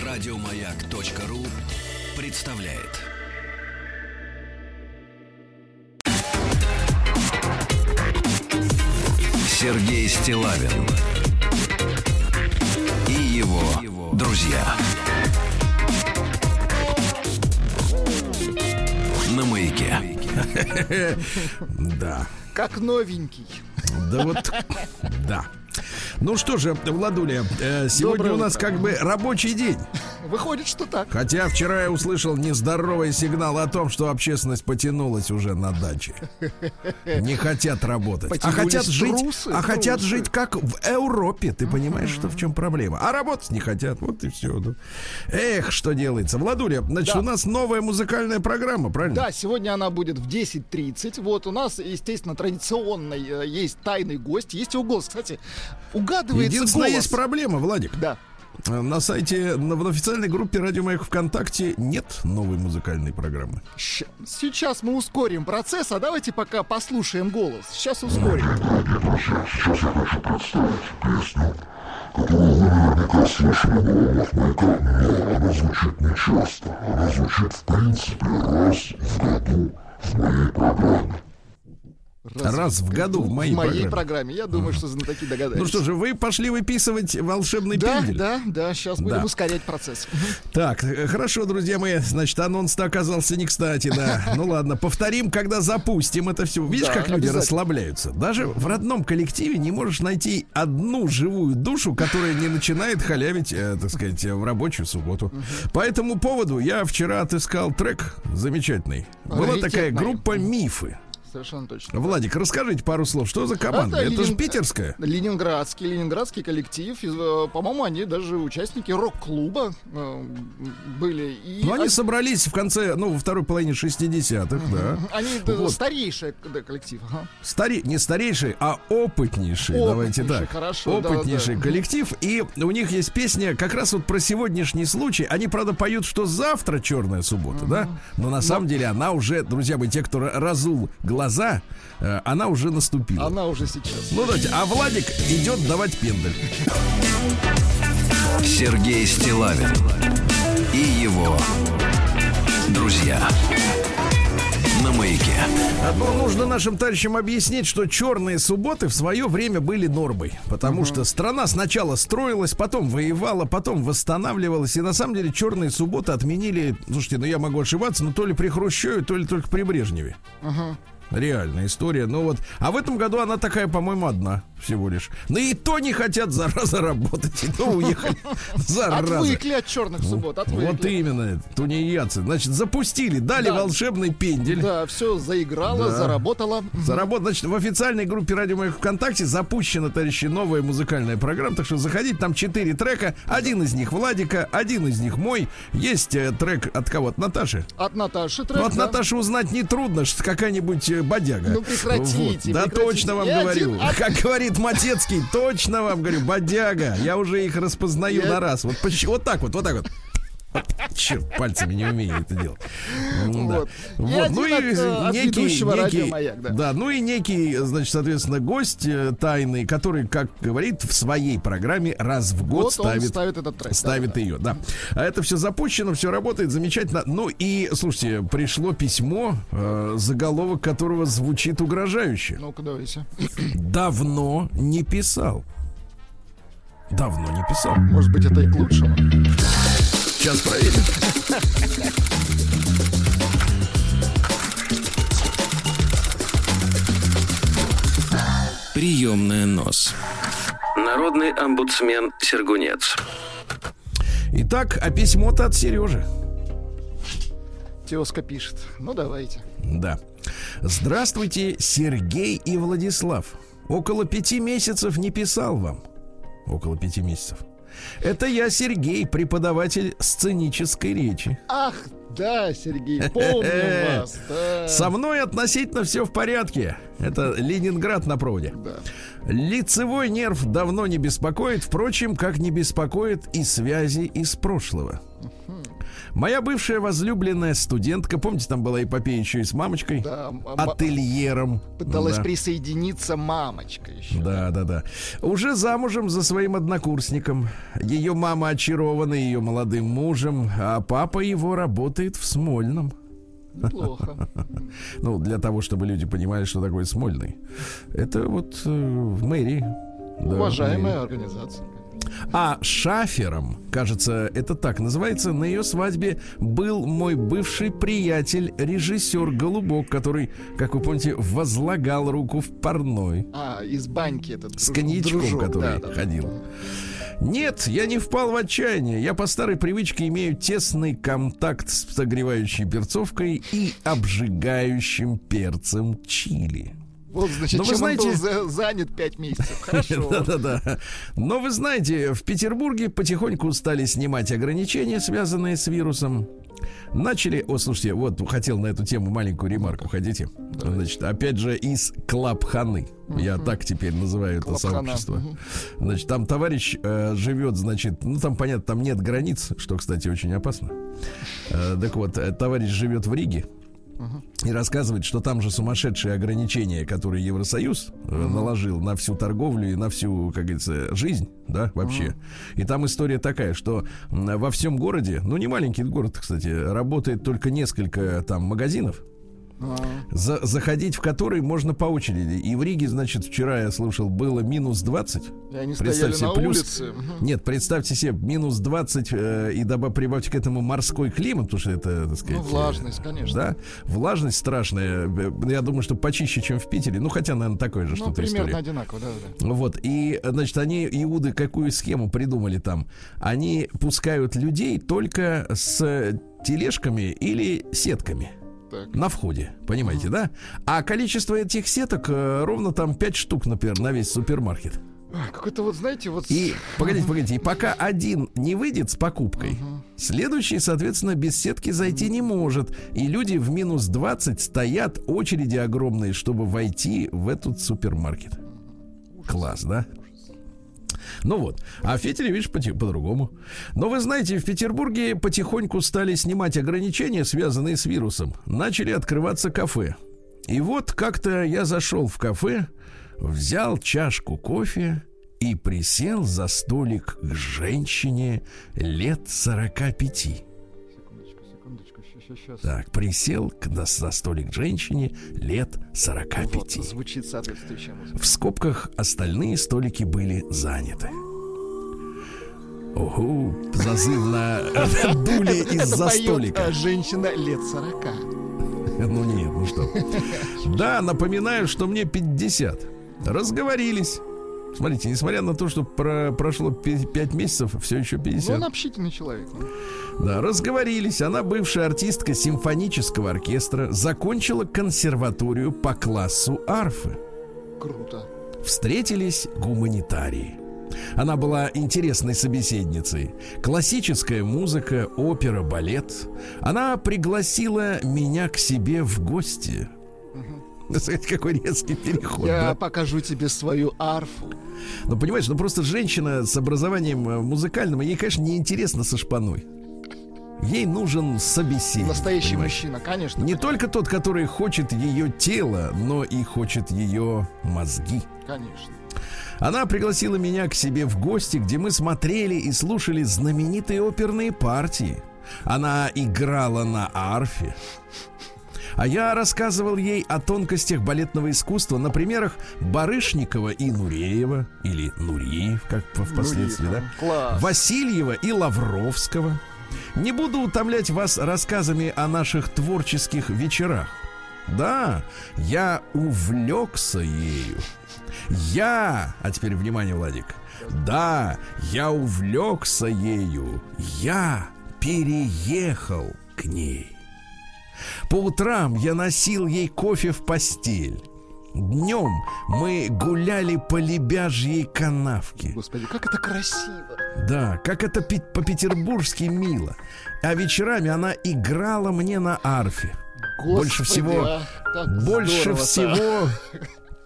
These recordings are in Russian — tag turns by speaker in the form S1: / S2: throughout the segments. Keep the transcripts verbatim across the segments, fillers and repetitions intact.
S1: Радиомаяк.ру представляет. Сергей Стиллавин и его друзья на Маяке.
S2: Да.
S3: Как новенький.
S2: Да вот, да. Ну что же, Владуля, сегодня
S3: Доброе
S2: у нас
S3: утро.
S2: как бы рабочий день.
S3: Выходит, что так.
S2: Хотя вчера я услышал нездоровый сигнал о том, что общественность потянулась уже на даче. Не хотят работать. А
S3: Потянулись
S2: хотят жить,
S3: трусы,
S2: а хотят
S3: трусы.
S2: жить как в Европе. Ты понимаешь, что в чем проблема? А работать не хотят. Вот и все. Эх, что делается. Владуля, значит,
S3: Да.
S2: у нас новая музыкальная программа, правильно?
S3: Да, сегодня она будет в десять тридцать. Вот у нас, естественно, традиционный э, есть тайный гость. Есть его голос, кстати. Угадывается
S2: Единственное,
S3: голос.
S2: есть проблема, Владик.
S3: Да.
S2: На сайте, на, в официальной группе Радио Маяк ВКонтакте нет новой музыкальной программы.
S3: Щ- Сейчас мы ускорим процесс, а давайте пока послушаем голос. Сейчас ускорим.
S4: Сейчас я хочу представить песню, которую вы наверняка слышали на волнах Маяка, но она звучит не часто. Она звучит, в принципе, раз в году в моей программе.
S2: Раз в году в моей
S3: в моей
S2: программе.
S3: программе. Я думаю, что знатоки догадаются.
S2: Ну что же, вы пошли выписывать волшебный
S3: Да,
S2: пендель?
S3: да, да, сейчас будем
S2: Да.
S3: ускорять процесс.
S2: Так, э, хорошо, друзья мои, значит, анонс-то оказался не кстати, да. Ну ладно, повторим, когда запустим это все. Видишь,
S3: Да,
S2: как люди
S3: обязательно.
S2: расслабляются? Даже в родном коллективе не можешь найти одну живую душу, которая не начинает халявить, э, так сказать, в рабочую субботу. По этому поводу я вчера отыскал трек замечательный. Была
S3: Раритетный.
S2: такая группа «Мифы».
S3: Совершенно точно.
S2: Владик, расскажите пару слов, что за команда? Это, же
S3: Ленин-
S2: питерская?
S3: Ленинградский, ленинградский коллектив. Из, э, По-моему, они даже участники рок-клуба э, были. И
S2: Ну, они
S3: они-
S2: собрались в конце, ну, во второй половине шестидесятых, да.
S3: Они да,
S2: Вот.
S3: старейший да, коллектив. Ага.
S2: Стари... Не старейший, а опытнейший, давайте
S3: Опытнейший,
S2: так.
S3: хорошо, да,
S2: опытнейший
S3: да.
S2: коллектив. И у них есть песня как раз вот про сегодняшний случай. Они, правда, поют, что завтра черная суббота, да? Но на самом деле она уже, друзья мои, те, кто разул глаза, э, она уже наступила.
S3: Она уже сейчас.
S2: Ну, давайте. А Владик идет давать пендель.
S1: Сергей Стиллавин и его друзья на Маяке.
S2: А, ну, нужно нашим товарищам объяснить, что черные субботы в свое время были нормой. Потому что страна сначала строилась, потом воевала, потом восстанавливалась. И на самом деле черные субботы отменили, слушайте, ну я могу ошибаться, но то ли при Хрущеве, то ли только при Брежневе. Реальная история. Ну вот. А в этом году она такая, по-моему, одна всего лишь. Ну и то не хотят, зараза, работать. И то уехали. Зараза.
S3: Отвыкли от черных суббот. Отвыкли.
S2: Вот именно, тунеядцы. Значит, запустили, дали
S3: Да.
S2: волшебный пендель.
S3: Да, все заиграло,
S2: Да.
S3: заработало.
S2: Заработать, значит, в официальной группе Радио Маяк ВКонтакте запущена, товарищи, новая музыкальная программа. Так что заходите, там четыре трека. Один из них Владика, один из них мой. Есть э, трек от кого? От Наташи.
S3: От Наташи трек.
S2: Ну, от
S3: да.
S2: Наташи узнать нетрудно, что какая-нибудь э, бодяга.
S3: Ну, прекратите,
S2: Вот. Да,
S3: прекратите.
S2: точно вам
S3: Я
S2: говорю.
S3: один от-
S2: Как говорит Матецкий, точно вам говорю, бодяга. Я уже их распознаю
S3: Я-
S2: на раз. Вот, поч- вот так вот, вот так вот. Черт, пальцами не умею это делать. М, да.
S3: Вот. И
S2: Вот.
S3: один
S2: Ну и
S3: от, э, от
S2: некий,
S3: ведущего
S2: некий-
S3: радио «Маяк», да.
S2: да, ну и некий, значит, соответственно, гость э, тайный, который, как говорит, в своей программе раз в год
S3: Вот он
S2: ставит,
S3: ставит этот трек.
S2: ставит
S3: да, да.
S2: ее, да. А это все запущено, все работает замечательно. Ну и, слушайте, пришло письмо, э, заголовок которого звучит угрожающе.
S3: Ну-ка, давайте.
S2: Давно не писал. Давно не писал.
S3: Может быть, это и к лучшему.
S2: Сейчас проверим.
S1: Приемная нос. Народный омбудсмен Сергунец.
S2: Итак, а письмо-то от Сережи.
S3: Тезка пишет. Ну, давайте.
S2: Да. Здравствуйте, Сергей и Владислав. Около пяти месяцев не писал вам. Около пяти месяцев. Это я, Сергей, преподаватель сценической речи.
S3: Ах, да, Сергей, помним вас. Да.
S2: Со мной относительно все в порядке. Это Ленинград на проводе.
S3: Да.
S2: Лицевой нерв давно не беспокоит, впрочем, как не беспокоит и связи из прошлого. Моя бывшая возлюбленная студентка, помните, там была эпопея еще и с мамочкой,
S3: Да,
S2: ательером.
S3: пыталась
S2: Да.
S3: присоединиться мамочка еще.
S2: Да, да, да. Уже замужем за своим однокурсником. Ее мама очарована ее молодым мужем, а папа его работает в Смольном.
S3: Неплохо.
S2: Ну, для того, чтобы люди понимали, что такое Смольный. Это вот э, в мэрии. Да,
S3: Уважаемая
S2: в
S3: организация.
S2: мэрии. А шафером, кажется, это так называется, на ее свадьбе был мой бывший приятель, режиссер Голубок, который, как вы помните, возлагал руку в парной.
S3: А, из баньки этот
S2: С
S3: друж-
S2: коньячком,
S3: дружок,
S2: который
S3: да, да.
S2: ходил. Нет, я не впал в отчаяние. Я по старой привычке имею тесный контакт с согревающей перцовкой и обжигающим перцем чили.
S3: Вот, значит,
S2: Но вы
S3: чем
S2: знаете-
S3: он был за- занят пять месяцев. Хорошо.
S2: Да-да-да. Но вы знаете, в Петербурге потихоньку стали снимать ограничения, связанные с вирусом. Начали... О, слушайте, вот хотел на эту тему маленькую ремарку. Хотите? Значит, опять же, из Клабханы. Я так теперь называю это
S3: Клабхана.
S2: сообщество.
S3: Мгм.
S2: Значит, там товарищ э, живет, значит... Ну, там, понятно, там нет границ, что, кстати, очень опасно. Э, так вот, э, товарищ живет в Риге. И рассказывает, что там же сумасшедшие ограничения, которые Евросоюз э, наложил на всю торговлю и на всю, как говорится, жизнь, да, вообще. И там история такая, что м, во всем городе, ну не маленький город, кстати, работает только несколько там магазинов,
S3: А,
S2: за- заходить в который можно по очереди. И в Риге, значит, вчера я слушал, было минус двадцать.
S3: И они
S2: Представьте
S3: стояли
S2: себе,
S3: на
S2: плюс-
S3: улице. Мгм.
S2: Нет, представьте себе, минус двадцать э, и добав, прибавьте к этому морской климат, потому что это, так сказать...
S3: Ну, влажность, конечно.
S2: Да, влажность страшная. Э, Я думаю, что почище, чем в Питере. Ну, хотя, наверное, такое же
S3: Ну,
S2: что-то
S3: примерно
S2: история.
S3: одинаково, да, да.
S2: Вот, и, значит, они, иуды, какую схему придумали там? Они пускают людей только с тележками или сетками
S3: Так.
S2: на входе, понимаете, да? А количество этих сеток э, ровно там пять штук, например, на весь супермаркет.
S3: А, Какой-то вот, знаете, вот...
S2: И, погодите, погодите, и пока один не выйдет с покупкой, следующий, соответственно, без сетки зайти не может. И люди в минус двадцать стоят, очереди огромные, чтобы войти в этот супермаркет. Класс, да? Ну вот, а в Питере, видишь, поти- по-другому. Но вы знаете, в Петербурге потихоньку стали снимать ограничения, связанные с вирусом. Начали открываться кафе. И вот как-то я зашел в кафе, взял чашку кофе и присел за столик к женщине лет сорока пяти.
S3: Секундочку, секундочку, сейчас, сейчас.
S2: Так, присел к- на- за столик к женщине лет сорока пяти.
S3: Вот, звучит соответствующая музыка.
S2: В скобках остальные столики были заняты. Ого, зазывно дули
S3: Это
S2: из-за
S3: поет,
S2: столика.
S3: а, женщина лет сорока.
S2: Ну нет, ну что. Да, напоминаю, что мне пятьдесят. Разговорились. Смотрите, несмотря на то, что про- прошло пять месяцев, все еще
S3: Ну,
S2: пятьдесят.
S3: он общительный человек. ну.
S2: Да, разговорились. Она бывшая артистка симфонического оркестра, закончила консерваторию по классу арфы.
S3: Круто.
S2: Встретились гуманитарии. Она была интересной собеседницей. Классическая музыка, опера, балет. Она пригласила меня к себе в гости. Смотрите, какой резкий переход.
S3: Я
S2: да?
S3: покажу тебе свою арфу.
S2: Ну, понимаешь, ну просто женщина с образованием э, музыкальным, ей, конечно, неинтересно со шпаной. Ей нужен собеседник.
S3: Настоящий
S2: понимаешь?
S3: мужчина, конечно.
S2: Не только тот, который хочет ее тело, но и хочет ее мозги.
S3: Конечно.
S2: Она пригласила меня к себе в гости, где мы смотрели и слушали знаменитые оперные партии. Она играла на арфе. А я рассказывал ей о тонкостях балетного искусства на примерах Барышникова и Нуреева, или Нуриев, как впоследствии, да?
S3: Класс.
S2: Васильева и Лавровского. Не буду утомлять вас рассказами о наших творческих вечерах. Да, я увлекся ею. Я, а теперь внимание, Владик. Да, я увлекся ею. Я переехал к ней. По утрам я носил ей кофе в постель. Днем мы гуляли по Лебяжьей канавке.
S3: Господи, как это красиво.
S2: Да, как это пи- по-петербургски мило. А вечерами она играла мне на арфе.
S3: Господи,
S2: Больше всего,
S3: а, как
S2: больше
S3: здорово-то.
S2: всего,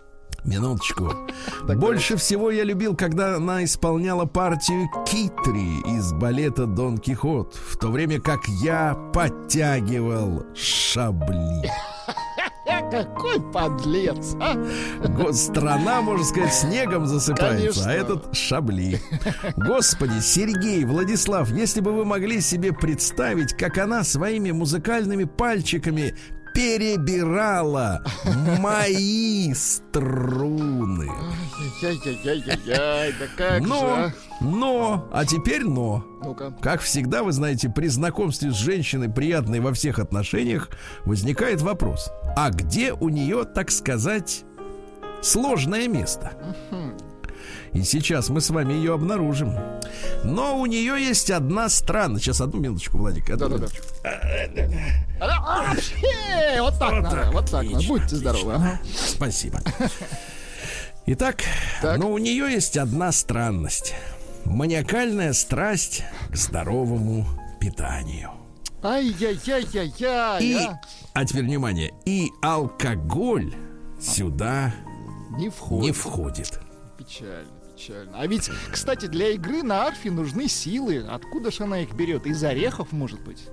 S2: Минуточку. Больше всего я любил, когда она исполняла партию Китри из балета «Дон Кихот», в то время как я подтягивал шабли.
S3: Какой подлец, а?
S2: Страна, можно сказать, снегом засыпается,
S3: Конечно.
S2: а этот шабли. Господи, Сергей, Владислав, если бы вы могли себе представить, как она своими музыкальными пальчиками перебирала мои струны.
S3: Ай-яй-яй-яй-яй, да как
S2: Но,
S3: же.
S2: но, а теперь но.
S3: Ну-ка.
S2: Как всегда, вы знаете, при знакомстве с женщиной, приятной во всех отношениях, возникает вопрос: а где у нее, так сказать, сложное место? И сейчас мы с вами ее обнаружим. Но у нее есть одна странность. Сейчас, одну минуточку, Владик. Одну
S3: Да-да-да.
S2: минуточку.
S3: А, вообще, Вот так
S2: Вот
S3: надо,
S2: так,
S3: вот так надо.
S2: отлично,
S3: Будьте здоровы. Ага.
S2: Спасибо. Итак,
S3: Так.
S2: но у нее есть одна странность. Маниакальная страсть к здоровому питанию.
S3: Ай-яй-яй-яй-яй.
S2: И,
S3: а.
S2: а теперь внимание, и алкоголь сюда
S3: Не входит.
S2: не входит.
S3: Печально, печально. А ведь, кстати, для игры на арфе нужны силы. Откуда же она их берет? Из орехов, может быть?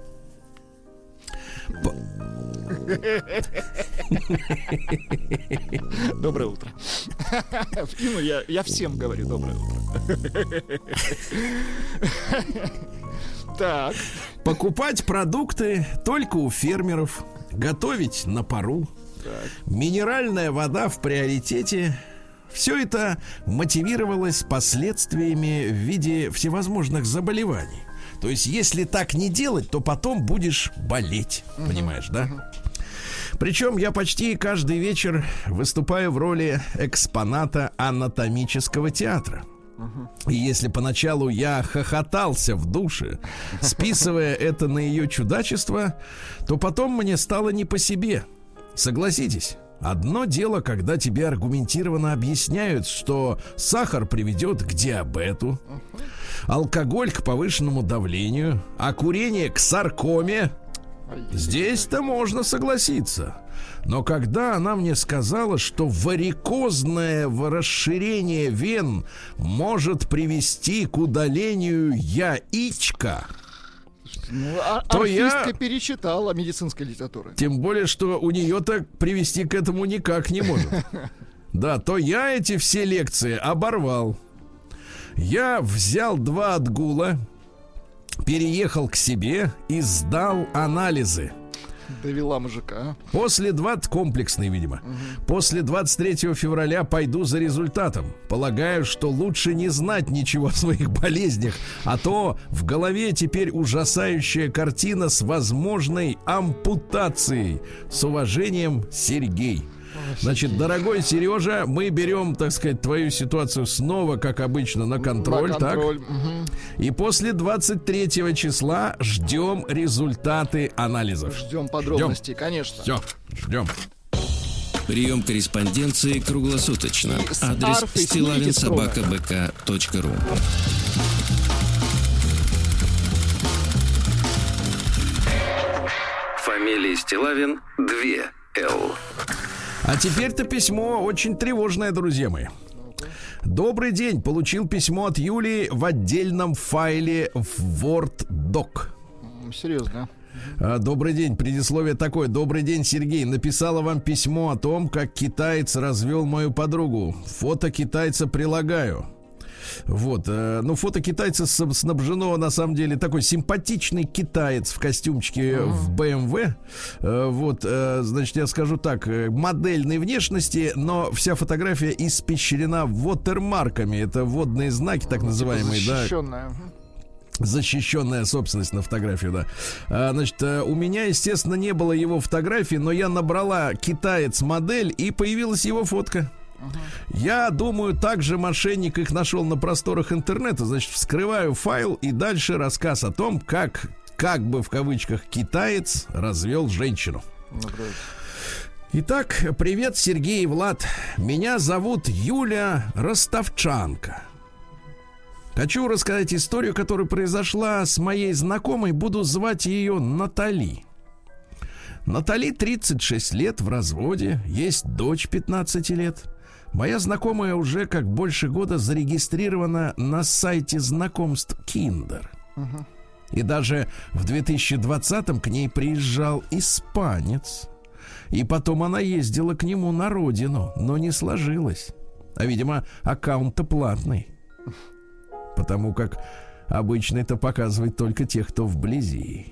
S3: Доброе утро. Ну, я, я всем говорю доброе утро. Так.
S2: Покупать продукты только у фермеров, готовить на пару, минеральная вода в приоритете. Все это мотивировалось последствиями в виде всевозможных заболеваний. То есть, если так не делать, то потом будешь болеть. Uh-huh. Понимаешь, да? Uh-huh. Причем я почти каждый вечер выступаю в роли экспоната анатомического театра. Uh-huh. И если поначалу я хохотался в душе, списывая это на ее чудачество, то потом мне стало не по себе. Согласитесь. Одно дело, когда тебе аргументированно объясняют, что сахар приведет к диабету, алкоголь к повышенному давлению, а курение к саркоме. Здесь-то можно согласиться. Но когда она мне сказала, что варикозное расширение вен может привести к удалению яичка,
S3: Ну, а,
S2: то
S3: арфистка
S2: я...
S3: перечитала медицинской литературы.
S2: Тем более, что у нее-то привести к этому никак не может. Да, то я эти все лекции оборвал. Я взял два отгула, переехал к себе и сдал анализы.
S3: Довела мужика.
S2: После двадцать комплексный, видимо. Угу. После двадцать третьего февраля пойду за результатом. Полагаю, что лучше не знать ничего о своих болезнях, а то в голове теперь ужасающая картина с возможной ампутацией. С уважением, Сергей. Значит, дорогой Сережа, мы берем, так сказать, твою ситуацию снова, как обычно, на контроль,
S3: на контроль.
S2: Так?
S3: Угу.
S2: И после двадцать третьего числа ждем результаты анализов.
S3: Ждем подробностей, ждем. Конечно.
S2: Все, ждем.
S1: Прием корреспонденции круглосуточно. Адрес стилавин собака бэ ка точка ру. Фамилия Стилавин два эл.
S2: А теперь-то письмо очень тревожное, друзья мои. Добрый день. Получил письмо от Юлии в отдельном файле в Word Doc.
S3: Серьезно?
S2: Добрый день. Предисловие такое. Добрый день, Сергей. Написала вам письмо о том, как китаец развел мою подругу. Фото китайца прилагаю. Вот, э, ну, фото китайца снабжено, на самом деле, такой симпатичный китаец в костюмчике uh-huh. в бэ эм вэ. Э, вот, э, значит, я скажу так, модельной внешности, но вся фотография испещрена вотермарками. Это водные знаки, так называемые, да.
S3: Защищенная.
S2: Защищенная собственность на фотографию, да. А, значит, у меня, естественно, не было его фотографии, но я набрала китаец-модель, и появилась его фотка. Uh-huh. Я думаю, также мошенник их нашел на просторах интернета. Значит, вскрываю файл, и дальше рассказ о том, как, как бы в кавычках, китаец развел женщину.
S3: Uh-huh.
S2: Итак, привет, Сергей и Влад. Меня зовут Юля Ростовчанка. Хочу рассказать историю, которая произошла с моей знакомой. Буду звать ее Натали. Натали тридцать шесть лет, в разводе. Есть дочь пятнадцать лет. Моя знакомая уже как больше года зарегистрирована на сайте знакомств Kinder. Uh-huh. И даже в две тысячи двадцатом к ней приезжал испанец. И потом она ездила к нему на родину, но не сложилось. А, видимо, аккаунт-то платный. Потому как обычно это показывает только тех, кто вблизи.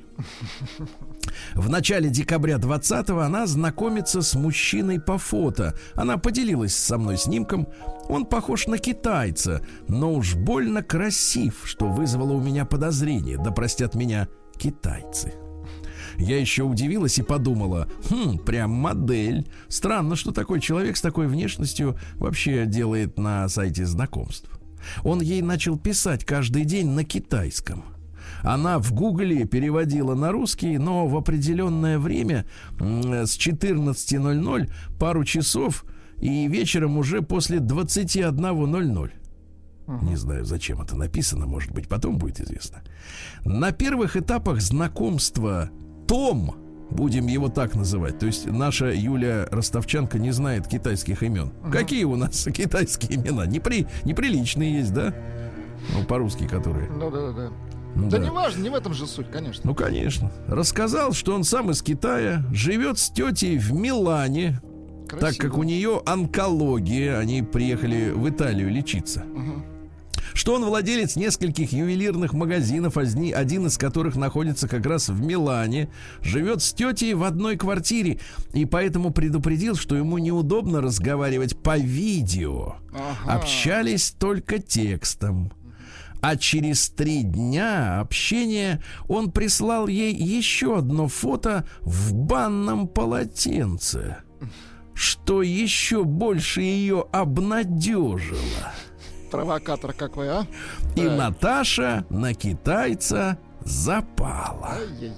S2: В начале декабря двадцатого она знакомится с мужчиной по фото. Она поделилась со мной снимком. Он похож на китайца, но уж больно красив, что вызвало у меня подозрение. Да простят меня китайцы. Я еще удивилась и подумала: хм, прям модель. Странно, что такой человек с такой внешностью вообще делает на сайте знакомств. Он ей начал писать каждый день на китайском. Она в Гугле переводила на русский, но в определенное время с четырнадцати ноль-ноль, пару часов, и вечером уже после двадцати одного ноль-ноль. Uh-huh. Не знаю, зачем это написано, может быть, потом будет известно. На первых этапах знакомства Том, будем его так называть, то есть наша Юля Ростовчанка не знает китайских имен. Uh-huh. Какие у нас китайские имена? Непри... Неприличные есть, да? Ну, по-русски которые.
S3: Ну, да-да-да. Да, да не важно, не в этом же суть, конечно.
S2: Ну, конечно. Рассказал, что он сам из Китая, живет с тетей в Милане. Красиво. Так как у нее онкология, они приехали в Италию лечиться. Угу. Что он владелец нескольких ювелирных магазинов, один из которых находится как раз в Милане. Живет с тетей в одной квартире. И поэтому предупредил, что ему неудобно разговаривать по видео. Ага. Общались только текстом. А через три дня общения он прислал ей еще одно фото в банном полотенце, что еще больше ее обнадежило.
S3: Провокатор какой, а?
S2: И да. Наташа на китайца запала.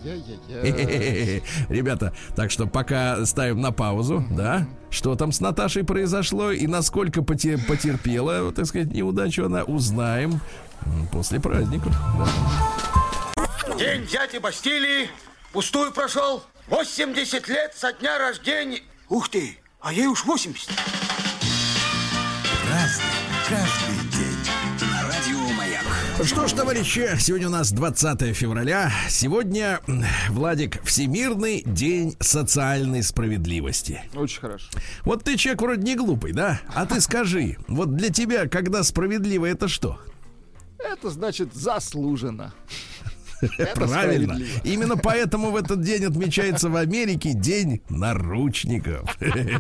S2: Ребята, так что пока ставим на паузу, да? Что там с Наташей произошло и насколько потерпела, так сказать, неудачу, она узнаем после праздников. Да.
S5: День дяди Бастилии пустую прошел. восемьдесят лет со дня рождения. Ух ты, а ей уж восемьдесят.
S1: Разный, каждый день. На радио Маяк.
S2: Что ж, товарищи, сегодня у нас двадцатое февраля. Сегодня, Владик, Всемирный день социальной справедливости.
S3: Очень хорошо.
S2: Вот ты человек вроде не глупый, да? А ты скажи, вот для тебя, когда справедливо, это что?
S3: Это значит заслуженно.
S2: Правильно. Именно поэтому в этот день отмечается в Америке День наручников.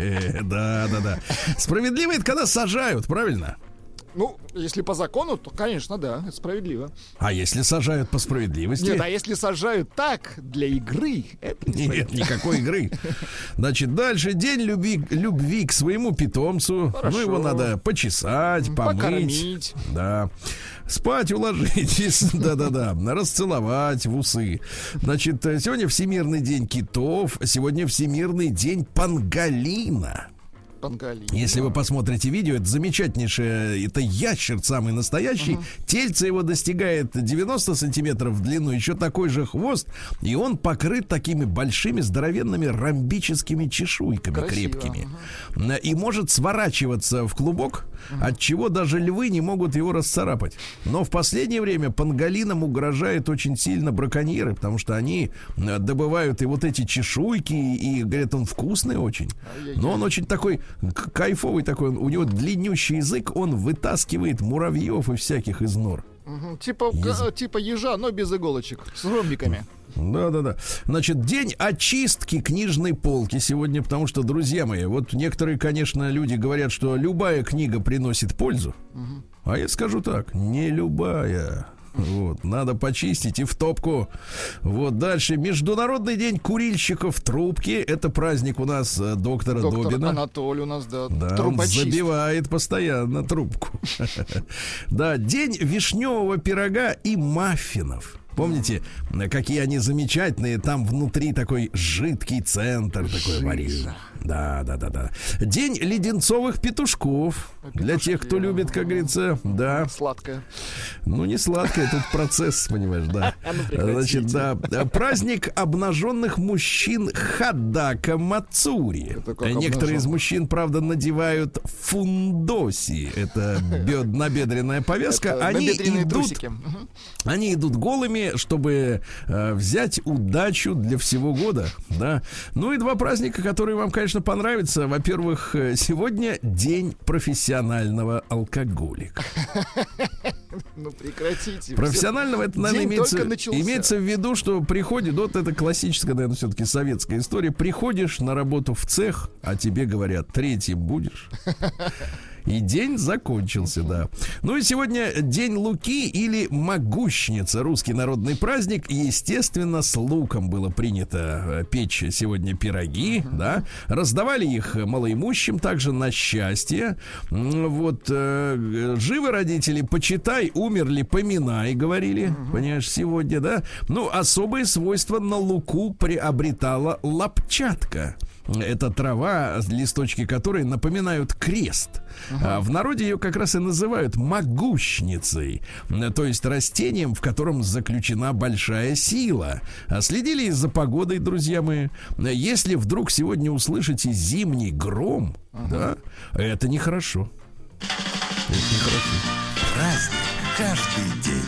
S2: Да, да, да. Справедливо — это когда сажают, правильно?
S3: Ну, если по закону, то, конечно, да, это справедливо.
S2: А если сажают по справедливости?
S3: Нет, а если сажают так, для игры, это не
S2: Нет, никакой игры. Значит, дальше день любви, любви к своему питомцу. Хорошо. Ну, его надо почесать, помыть.
S3: Покормить.
S2: Да. Спать уложитесь, да-да-да, расцеловать в усы. Значит, сегодня Всемирный день китов, сегодня Всемирный день панголина.
S3: Панголин.
S2: Если вы посмотрите видео, это замечательнейшее, это ящер самый настоящий. Uh-huh. Тельце его достигает девяносто сантиметров в длину, еще такой же хвост, и он покрыт такими большими здоровенными ромбическими чешуйками. Красиво. Крепкими. Uh-huh. И может сворачиваться в клубок, uh-huh. от чего даже львы не могут его расцарапать. Но в последнее время панголинам угрожает очень сильно браконьеры, потому что они добывают и вот эти чешуйки, и, говорят, он вкусный очень. Но он очень такой кайфовый такой, у него длиннющий язык, он вытаскивает муравьев и всяких из нор.
S3: Угу, типа, Яз... типа ежа, но без иголочек, с ромбиками.
S2: Да-да-да. Значит, день очистки книжной полки сегодня, потому что, друзья мои, вот некоторые, конечно, люди говорят, что любая книга приносит пользу. Угу. А я скажу так, не любая. Вот, надо почистить и в топку. Вот, дальше. Международный день курильщиков в трубке. Это праздник у нас доктора
S3: Доктор
S2: Добина.
S3: Анатолий у нас, да.
S2: Да, он забивает постоянно трубку. Да, день вишневого пирога и маффинов. Помните, какие они замечательные? Там внутри такой жидкий центр, такой варил. Да, да, да, да. День леденцовых петушков. Петушки, для тех, кто любит, как говорится, да.
S3: Сладкое.
S2: Ну, не сладкое, тут процесс, понимаешь, да. Значит, да. Праздник обнаженных мужчин Хадака Мацури. Некоторые из мужчин, правда, надевают фундоси. Это набедренная повязка. Они идут, они идут голыми, чтобы э, взять удачу для всего года, да. Ну и два праздника, которые вам, конечно, понравятся. Во-первых, сегодня день профессионального алкоголика.
S3: Ну прекратите.
S2: Профессионального, это, наверное, имеется, имеется в виду, что приходит, вот это классическая, наверное, все-таки советская история. Приходишь на работу в цех, а тебе говорят, третьим будешь. И день закончился, да. Ну и сегодня день Луки или Могущница, русский народный праздник. Естественно, с луком было принято печь сегодня пироги, да. Раздавали их малоимущим также на счастье. Вот, э, живы родители, почитай, умерли, поминай, говорили, понимаешь, сегодня, да. Ну, особые свойства на луку приобретала лапчатка. Это трава, листочки которой напоминают крест. Uh-huh. В народе ее как раз и называют могущницей, то есть растением, в котором заключена большая сила. Следили за погодой, друзья мои. Если вдруг сегодня услышите зимний гром, uh-huh. да, это нехорошо. Это нехорошо.
S6: Праздник каждый день.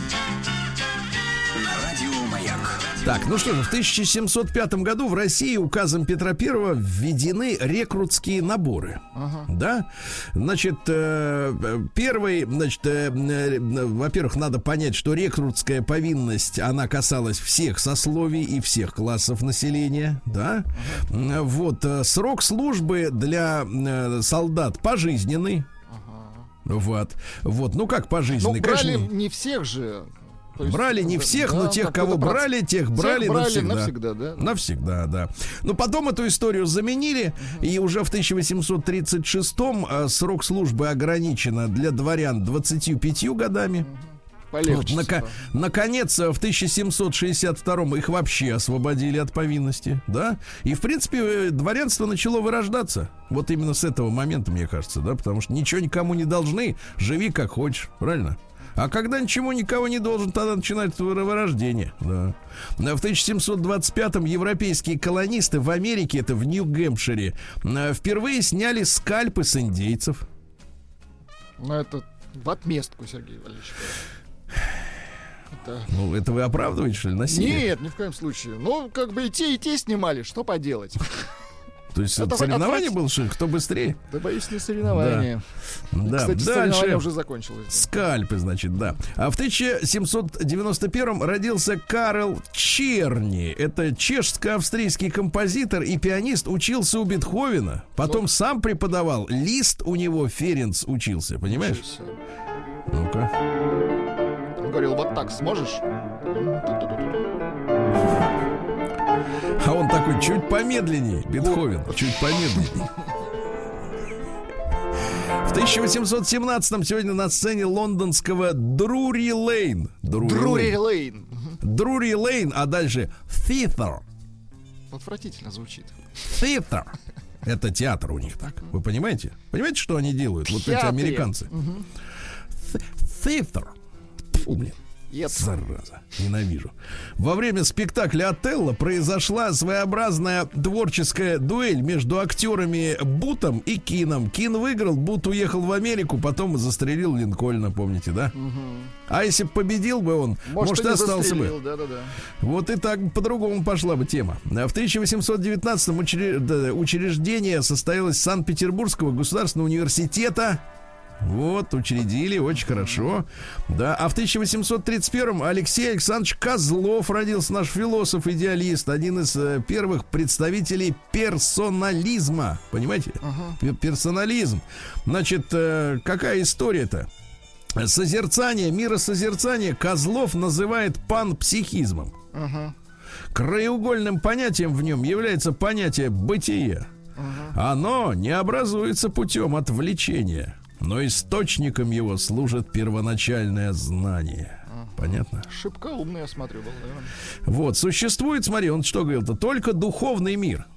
S2: Так, ну что же, в тысяча семьсот пятом году в России указом Петра Первого введены рекрутские наборы. Ага. Да? Значит, э, первый, значит, э, э, во-первых, надо понять, что рекрутская повинность, она касалась всех сословий и всех классов населения, да? Ага. Вот, э, срок службы для э, солдат пожизненный. Ага. Вот, вот, ну как пожизненный?
S3: Ну, брали
S2: конечно,
S3: не всех же.
S2: Есть, брали не всех, да, но тех, кого брали, тех брали,
S3: тех брали
S2: навсегда.
S3: навсегда, да?
S2: Навсегда, да. Но потом эту историю заменили, uh-huh. и уже в тысяча восемьсот тридцать шестом а, срок службы ограничено для дворян двадцатью пятью годами. Uh-huh. Вот, нако- наконец, в тысяча семьсот шестьдесят втором их вообще освободили от повинности, да? И, в принципе, дворянство начало вырождаться. Вот именно с этого момента, мне кажется, да? Потому что ничего никому не должны, живи как хочешь, правильно? А когда ничего никого не должен, тогда начинается вырождение. Да. В тысяча семьсот двадцать пятом европейские колонисты в Америке, это в Нью-Гэмпшире, впервые сняли скальпы с индейцев.
S3: Ну, это в отместку, Сергей Валерьевич.
S2: Это... Ну, это вы оправдываете, что ли, насилие?
S3: Нет, ни в коем случае. Ну, как бы и те, и те снимали, что поделать.
S2: То есть это соревнование было, что ли? Кто быстрее?
S3: Да, боюсь, не соревнование.
S2: Да.
S3: Кстати,
S2: да.
S3: соревнование уже закончилось.
S2: Скальпы, значит, да. А в тысяча семьсот девяносто первом родился Карл Черни. Это чешско-австрийский композитор и пианист. Учился у Бетховена. Потом вот. Сам преподавал. Лист у него Ференц учился. Понимаешь? Учился. Ну-ка.
S3: Он говорил, вот так сможешь?
S2: А он такой чуть помедленнее, Бетховен, чуть помедленнее. В тысяча восемьсот семнадцатом сегодня на сцене лондонского Друри Лейн.
S3: Друри Лейн.
S2: Друри Лейн, а дальше Theatre.
S3: Отвратительно звучит.
S2: Theatre. Это театр у них так. Вы понимаете? Понимаете, что они делают? Вот эти американцы. Theatre. Фу, блин. Yes. Зараза, ненавижу. Во время спектакля «Отелло» произошла своеобразная творческая дуэль между актерами Бутом и Кином. Кин выиграл, Бут уехал в Америку, потом застрелил Линкольна, помните, да? Угу. А если бы победил бы он, может, может остался бы. Да, да, да. Вот и так по-другому пошла бы тема. В тысяча восемьсот девятнадцатом учреждение состоялось Санкт-Петербургского государственного университета. Вот, учредили, очень хорошо. Да, а в тысяча восемьсот тридцать первом Алексей Александрович Козлов родился, наш философ-идеалист, один из э, первых представителей персонализма. Понимаете? Uh-huh. Персонализм. Значит, э, какая история-то? Созерцание, миросозерцание Козлов называет панпсихизмом. Uh-huh. Краеугольным понятием в нем является понятие бытия. Uh-huh. Оно не образуется путем отвлечения, но источником его служит первоначальное знание. Ага. Понятно?
S3: Шибко умный, я смотрю, был, да?
S2: Вот, существует, смотри, он что говорил-то, только духовный мир.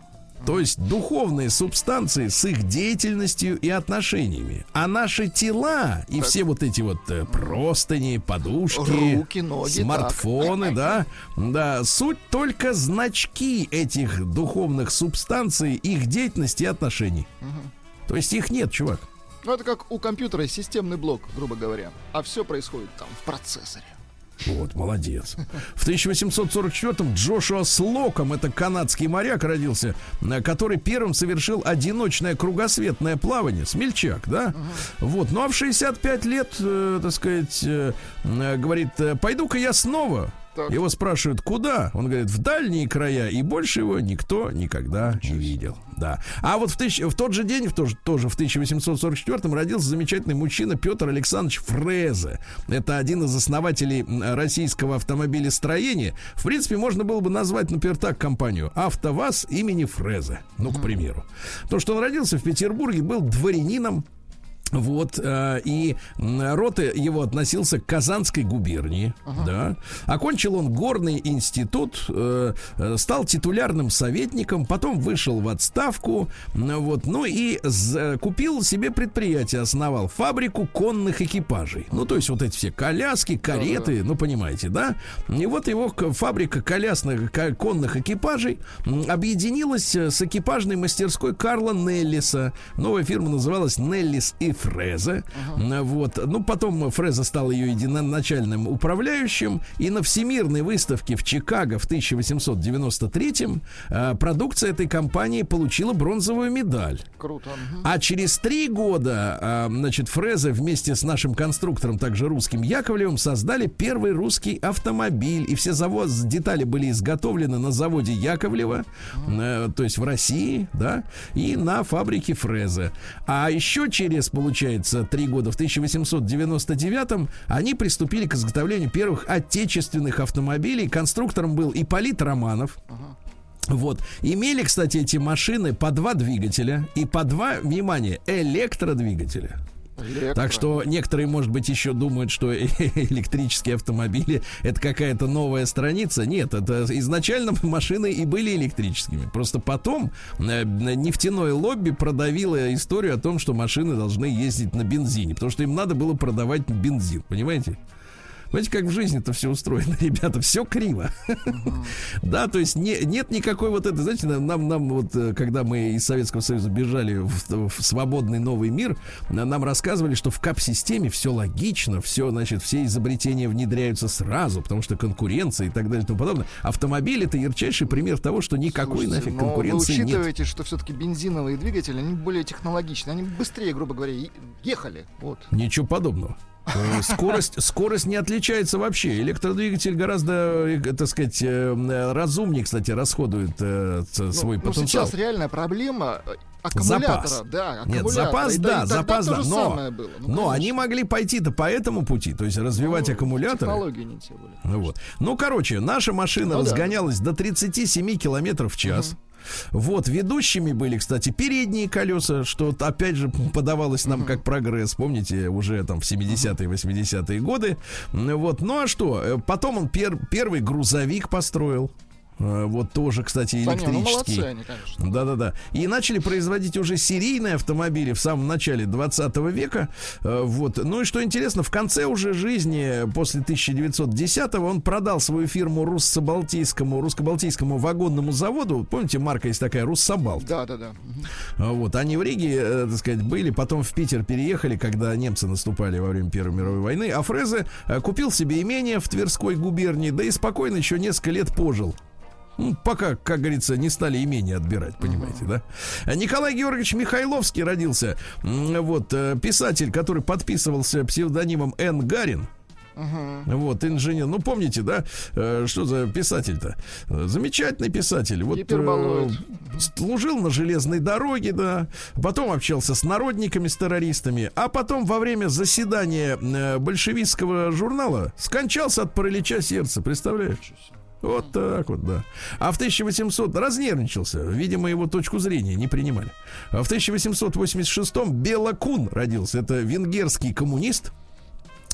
S2: То есть духовные субстанции с их деятельностью и отношениями. А наши тела и так. все вот эти вот э, простыни, подушки,
S3: руки, ноги,
S2: смартфоны, да, да, суть только значки этих духовных субстанций, их деятельности и отношений. Угу. То есть их нет, чувак.
S3: Ну, это как у компьютера системный блок, грубо говоря. А все происходит там в процессоре.
S2: Вот, молодец. В тысяча восемьсот сорок четвёртом Джошуа Слоком, это канадский моряк, родился, который первым совершил одиночное кругосветное плавание. Смельчак, да? Uh-huh. Вот. Ну а в шестьдесят пять лет, э, так сказать, э, говорит, пойду-ка я снова. Так. Его спрашивают, куда? Он говорит, в дальние края, и больше его никто никогда не видел. Да. А вот в, тысяч... в тот же день, в тот же, тоже в тысяча восемьсот сорок четвёртом, родился замечательный мужчина Петр Александрович Фрезе. Это один из основателей российского автомобилестроения. В принципе, можно было бы назвать, например, так компанию «АвтоВАЗ» имени Фрезе. Ну, к примеру. То, что он родился в Петербурге, был дворянином. Вот, э, и род его относился к Казанской губернии, ага. да. Окончил он горный институт, э, стал титулярным советником, потом вышел в отставку, вот, ну и з- купил себе предприятие, основал фабрику конных экипажей. Ну, то есть вот эти все коляски, кареты, ну, понимаете, да. И вот его фабрика колясных конных экипажей объединилась с экипажной мастерской Карла Неллиса. Новая фирма называлась Неллис и Фрезе. Uh-huh. Вот. Ну, потом Фрезе стал ее единоначальным управляющим. И на Всемирной выставке в Чикаго в тысяча восемьсот девяносто третьем э, продукция этой компании получила бронзовую медаль.
S3: Круто. Uh-huh.
S2: А через три года э, значит, Фрезе вместе с нашим конструктором, также русским, Яковлевым, создали первый русский автомобиль. И все завод, детали были изготовлены на заводе Яковлева, uh-huh. э, то есть в России, да, и на фабрике Фрезе. А еще через, получается, три года, в тысяча восемьсот девяносто девятом, они приступили к изготовлению первых отечественных автомобилей. Конструктором был Ипполит Романов. Uh-huh. Вот. Имели, кстати, эти машины по два двигателя и по два, внимание, электродвигателя. Электро. Так что некоторые, может быть, еще думают, что электрические автомобили — это какая-то новая страница. Нет, это изначально машины и были электрическими. Просто потом нефтяное лобби продавило историю о том, что машины должны ездить на бензине, потому что им надо было продавать бензин, понимаете? Понимаете, как в жизни-то все устроено, ребята, все криво. Uh-huh. Да, то есть не, нет никакой вот этой, знаете, нам, нам вот, когда мы из Советского Союза бежали в, в свободный новый мир, нам рассказывали, что в кап-системе все логично, все, значит, все изобретения внедряются сразу, потому что конкуренция и так далее и тому подобное. Автомобиль — это ярчайший пример того, что никакой
S3: Слушайте,
S2: нафиг конкуренции нет.
S3: Вы учитываете, нет. Что все-таки бензиновые двигатели, они более технологичны, они быстрее, грубо говоря, ехали. Вот.
S2: Ничего подобного. Скорость, скорость не отличается вообще. Электродвигатель гораздо, так сказать, разумнее, кстати, расходует э, свой ну, потенциал.
S3: Ну, сейчас реальная проблема аккумулятора.
S2: Запас.
S3: Да, аккумулятора.
S2: Нет, запас,
S3: и,
S2: да,
S3: и
S2: запас, да. Но,
S3: было. Ну,
S2: но они могли пойти-то по этому пути, то есть развивать ну, аккумуляторы.
S3: Технологии не те были.
S2: Ну, вот. Ну, короче, наша машина ну, разгонялась да. до тридцать семь километров в час. Угу. Вот, ведущими были, кстати, передние колеса, что, опять же, подавалось нам uh-huh. как прогресс, помните, уже там в семидесятые, восьмидесятые годы. Вот, ну а что, потом он пер- первый грузовик построил. Вот тоже, кстати, электрический.
S3: Да, не, ну, молодцы они,
S2: да-да-да. И начали производить уже серийные автомобили в самом начале двадцатого века. Вот. Ну и что интересно, в конце уже жизни, после тысяча девятьсот десятого, он продал свою фирму русско-балтийскому, русско-балтийскому вагонному заводу. Помните, марка есть такая, Руссобалт.
S3: Да-да-да.
S2: Вот. Они в Риге, так сказать, были, потом в Питер переехали, когда немцы наступали во время Первой мировой войны. А Фрезе купил себе имение в Тверской губернии, да и спокойно еще несколько лет пожил. Ну, пока, как говорится, не стали имение отбирать, понимаете, uh-huh. да? Николай Георгиевич Михайловский родился, вот, писатель, который подписывался псевдонимом Н. Гарин. Uh-huh. Вот, инженер. Ну, помните, да? Что за писатель-то? Замечательный писатель. Вот, э, служил на железной дороге, да. Потом общался с народниками, с террористами. А потом во время заседания большевистского журнала скончался от паралича сердца. Представляешь? Вот так вот, да. А в тысяча восемьсот разнервничался. Видимо, его точку зрения не принимали. А в тысяча восемьсот восемьдесят шестом Бела Кун родился. Это венгерский коммунист.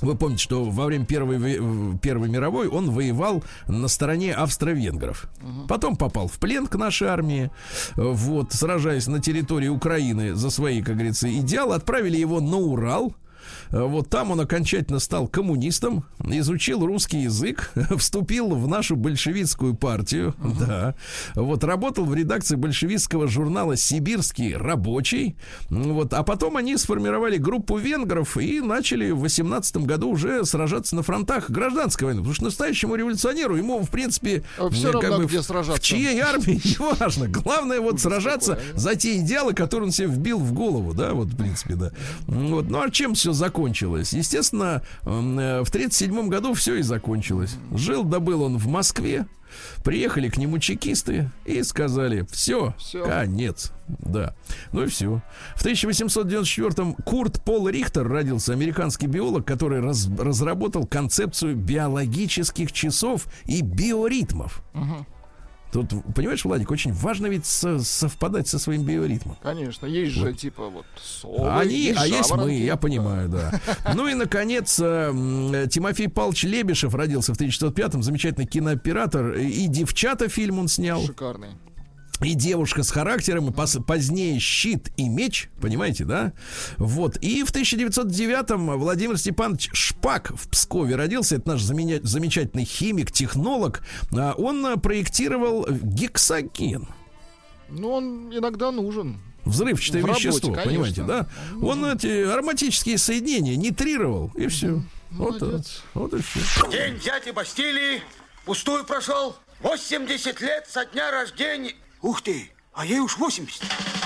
S2: Вы помните, что во время Первой, Первой мировой он воевал на стороне австро-венгров. Uh-huh. Потом попал в плен к нашей армии. Вот, сражаясь на территории Украины за свои, как говорится, идеалы. Отправили его на Урал. Вот там он окончательно стал коммунистом, изучил русский язык, вступил в нашу большевистскую партию, uh-huh. да. Вот работал в редакции большевистского журнала «Сибирский рабочий». Вот, а потом они сформировали группу венгров и начали в восемнадцатом году уже сражаться на фронтах гражданской войны. Потому что настоящему революционеру ему, в принципе,
S3: все
S2: как
S3: равно,
S2: бы,
S3: где
S2: в,
S3: сражаться.
S2: в чьей армии, неважно. Главное вот сражаться такое, за те идеалы, которые он себе вбил в голову, да, вот в принципе, да. Вот. Ну а чем все закончилось? Закончилось. Естественно, в тридцать седьмом году все и закончилось. Жил да был он в Москве. Приехали к нему чекисты и сказали: все, все. Конец. Да. Ну и все. В тысяча восемьсот девяносто четвёртом Курт Пол Рихтер родился, американский биолог, который раз, разработал концепцию биологических часов и биоритмов. Угу. Тут, понимаешь, Владик, очень важно ведь со- совпадать со своим биоритмом.
S3: Конечно, есть же, вот. Типа, вот совы,
S2: Они,
S3: есть
S2: а есть
S3: жаворонки.
S2: мы, я понимаю, да. Ну и, наконец, Тимофей Павлович Лебешев родился в тысяча девятьсот пятом, замечательный кинооператор. И «Девчата» фильм он снял.
S3: Шикарный.
S2: И «Девушка с характером», и пос- позднее «Щит и меч», понимаете, да? Вот. И в тысяча девятьсот девятом Владимир Степанович Шпак в Пскове родился. Это наш заменя- замечательный химик, технолог. А он проектировал гексоген.
S3: Ну, он иногда нужен.
S2: Взрывчатое
S3: в работе,
S2: вещество,
S3: конечно.
S2: понимаете, да? Он эти ароматические соединения нитрировал, и все. Вот, вот и все.
S5: День дяди Бастилии пустую прошел. восемьдесят лет со дня рождения. Ух ты, а ей уж восемьдесят.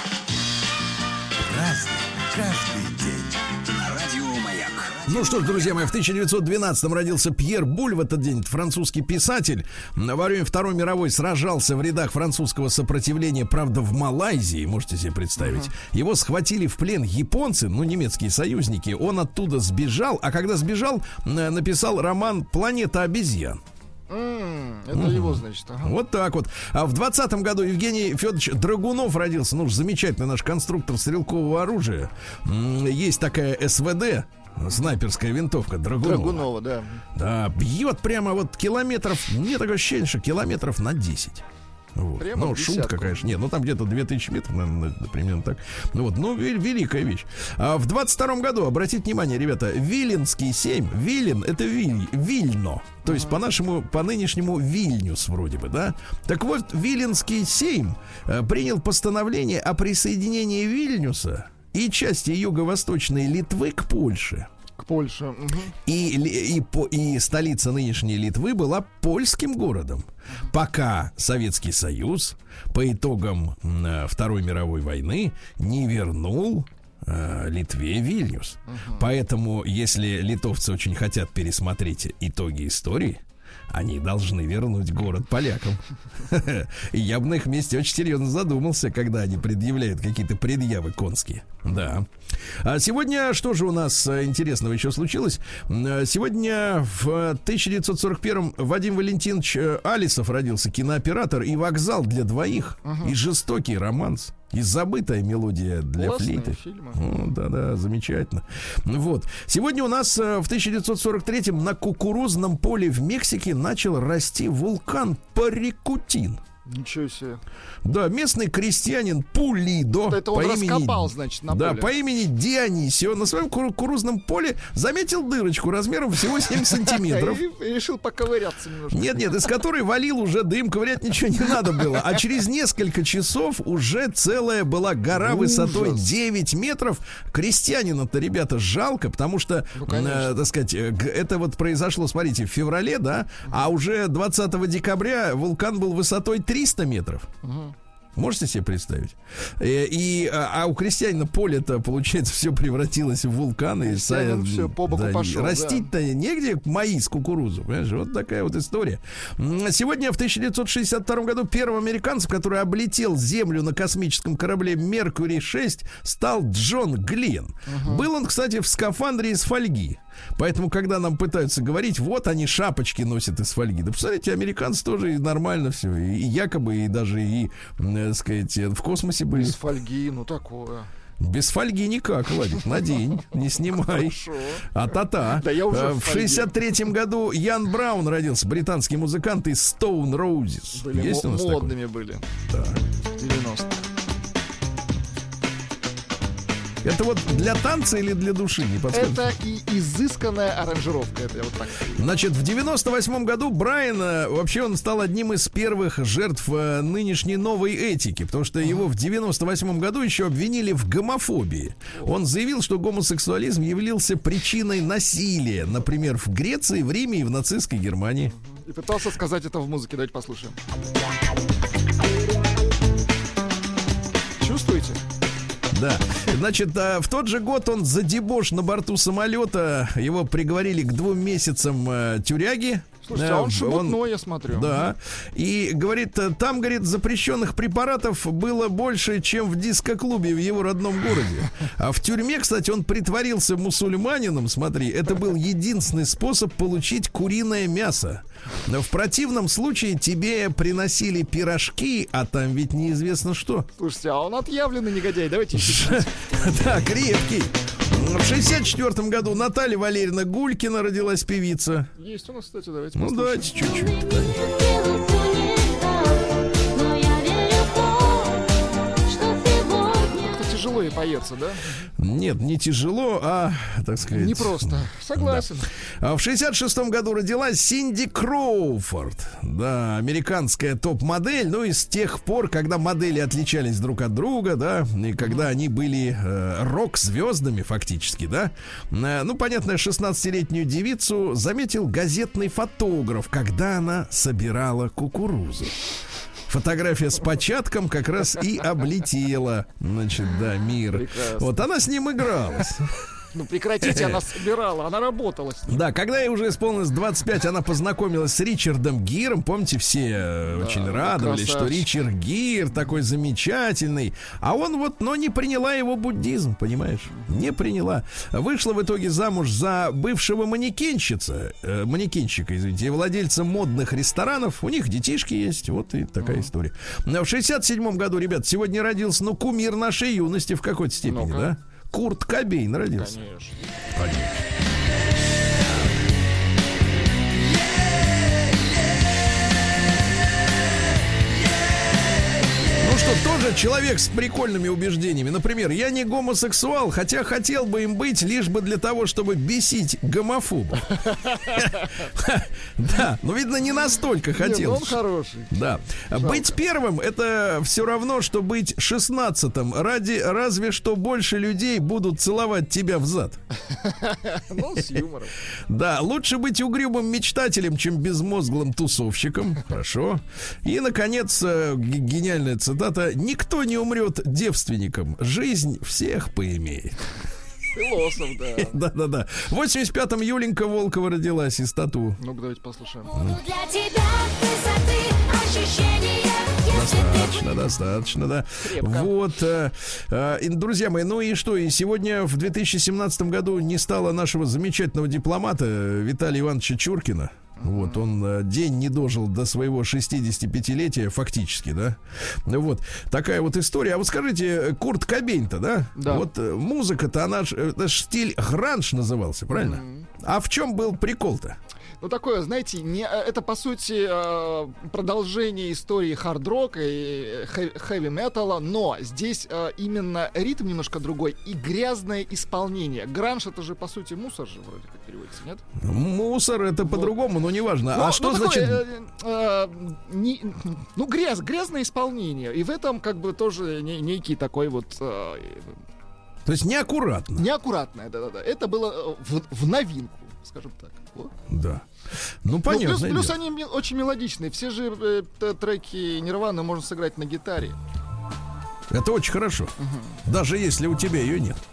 S6: Разный, каждый день. Радио Маяк.
S2: Ну что ж, друзья мои, в тысяча девятьсот двенадцатом родился Пьер Буль в этот день, французский писатель. Во время Второй мировой сражался в рядах французского сопротивления, правда, в Малайзии, можете себе представить. Uh-huh. Его схватили в плен японцы, ну, немецкие союзники. Он оттуда сбежал, а когда сбежал, написал роман «Планета обезьян».
S3: Mm, это угу. его, значит. Ага.
S2: Вот так вот. А в двадцатом году Евгений Федорович Драгунов родился. Ну, замечательный наш конструктор стрелкового оружия. Есть такая СВД, снайперская винтовка Драгунова.
S3: Драгунова, да.
S2: Да, бьет прямо вот километров. Мне такое ощущение, что километров на десять. Вот. Ну, шутка, конечно. Нет, ну там где-то две тысячи метров, наверное, примерно так. Ну вот, ну, великая вещь. А в двадцать втором году, обратите внимание, ребята, Виленский сейм. Вилен — это Виль, Вильно. То есть по-нашему, по-нынешнему Вильнюс вроде бы, да? Так вот, Виленский сейм э, принял постановление о присоединении Вильнюса и части юго-восточной Литвы к Польше.
S3: К Польше. Угу. И,
S2: и, и, и столица нынешней Литвы была польским городом, пока Советский Союз по итогам э, Второй мировой войны не вернул э, Литве Вильнюс. Угу. Поэтому, если литовцы очень хотят пересмотреть итоги истории, они должны вернуть город полякам. Я бы на их месте очень серьезно задумался, когда они предъявляют какие-то предъявы конские. Да. А сегодня, что же у нас интересного еще случилось? Сегодня в тысяча девятьсот сорок первом Вадим Валентинович Алисов родился, кинооператор, и «Вокзал для двоих», uh-huh. и «Жестокий романс», и «Забытая мелодия для
S3: классные
S2: флейты».
S3: Фильмы.
S2: О, да-да, замечательно. Вот. Сегодня у нас в тысяча девятьсот сорок третьем на кукурузном поле в Мексике начал расти вулкан Парикутин.
S3: Ничего себе.
S2: Да, местный крестьянин Пулидо.
S3: Это он по имени, раскопал, значит, на
S2: да,
S3: поле.
S2: по имени Дионисио на своем кукурузном поле заметил дырочку размером всего семь сантиметров.
S3: И решил поковыряться немножко.
S2: Нет, нет, из которой валил уже дым, ковырять ничего не надо было. А через несколько часов уже целая была гора высотой девять метров. Крестьянина-то, ребята, жалко, потому что, ну, э, так сказать, это вот произошло, смотрите, в феврале, да, а уже двадцатого декабря вулкан был высотой триста метров. Угу. Можете себе представить? И, и, а у крестьянина поле-то, получается, все превратилось в вулкан. И
S3: все по боку да, пошел.
S2: Растить-то да. негде маис, кукурузу. Понимаешь? Вот такая вот история. Сегодня в тысяча девятьсот шестьдесят втором году первым американцем, который облетел Землю на космическом корабле Меркурий шесть, стал Джон Гленн. Угу. Был он, кстати, в скафандре из фольги. Поэтому, когда нам пытаются говорить, вот они шапочки носят из фольги. Да, посмотрите, американцы тоже нормально все. И, и якобы, и даже и, так сказать, в космосе были.
S3: Из фольги, ну такое.
S2: Без фольги никак, Владик, надень, не снимай. А та-та.
S3: Да я уже
S2: в шестьдесят третьем году Ян Браун родился, британский музыкант из Stone Roses.
S3: Были
S2: Есть у нас
S3: модными
S2: такой?
S3: были.
S2: Так.
S3: девяностые.
S2: Это вот для танца или для души, не подскажете?
S3: Это и изысканная аранжировка. Это я вот так.
S2: Значит, в девяносто восьмом году Брайан, э, вообще он стал одним из первых жертв э, нынешней новой этики, потому что его в девяносто восьмом году еще обвинили в гомофобии. Он заявил, что гомосексуализм являлся причиной насилия, например, в Греции, в Риме и в нацистской Германии.
S3: И пытался сказать это в музыке. Давайте послушаем. Чувствуете?
S2: Да. Значит, в тот же год он за дебош на борту самолета, его приговорили к двум месяцам э, тюряги.
S3: Слушайте, а он шебутной, я смотрю.
S2: Да. И говорит, там, говорит, запрещенных препаратов было больше, чем в диско-клубе в его родном городе. А в тюрьме, кстати, он притворился мусульманином. Смотри, это был единственный способ получить куриное мясо. Но в противном случае тебе приносили пирожки, а там ведь неизвестно что.
S3: Слушайте, а он отъявленный негодяй. Давайте.
S2: Да, крепкий. В шестьдесят четвертом году Наталья Валерьевна Гулькина родилась, певица.
S3: Есть у нас, кстати, давайте
S2: Ну,
S3: послушаем.
S2: давайте чуть-чуть.
S3: Как-то тяжело ей поется, да?
S2: Нет, не тяжело, а, так сказать...
S3: Непросто. Согласен.
S2: Да. А в шестьдесят шестом году родилась Синди Кроуфорд. Да, американская топ-модель. Ну, и с тех пор, когда модели отличались друг от друга, да, и когда они были э, рок-звездами фактически, да. Э, ну, понятно, шестнадцатилетнюю девицу заметил газетный фотограф, когда она собирала кукурузу. Фотография с початком как раз и облетела, значит, да, мир.
S3: Прекрасно.
S2: Вот она с ним игралась.
S3: Ну прекратите, она собирала, она работала с ним.
S2: Да, когда ей уже исполнилось двадцать пять, она познакомилась с Ричардом Гиром. Помните, все э,
S3: Да,
S2: очень
S3: ну,
S2: радовались,
S3: красавчик.
S2: что Ричард Гир такой замечательный. А он вот, но не приняла его буддизм, понимаешь? Не приняла. Вышла в итоге замуж за бывшего манекенщица, э, манекенщика, извините, и владельца модных ресторанов. У них детишки есть, вот и такая
S3: Mm.
S2: история. В шестьдесят седьмом году, ребят, сегодня родился, ну, кумир нашей юности в какой-то степени,
S3: Ну-ка.
S2: да? Курт Кобейн родился.
S3: Конечно.
S2: Конечно. Ну что, тоже человек с прикольными убеждениями. Например, я не гомосексуал, хотя хотел бы им быть, лишь бы для того, чтобы бесить гомофобов. Да, но видно, не настолько
S3: Не, ну
S2: хотел.
S3: он хороший.
S2: Да. Быть первым — это все равно, что быть шестнадцатым. Ради разве что больше людей будут целовать тебя в зад.
S3: Ну, с юмором.
S2: Да, лучше быть угрюмым мечтателем, чем безмозглым тусовщиком. Хорошо. И, наконец, э, г- гениальная цитата: «Никто не умрет девственником. Жизнь всех поимеет».
S3: Философ, да.
S2: Да-да-да. В восемьдесят пятом Юленька Волкова родилась из «Тату».
S3: Ну-ка, давайте послушаем.
S7: Для тебя высоты ощущения, если
S2: Достаточно, достаточно, да.
S3: Крепко.
S2: Вот, э, э, и, друзья мои, ну и что? И сегодня в две тысячи семнадцатом году не стало нашего замечательного дипломата Виталия Ивановича Чуркина. Вот, он э, день не дожил до своего шестидесятипятилетия, фактически, да. Вот, такая вот история. А вот скажите, Курт Кобейн-то, да?
S3: Да.
S2: Вот э, музыка-то, она ж, это ж стиль гранж назывался, правильно? А в чем был прикол-то?
S3: Ну, такое, знаете, не, это, по сути, э, продолжение истории хард-рока и хэви-металла, но здесь э, именно ритм немножко другой и грязное исполнение. Гранж — это же, по сути, мусор же вроде как переводится, нет?
S2: Мусор — это по-другому, но неважно.
S3: Ну,
S2: а что
S3: ну,
S2: значит...
S3: такое, э, э, не- ну, грязь, грязное исполнение. И в этом, как бы, тоже не- некий такой вот... э,
S2: То есть неаккуратно.
S3: неаккуратное, да-да-да. Это было э, в, в новинку, скажем так. Вот.
S2: Да. Ну,
S3: Ну,
S2: понятно.
S3: плюс, плюс они ме- очень мелодичные. Все же э, т- треки Нирваны можно сыграть на гитаре.
S2: Это очень хорошо. Даже если у тебя ее нет.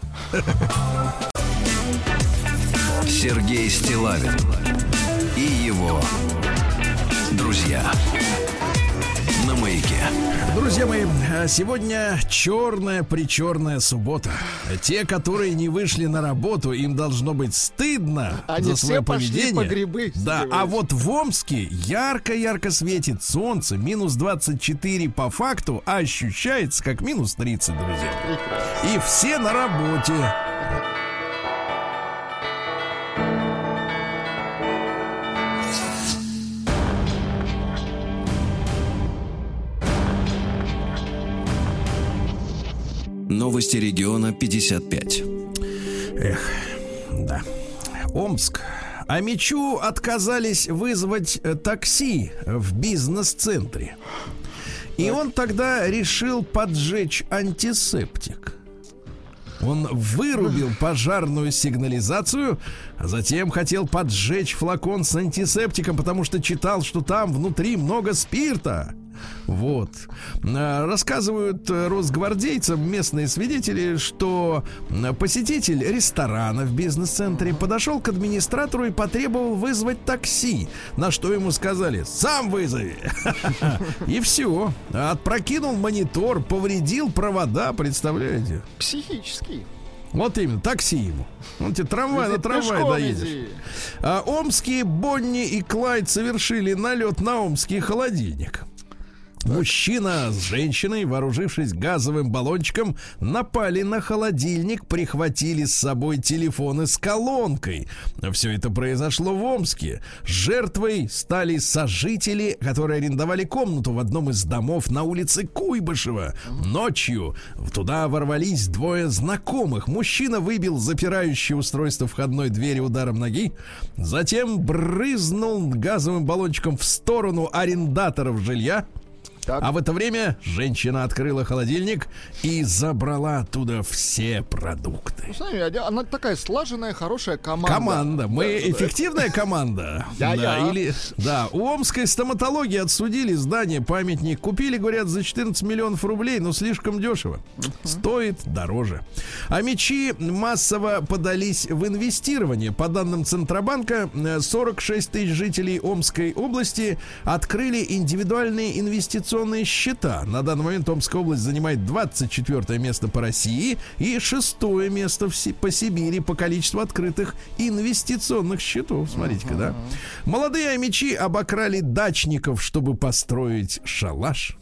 S6: Сергей Стиллавин и его друзья на Маяке.
S2: Друзья Друзья мои, сегодня черная-причерная суббота. Те, которые не вышли на работу, им должно быть стыдно
S3: Они
S2: за свое
S3: все пошли
S2: поведение.
S3: по грибы,
S2: Да,
S3: говорится.
S2: а вот в Омске ярко-ярко светит солнце, минус двадцать четыре по факту, а ощущается как минус тридцать, друзья. И все на работе.
S1: Новости региона пятьдесят пять.
S2: Эх, да. Омск. А Мичу отказались вызвать э, такси в бизнес-центре. И он тогда решил поджечь антисептик. Он вырубил пожарную сигнализацию, а затем хотел поджечь флакон с антисептиком, потому что читал, что там внутри много спирта. Вот. А, Рассказывают э, росгвардейцам местные свидетели, что э, посетитель ресторана в бизнес-центре подошел к администратору и потребовал вызвать такси, на что ему сказали: «Сам вызови!» И все. Отпрокинул монитор, повредил провода, представляете?
S3: Психический.
S2: Вот именно, такси ему. Он тебе трамвай на
S3: Иди
S2: трамвай
S3: пешком
S2: доедешь.
S3: иди.
S2: А, омские Бонни и Клайд совершили налет на омский холодильник. Мужчина с женщиной, вооружившись газовым баллончиком, напали на холодильник, прихватили с собой телефоны с колонкой. Все это произошло в Омске. Жертвой стали сожители, которые арендовали комнату в одном из домов на улице Куйбышева. Ночью туда ворвались двое знакомых. Мужчина выбил запирающее устройство входной двери ударом ноги, затем брызнул газовым баллончиком в сторону арендаторов жилья.
S3: Так.
S2: А в это время женщина открыла холодильник и забрала оттуда все продукты.
S3: Ну, смотри, она такая слаженная, хорошая команда.
S2: Команда. Мы
S3: Да, да,
S2: эффективная команда.
S3: Я-я.
S2: Да, или, да, у омской стоматологии отсудили здание, памятник. Купили, говорят, за четырнадцать миллионов рублей, но слишком дешево. Стоит дороже. А мечи массово подались в инвестирование. По данным Центробанка, сорок шесть тысяч жителей Омской области открыли индивидуальные инвестиционные счета. На данный момент Омская область занимает двадцать четвёртое место по России и шестое место в Си- по Сибири по количеству открытых инвестиционных счетов. Смотрите-ка, да. Молодые омичи обокрали дачников, чтобы построить шалаш.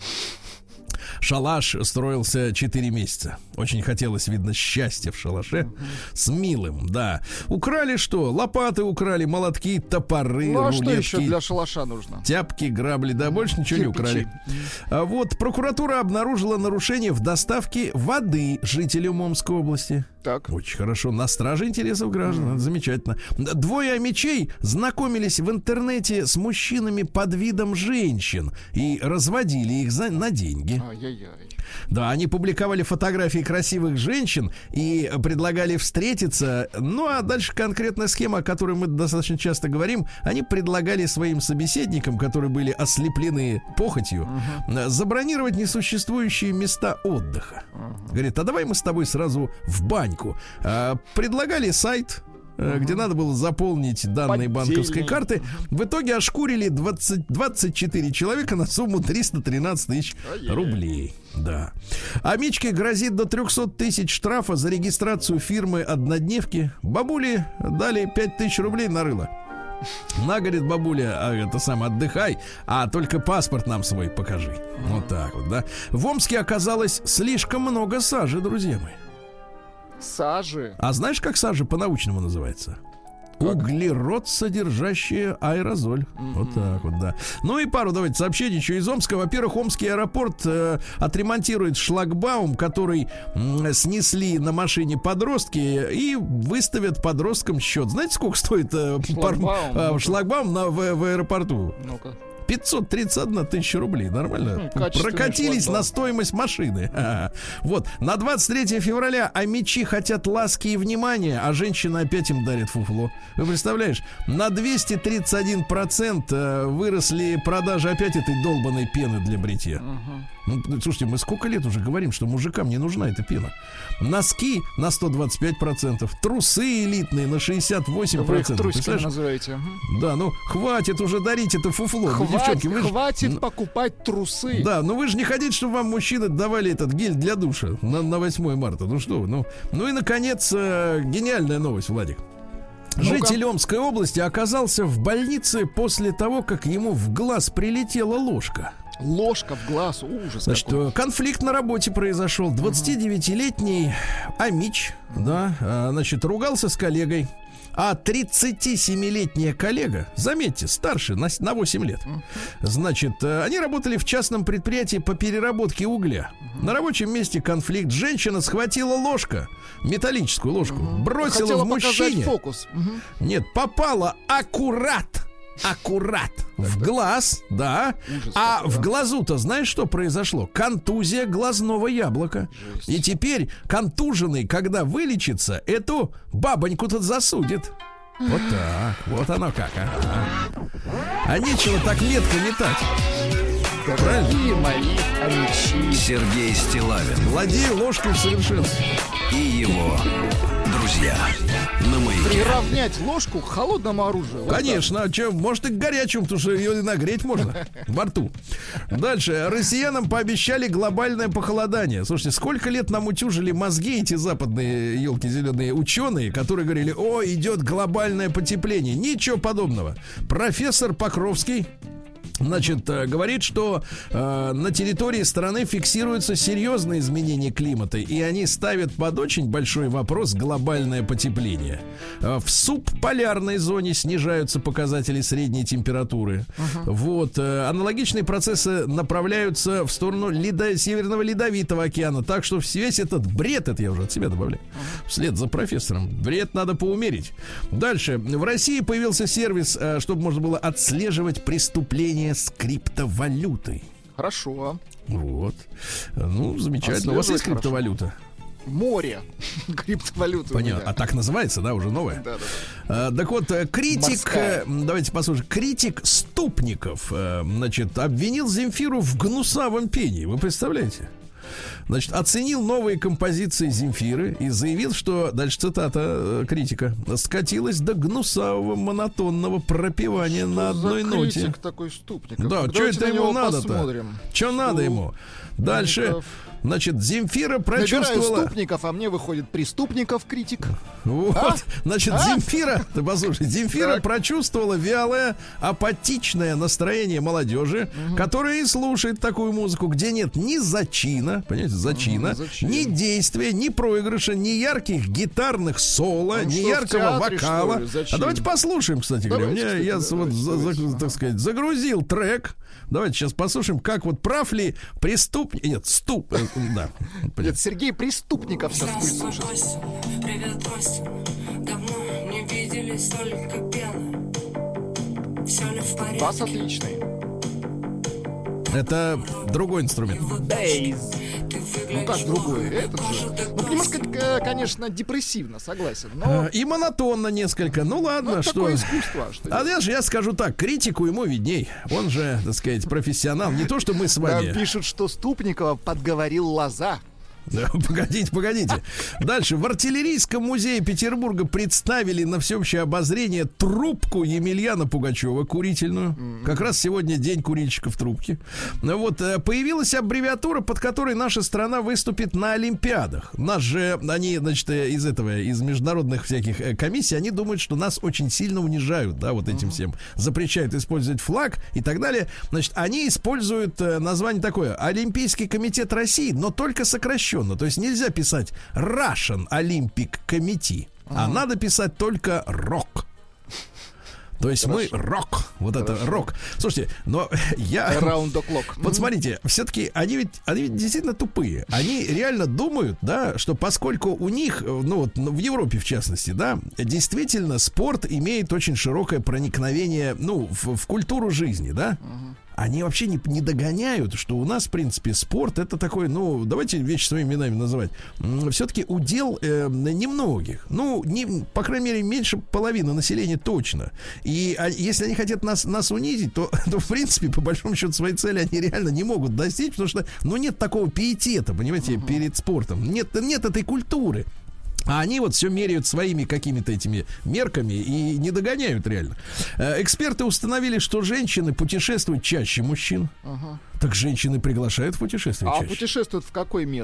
S2: Шалаш строился четыре месяца. Очень хотелось, видно, счастья в шалаше. С милым, да. Украли что? Лопаты украли, молотки, топоры,
S3: Ну а что
S2: рулетки,
S3: еще для шалаша нужно?
S2: тяпки, грабли, да, больше ничего не
S3: Кирпичи.
S2: украли. А вот прокуратура обнаружила нарушение в доставке воды жителям Омской области.
S3: Так.
S2: Очень хорошо. На страже интересов граждан. Это замечательно. Двое омичей знакомились в интернете с мужчинами под видом женщин и разводили их за, на деньги.
S3: Ай-яй-яй.
S2: Да, они публиковали фотографии красивых женщин и предлагали встретиться. Ну, а дальше конкретная схема, о которой мы достаточно часто говорим. Они предлагали своим собеседникам, которые были ослеплены похотью, uh-huh. забронировать несуществующие места отдыха. Uh-huh. Говорит, а давай мы с тобой сразу в баньку. А, предлагали сайт, Uh-huh. где надо было заполнить данные
S3: Поддельный.
S2: банковской карты. В итоге ошкурили двадцать, двадцать четыре человека на сумму триста тринадцать тысяч рублей. Да. А Мичке грозит до триста тысяч штрафа за регистрацию фирмы однодневки. Бабуле дали пять тысяч рублей на рыло. На, говорит, бабуля, а это сам отдыхай, а только паспорт нам свой покажи. Вот так вот, да. В Омске оказалось слишком много сажи, друзья мои.
S3: Сажи.
S2: А знаешь, как сажа по-научному называется? Углерод, содержащий аэрозоль. Mm-hmm. Вот так вот, да. Ну и пару, давайте, сообщений еще из Омска. Во-первых, Омский аэропорт э, отремонтирует шлагбаум, который э, снесли на машине подростки, и выставят подросткам счет. Знаете, сколько стоит э,
S3: шлагбаум,
S2: пар, э, шлагбаум на, в, в аэропорту?
S3: Ну-ка.
S2: пятьсот тридцать одна тысяча рублей, нормально?
S3: Хм,
S2: прокатились
S3: шлагбаум.
S2: на стоимость машины. А-а-а. Вот, на двадцать третье февраля омичи хотят ласки и внимания, а женщина опять им дарит фуфло. Вы представляешь, на двести тридцать один процент выросли продажи опять этой долбанной пены для бритья.
S3: Угу.
S2: Ну, слушайте, мы сколько лет уже говорим, что мужикам не нужна эта пена. Носки на сто двадцать пять процентов, трусы элитные на шестьдесят восемь процентов.
S3: Вы их трусиками называете.
S2: Да, ну хватит уже дарить это фуфло.
S3: Хватит,
S2: ну, девчонки, вы
S3: хватит
S2: ж...
S3: покупать трусы.
S2: Да, ну вы же не хотите, чтобы вам мужчины давали этот гель для душа на, на восьмое марта. Ну что вы, ну. Ну и, наконец, э, гениальная новость, Владик.
S3: Ну-ка.
S2: Житель Омской области оказался в больнице после того, как ему в глаз прилетела ложка.
S3: Ложка в глаз, ужас.
S2: Значит,
S3: какой.
S2: конфликт на работе произошел. двадцатидевятилетний Амич, да, значит, ругался с коллегой. А тридцатисемилетняя коллега, заметьте, старше на, на восемь лет, значит, они работали в частном предприятии по переработке угля. На рабочем месте конфликт. Женщина схватила ложку, металлическую ложку, бросила
S3: Хотела
S2: в мужчине.
S3: фокус. Угу.
S2: Нет, попала аккурат. Аккурат в глаз, да.
S3: Ужас
S2: а
S3: какой,
S2: в
S3: да?
S2: глазу-то знаешь, что произошло? Контузия глазного яблока.
S3: Жесть.
S2: И теперь контуженный, когда вылечится, эту бабоньку-то засудит. Вот так, вот оно как, а. А нечего так метко метать.
S3: Дорогие мои амичи.
S1: Сергей Стиллавин
S2: Владею ложкой в совершенстве.
S1: и его друзья на Маяке.
S3: Приравнять ложку к холодному оружию. Вот
S2: Конечно, а что, может и к горячему, потому что ее нагреть можно во рту. Дальше. Россиянам пообещали глобальное похолодание. Слушайте, сколько лет нам утюжили мозги эти западные, елки зеленые, ученые, которые говорили: о, идет глобальное потепление. Ничего подобного. Профессор Покровский, значит, э, говорит, что э, на территории страны фиксируются серьезные изменения климата, и они ставят под очень большой вопрос глобальное потепление. Э, в субполярной зоне снижаются показатели средней температуры. Uh-huh. Вот. Э, аналогичные процессы направляются в сторону ледо- Северного Ледовитого океана. Так что весь этот бред, это я уже от себя добавляю, uh-huh. вслед за профессором, бред надо поумерить. Дальше. В России появился сервис, э, чтобы можно было отслеживать преступления с криптовалютой.
S3: Хорошо.
S2: Вот. Ну, замечательно. У вас есть
S3: Отслеживать
S2: криптовалюта?
S3: Море криптовалюты.
S2: Понятно. А так называется, да, уже новая?
S3: Да, да,
S2: А, так вот, э, критик,
S3: Морская.
S2: э, давайте послушаем, критик Ступников, э, значит, обвинил Земфиру в гнусавом пении. Вы представляете? Значит, оценил новые композиции Земфиры и заявил, что, дальше цитата э, критика, скатилась до гнусавого монотонного пропевания на одной ноте.
S3: Критик такой Ступников.
S2: Да, что
S3: Давайте
S2: это
S3: на
S2: ему
S3: него
S2: надо-то?
S3: посмотрим.
S2: Что надо ему? Дальше,
S3: Ступников.
S2: значит, Земфира
S3: Набираю
S2: прочувствовала...
S3: Ступников, а мне выходит преступников критик.
S2: Вот,
S3: А?
S2: значит,
S3: А?
S2: Земфира, ты послушай, Земфира
S3: Так.
S2: прочувствовала вялое, апатичное настроение молодежи, которая и слушает такую музыку, где нет ни зачина, понимаете, зачина,
S3: Ага, зачин.
S2: ни действия, ни проигрыша, ни ярких гитарных соло,
S3: Ну
S2: ни
S3: что, в
S2: яркого
S3: театре,
S2: вокала.
S3: что ли? Зачин?
S2: А давайте послушаем, кстати говоря.
S3: Давайте,
S2: Мне,
S3: кстати,
S2: я
S3: да,
S2: вот,
S3: давайте,
S2: за-
S3: давайте.
S2: за-
S3: Ага.
S2: так сказать, загрузил трек. Давайте сейчас послушаем, как вот прав ли преступник... Нет, ступ... э, Да.
S3: Нет, Сергей Преступников сейчас будет
S8: Здравствуй,
S3: слушать.
S8: Костя. Привет, Костя. Давно не виделись, только пена. Все ли в порядке?
S3: Бас отличный.
S2: Это другой инструмент.
S3: Бейз.
S8: Ты
S3: Ну как
S8: выглядишь
S3: другой?
S8: плохо.
S3: Этот
S8: Похоже,
S3: же.
S8: ты
S3: Ну,
S8: просто-
S3: немножко, э, конечно, депрессивно, согласен. Но
S2: Э, И монотонно несколько. Ну ладно,
S3: ну, это
S2: что...
S3: такое искусство. Что
S2: А я же я скажу так, критику ему видней. Он же, так сказать, профессионал. Не то, что мы с
S3: Нам
S2: вами.
S3: пишут, что Ступникова подговорил лоза.
S2: Да, погодите, погодите. Дальше. В артиллерийском музее Петербурга представили на всеобщее обозрение трубку Емельяна Пугачева, курительную. Как раз сегодня день курильщика в трубке. Ну вот, э, появилась аббревиатура, под которой наша страна выступит на Олимпиадах. Нас же, они, значит, э, из этого, из международных всяких э, комиссий, они думают, что нас очень сильно унижают, да, вот этим всем. Запрещают использовать флаг и так далее. Значит, они используют э, название такое: Олимпийский комитет России, но только сокращенно. То есть нельзя писать Russian Olympic Committee, а надо писать только рок. То есть мы рок, вот это рок. Слушайте, но я...
S3: Round the clock.
S2: Вот смотрите, все-таки они ведь, они ведь действительно тупые. Они реально думают, да, что поскольку у них, ну вот в Европе в частности, да, действительно спорт имеет очень широкое проникновение, ну, в, в культуру жизни, да. они вообще не, не догоняют, что у нас, в принципе, спорт это такой, ну, давайте вещи своими именами называть, все-таки удел э, немногих. Ну, не, по крайней мере, меньше половины населения точно. И а, если они хотят нас, нас унизить, то, то, в принципе, по большому счету, своей цели они реально не могут достичь, потому что, ну, нет такого пиетета, понимаете, uh-huh. перед спортом. Нет, нет этой культуры. А они вот все меряют своими какими-то этими мерками и не догоняют реально. Эксперты установили, что женщины путешествуют чаще мужчин. Ага. Так женщины приглашают в путешествие
S3: а
S2: чаще. А
S3: путешествуют в какой мир?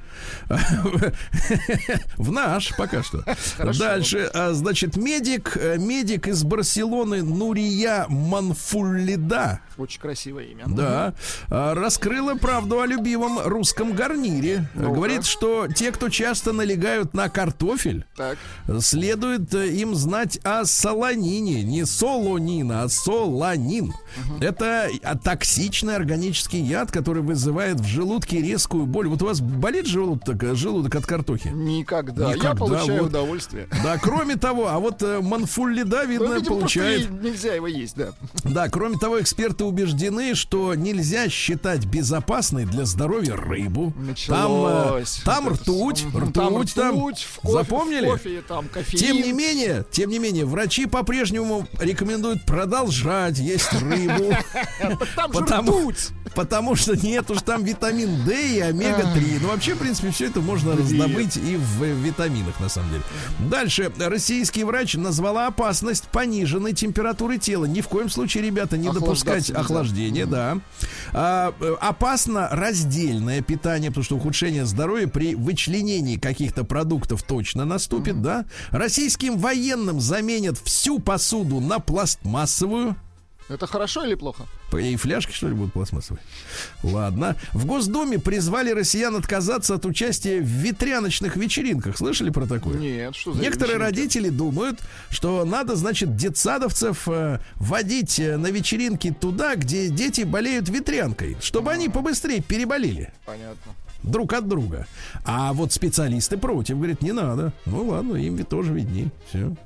S2: В наш пока что. Хорошо. Дальше, значит, медик, медик из Барселоны Нурия Манфуллида.
S3: Очень красивое имя.
S2: Да. Раскрыла правду о любимом русском гарнире. Ну-ка. Говорит, что те, кто часто налегают на картофель, так. следует им знать о солонине. Не солонина, а солонин. Угу. Это токсичный органический яд, который вызывает в желудке резкую боль. Вот у вас болит желудок? Так, желудок от картохи?
S3: Никогда. Никогда. Я получаю вот. удовольствие.
S2: Да, кроме того, а вот э, Манфуллида, видно, ну, видимо, получает...
S3: нельзя его есть, да.
S2: Да, кроме того, эксперты убеждены, что нельзя считать безопасной для здоровья рыбу. Началось. Там, э, там ртуть, ртуть, там, ртуть, там. В кофе, запомнили? В кофе, там кофеин. Тем не менее, тем не менее, врачи по-прежнему рекомендуют продолжать есть рыбу. Потому, потому что нет уж там витамин D и омега три. Ну, вообще, в принципе, все это можно раздобыть и в витаминах, на самом деле. Дальше. Российский врач назвала опасность пониженной температуры тела. Ни в коем случае, ребята, не допускать охлаждения, да. А, опасно раздельное питание, потому что ухудшение здоровья при вычленении каких-то продуктов точно наступит, да. Российским военным заменят всю посуду на пластмассовую.
S3: Это хорошо или плохо?
S2: И фляжки, что ли, будут пластмассовые? Ладно. В Госдуме призвали россиян отказаться от участия в ветряночных вечеринках. Слышали про такое?
S3: Нет, что за
S2: Некоторые
S3: вечеринки?
S2: Родители думают, что надо, значит, детсадовцев э, водить на вечеринки туда, где дети болеют ветрянкой, чтобы они побыстрее переболели.
S3: Понятно.
S2: Друг от друга. А вот специалисты против. Говорят, не надо. Ну ладно, им ведь тоже видней. Все.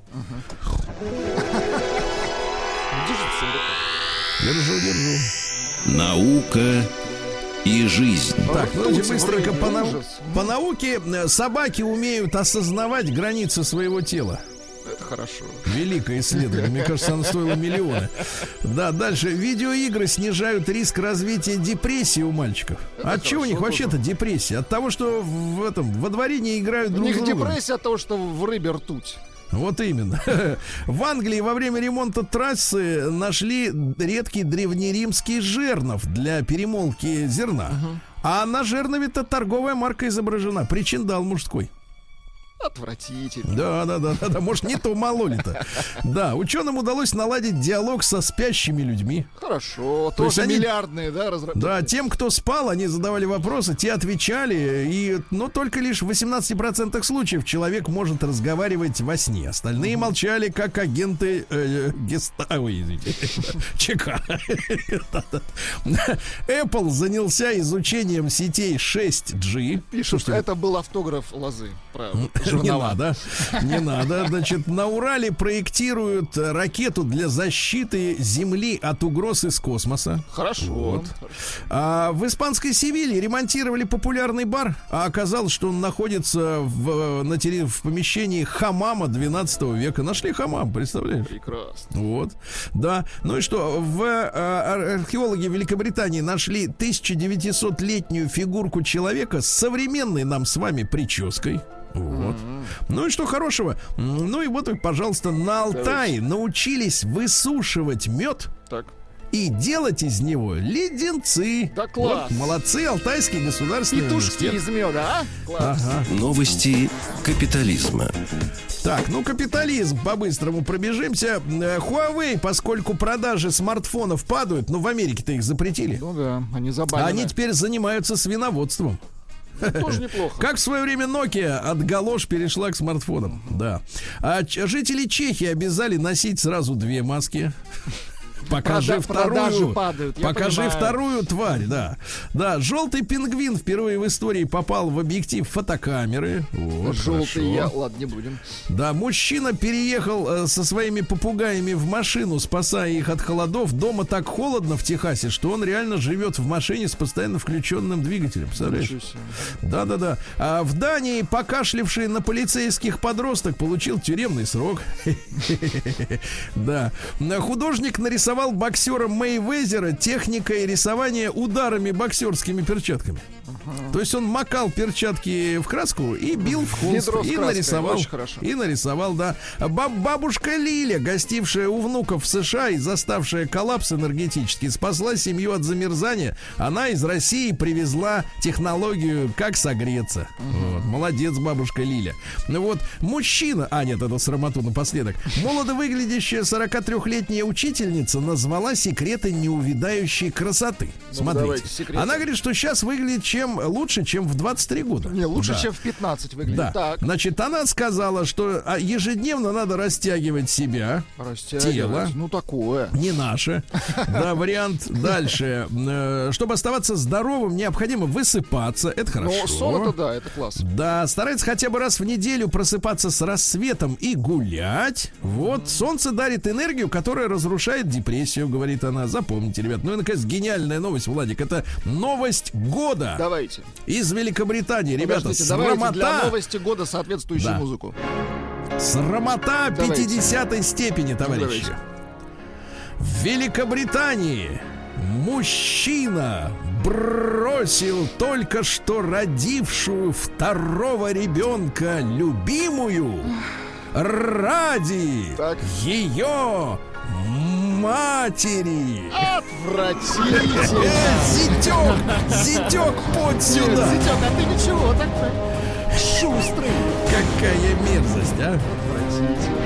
S2: Держу, держу.
S1: Наука и жизнь.
S2: Так, ну давайте быстренько по, нау- по науке. Собаки умеют осознавать границы своего тела.
S3: Это хорошо.
S2: Великое исследование. Мне кажется, оно стоило миллионы. Да, дальше. Видеоигры снижают риск развития депрессии у мальчиков. Это от чего у них вообще-то депрессия? От того, что в этом во дворе не играют друг с другом.
S3: У них депрессия от того, что в рыбе ртуть.
S2: Вот именно. В Англии во время ремонта трассы нашли редкий древнеримский жернов для перемолки зерна. Uh-huh. А на жернове-то торговая марка изображена. Причиндал мужской.
S3: Отвратительно.
S2: Да, да, да, да, да. Может, не то мололи-то. Да, ученым удалось наладить диалог со спящими людьми.
S3: Хорошо. То тоже они, миллиардные, да, разработки.
S2: Да, тем, кто спал, они задавали вопросы, те отвечали. И, но только лишь в восемнадцати процентах случаев человек может разговаривать во сне. Остальные угу. молчали, как агенты э, геста... Ой, извините. ЧК. Apple занялся изучением сетей шесть джи.
S3: Пишут, что это был автограф лозы. Правда.
S2: Не надо, не надо. Значит, на Урале проектируют ракету для защиты Земли от угроз из космоса.
S3: Хорошо.
S2: Вот. А в испанской Севилье ремонтировали популярный бар, а оказалось, что он находится в, на терри... в помещении хамама двенадцатого века. Нашли хамам, представляешь?
S3: Прекрасно.
S2: Вот, да. Ну и что? В а, археологи Великобритании нашли тысяча девятисотлетнюю фигурку человека с современной нам с вами прической. Вот. Mm-hmm. Ну и что хорошего? Ну и вот, пожалуйста, на Алтае научились высушивать мед.
S3: Так.
S2: И делать из него леденцы.
S3: Да класс.
S2: Вот, молодцы, Алтайский государственный
S3: университет. Петушки из меда, а? Класс.
S2: Ага.
S1: Новости капитализма.
S2: Так, ну капитализм, по-быстрому пробежимся. Huawei, поскольку продажи смартфонов падают, ну в Америке-то их запретили.
S3: Ну да, они забанены.
S2: Они теперь занимаются свиноводством.
S3: Тоже неплохо.
S2: Как в свое время Nokia от галош перешла к смартфонам. Да. А жители Чехии обязали носить сразу две маски. Покажи
S3: Прода- продажи
S2: вторую.
S3: падают, я
S2: Покажи
S3: понимаю.
S2: вторую тварь, да. Да, желтый пингвин впервые в истории попал в объектив фотокамеры. Вот,
S3: Желтый
S2: хорошо.
S3: я, ладно, не будем.
S2: Да, мужчина переехал э, со своими попугаями в машину, спасая их от холодов. Дома так холодно в Техасе, что он реально живет в машине с постоянно включенным двигателем. Представляешь?
S3: Ничего себе.
S2: Да-да-да. А в Дании покашливший на полицейских подросток получил тюремный срок. Да. Художник нарисовал боксера Мейвезера техникой рисования ударами боксерскими перчатками. То есть он макал перчатки в краску и бил в холст.
S3: Ведро с
S2: И
S3: краской.
S2: нарисовал.
S3: Очень хорошо.
S2: И нарисовал, да. Баб- бабушка Лиля, гостившая у внуков в США и заставшая коллапс энергетический, спасла семью от замерзания. Она из России привезла технологию, как согреться. Вот. Молодец, бабушка Лиля. Ну вот, мужчина... А, нет, это срамоту напоследок. Молодо выглядящая сорокатрёхлетняя учительница назвала секреты неувядающей красоты.
S3: Ну,
S2: Смотрите.
S3: давайте, секреты.
S2: Она говорит, что сейчас выглядит чем лучше, чем в двадцать три года.
S3: Не, лучше,
S2: Да.
S3: чем в пятнадцать выглядит.
S2: Да.
S3: Так.
S2: Значит, она сказала, что а, ежедневно надо растягивать себя.
S3: Растягивать.
S2: Тело.
S3: Ну, такое.
S2: Не наше. Да, вариант дальше. Э, Чтобы оставаться здоровым, необходимо высыпаться. Это хорошо.
S3: Но сон это да, это класс.
S2: Да, старается хотя бы раз в неделю просыпаться с рассветом и гулять. Вот, солнце дарит энергию, которая разрушает депрессию, говорит она. Запомните, ребят. Ну и, наконец, гениальная новость, Владик. Это новость года.
S3: Давайте.
S2: Из Великобритании. Ребята,
S3: Подождите, давайте для
S2: срамота,
S3: новости года соответствующую
S2: Да.
S3: музыку.
S2: срамота
S3: Давайте.
S2: пятидесятой степени, товарищи.
S3: Давайте.
S2: В Великобритании мужчина бросил только что родившую второго ребенка любимую ради
S3: Так.
S2: ее матери.
S3: Отвратительно.
S2: Э, Зятек, зятек, подь сюда.
S3: Нет, Зятёк, а ты ничего так шустрый.
S2: Какая мерзость, а?
S3: Отвратительно.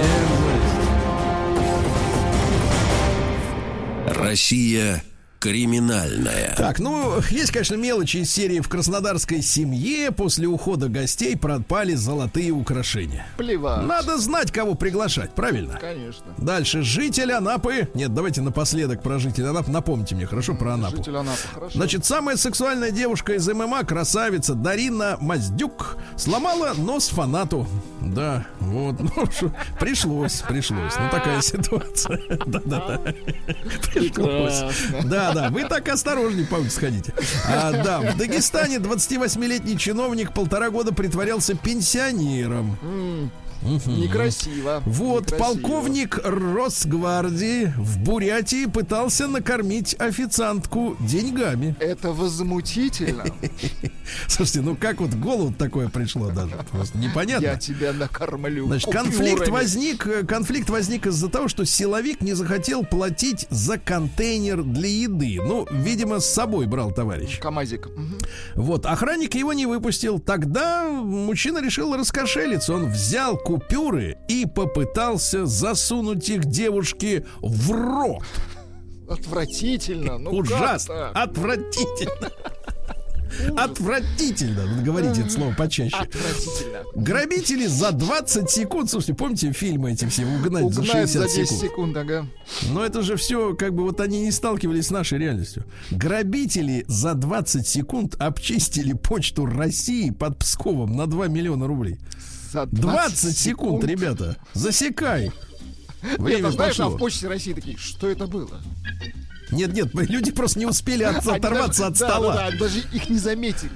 S2: Мерзость.
S1: Россия криминальная.
S2: Так, ну, есть, конечно, мелочи из серии «В краснодарской семье после ухода гостей пропали золотые украшения».
S3: Плевать.
S2: Надо знать, кого приглашать, правильно?
S3: Конечно.
S2: Дальше, житель Анапы. Нет, давайте напоследок про жителя Анапы. Напомните мне, хорошо, про Анапу.
S3: Житель Анапы, хорошо.
S2: Значит, самая сексуальная девушка из ММА, красавица Дарина Маздюк, сломала нос фанату. Да, вот, ну, шо, пришлось, пришлось. Ну, такая ситуация. Да-да-да. Пришлось. Да, да, вы так осторожней, Павел, сходите. А, да, в Дагестане двадцативосьмилетний чиновник полтора года притворялся пенсионером.
S3: Некрасиво.
S2: Вот,
S3: Некрасиво.
S2: полковник Росгвардии в Бурятии пытался накормить официантку деньгами.
S3: Это возмутительно.
S2: Слушайте, ну как вот в голову такое пришло даже? Просто непонятно.
S3: Я тебя накормлю.
S2: Значит, конфликт
S3: купюрами.
S2: возник, э, конфликт возник из-за того, что силовик не захотел платить за контейнер для еды. Ну, видимо, с собой брал товарищ.
S3: КамАЗик. Мгм.
S2: Вот, охранник его не выпустил. Тогда мужчина решил раскошелиться. Он взял купюры и попытался засунуть их девушке в рот.
S3: Отвратительно. Ну
S2: Ужасно,
S3: как-то.
S2: отвратительно. Отвратительно. Вот говорите это слово почаще.
S3: Отвратительно.
S2: Грабители за двадцать секунд. Слушайте, помните фильмы эти все «Угнать за
S3: Угнать за
S2: шестьдесят
S3: десять
S2: секунд»?
S3: секунд, ага.
S2: Но это же все, как бы вот они не сталкивались с нашей реальностью. Грабители за двадцать секунд обчистили почту России под Псковом на два миллиона рублей.
S3: За
S2: двадцать секунд, ребята. Засекай. Время
S3: Нет, а знаешь, а
S2: пошло.
S3: в почте России такие, что это было?
S2: Нет, нет, люди просто не успели от-
S3: Они
S2: оторваться
S3: даже-
S2: от
S3: да,
S2: стола.
S3: да, да, даже их не заметили.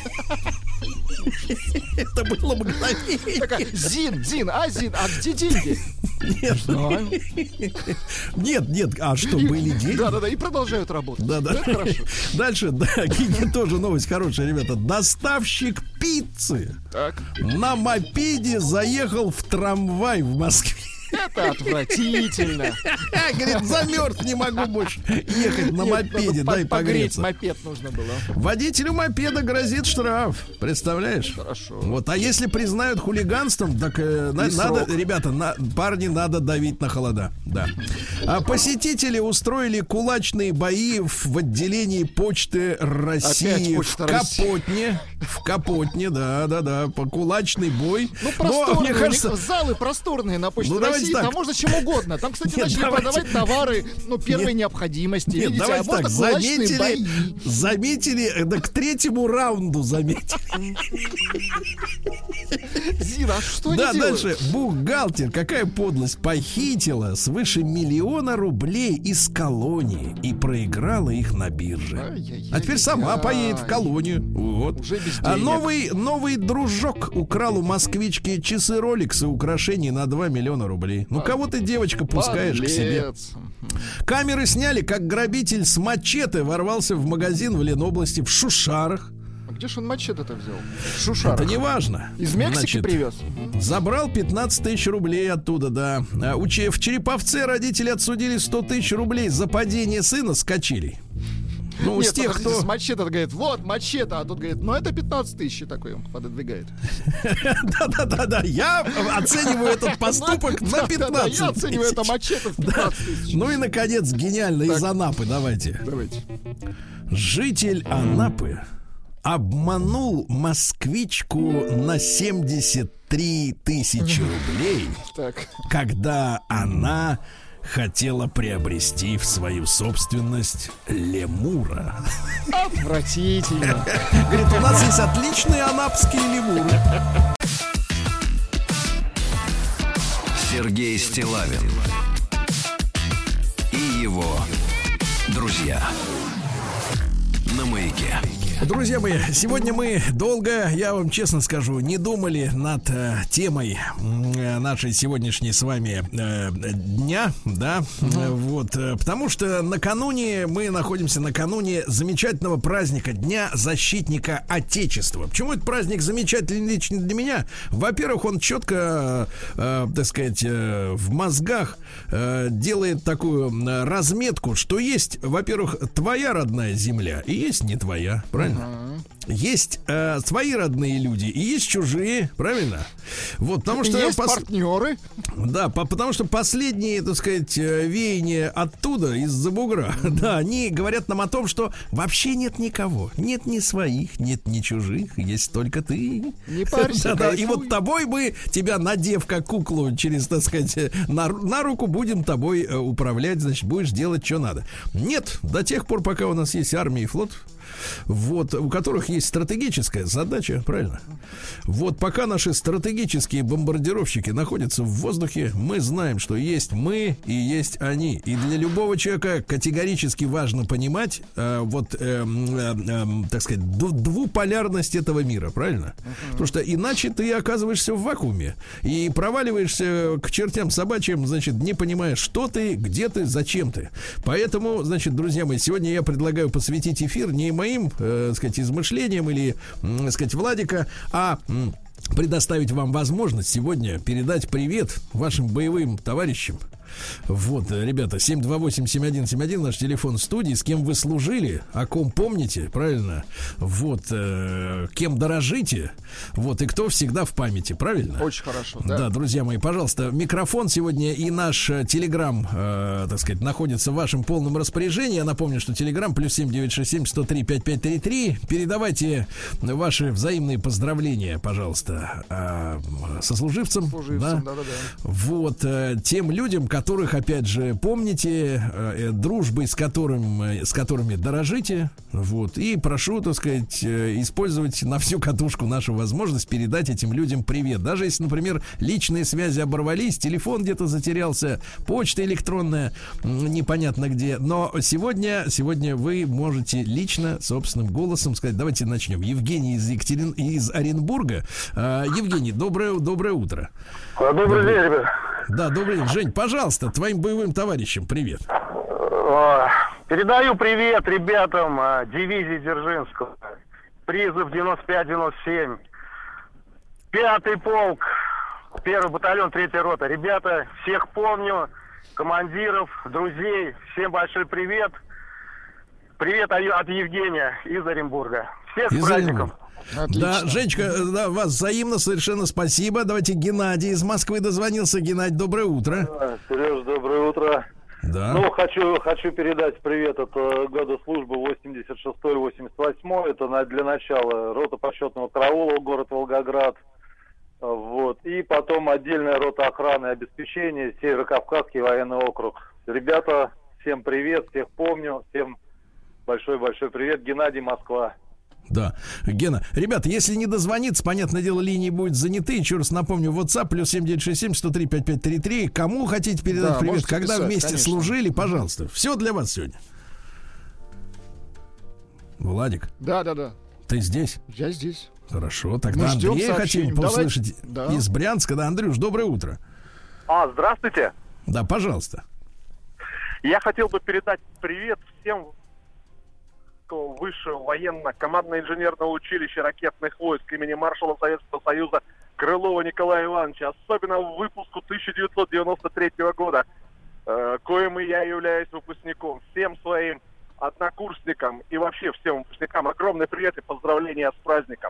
S2: Это было мгновение.
S3: Такая, Зин, Зин, а Зин, а где деньги?
S2: Нет,
S3: Знаю.
S2: нет, нет, а что,
S3: И-
S2: были деньги?
S3: Да, да, да, и продолжают работать.
S2: Да, да.
S3: Это хорошо.
S2: Дальше, да, тоже новость хорошая, ребята. Доставщик пиццы
S3: Так,
S2: на мопеде заехал в трамвай в Москве.
S3: это отвратительно.
S2: Говорит, замерз, не могу больше ехать на
S3: Нет,
S2: мопеде,
S3: надо
S2: дай
S3: по- погреть
S2: погреться.
S3: мопед нужно было.
S2: Водителю мопеда грозит штраф, представляешь?
S3: Хорошо.
S2: Вот, а если признают хулиганством, так э, на-
S3: И
S2: надо,
S3: срок.
S2: ребята, на- парни, надо давить на холода. Да. А посетители устроили кулачные бои в, в отделении почты России
S3: Опять
S2: в
S3: Почта России.
S2: Капотне. В Капотне, да, да, да. По кулачный бой.
S3: Ну,
S2: Но,
S3: просторные,
S2: мне кажется,
S3: залы просторные на почте
S2: ну давайте
S3: России
S2: так.
S3: там можно чем угодно. Там, кстати,
S2: Нет,
S3: начали
S2: давайте.
S3: продавать товары, ну, первой
S2: Нет.
S3: необходимости.
S2: Нет,
S3: Видите, а
S2: давайте
S3: можно
S2: так,
S3: кулачные
S2: заметили,
S3: бои.
S2: заметили, да к третьему раунду заметили.
S3: Зина, а что
S2: Да,
S3: они делают?
S2: дальше. Бухгалтер, какая подлость, похитила свыше миллиона рублей из колонии и проиграла их на бирже.
S3: Ай-яй-яй-яй.
S2: А теперь сама поедет в колонию. Вот.
S3: Уже без
S2: А
S3: денег.
S2: новый, новый дружок украл у москвички часы Rolex и украшения на два миллиона рублей. Ну, кого ты, девочка, пускаешь к себе?
S3: Подлец.
S2: Камеры сняли, как грабитель с мачете ворвался в магазин в Ленобласти в Шушарах.
S3: А где ж он мачете-то взял? Шушар.
S2: Это не важно.
S3: Из Мексики
S2: Значит,
S3: привез?
S2: забрал пятнадцать тысяч рублей оттуда, да. А у Че- в Череповце родители отсудили сто тысяч рублей за падение сына с качелей. Ну,
S3: Нет,
S2: с тех,
S3: подождите,
S2: кто...
S3: с мачете говорит, вот мачете, а тут говорит, ну это пятнадцать тысяч такой он пододвигает.
S2: Да-да-да-да, я оцениваю этот поступок на
S3: Да-да-да,
S2: пятнадцать
S3: я оцениваю это
S2: тысяч.
S3: мачете в
S2: Да.
S3: пятнадцать тысяч.
S2: Ну и, наконец, гениально из Анапы, давайте.
S3: Давайте.
S2: Житель Анапы обманул москвичку на семьдесят три тысячи рублей,
S3: Так.
S2: когда она хотела приобрести в свою собственность лемура.
S3: Отвратительно.
S2: Говорит, у нас есть отличные анапские лемуры.
S1: Сергей Стиллавин и его друзья на Маяке.
S2: Друзья мои, сегодня мы долго, я вам честно скажу, не думали над э, темой э, нашей сегодняшней с вами э, дня, да, э, вот, э, потому что накануне, мы находимся накануне замечательного праздника Дня защитника Отечества. Почему этот праздник замечательный лично для меня? Во-первых, он четко, э, так сказать, э, в мозгах э, делает такую э, разметку, что есть, во-первых, твоя родная земля и есть не твоя, правильно? Есть э, свои родные люди и есть чужие, правильно? Вот, потому что
S3: Есть
S2: пос-
S3: партнеры.
S2: да, по- потому что последние, так сказать, э, веяния оттуда, из-за бугра, да, они говорят нам о том, что вообще нет никого. Нет ни своих, нет ни чужих, есть только ты.
S3: Не парься,
S2: Да-да, и
S3: кайфуй.
S2: вот тобой мы, тебя надев как куклу через, так сказать, э, на, ру- на руку, будем тобой э, управлять, значит, будешь делать, что надо. Нет, до тех пор, пока у нас есть армия и флот, вот, у которых есть стратегическая задача, правильно? Вот пока наши стратегические бомбардировщики находятся в воздухе, мы знаем, что есть мы и есть они. И для любого человека категорически важно понимать э, вот, э, э, э, так сказать, ду- двуполярность этого мира, правильно? Потому что иначе ты оказываешься в вакууме и проваливаешься к чертям собачьим, значит, не понимая, что ты, где ты, зачем ты. Поэтому, значит, друзья мои, сегодня я предлагаю посвятить эфир не моим, э, так сказать, измышлениям или, м, так сказать, Владика, а м, предоставить вам возможность сегодня передать привет вашим боевым товарищам. Вот, ребята, семь два восемь семь один семь один наш телефон студии. С кем вы служили, о ком помните, правильно? Вот, э, кем дорожите, вот, и кто всегда в памяти, правильно?
S3: Очень хорошо, да.
S2: Да, друзья мои, пожалуйста, микрофон сегодня и наш э, телеграм, э, так сказать, находится в вашем полном распоряжении. Я напомню, что телеграм плюс семь девять шесть семь сто три пять пять три три. Передавайте ваши взаимные поздравления, пожалуйста, э, сослуживцам.
S3: Служивцам,
S2: да?
S3: да-да-да.
S2: Вот, э, тем людям, которых, опять же, помните, э, дружбой с, которым, э, с которыми дорожите. Вот, и прошу, так сказать, э, использовать на всю катушку нашу возможность передать этим людям привет. Даже если, например, личные связи оборвались, телефон где-то затерялся, почта электронная м, непонятно где. Но сегодня, сегодня вы можете лично, собственным голосом сказать. Давайте начнем. Евгений из, Екатерин... из Оренбурга. Э, Евгений, доброе, доброе утро.
S9: Добрый день, ребят.
S2: Да, добрый день. Жень, пожалуйста, твоим боевым товарищам привет.
S9: Передаю привет ребятам а, дивизии Дзержинского. Призыв девяносто пять девяносто семь. Пятый полк, первый батальон, третья рота. Ребята, всех помню, командиров, друзей. Всем большой привет. Привет от Евгения из Оренбурга. Всех с
S2: Из
S9: праздником.
S2: Оренбурга. Да, Женечка, да, вас взаимно совершенно спасибо. Давайте Геннадий из Москвы дозвонился. Геннадий, доброе утро.
S9: Сереж, доброе утро.
S2: Да.
S9: Ну, хочу, хочу передать привет от э, года службы восемьдесят шестой восемьдесят восьмой. Это на, для начала рота почетного караула, город Волгоград.
S10: Вот. И потом отдельная рота охраны и обеспечения, Северо-Кавказский военный округ. Ребята, всем привет, всех помню, всем большой-большой привет. Геннадий, Москва.
S2: Да, Гена, ребята, если не дозвониться, понятное дело, линии будут заняты. Еще раз напомню, WhatsApp плюс семь девять шесть семь сто три пять пять три три. Кому хотите передать
S3: Да,
S2: привет,
S3: можете
S2: когда
S3: писать,
S2: вместе
S3: конечно.
S2: служили, пожалуйста. Все для вас сегодня. Владик,
S3: Да, да, да.
S2: ты здесь?
S3: Я здесь.
S2: Хорошо, тогда
S3: Мы ждем
S2: Андрея
S3: сообщений.
S2: хотим
S3: Давайте.
S2: услышать
S3: Да.
S2: из Брянска. Да, Андрюш, доброе утро.
S9: А, здравствуйте.
S2: Да, пожалуйста.
S9: Я хотел бы передать привет всем высшего военно-командно-инженерного училища ракетных войск имени маршала Советского Союза Крылова Николая Ивановича, особенно в выпуску тысяча девятьсот девяносто третьего года, э, коим и я являюсь выпускником. Всем своим однокурсникам и вообще всем выпускникам огромный привет и поздравления с праздником.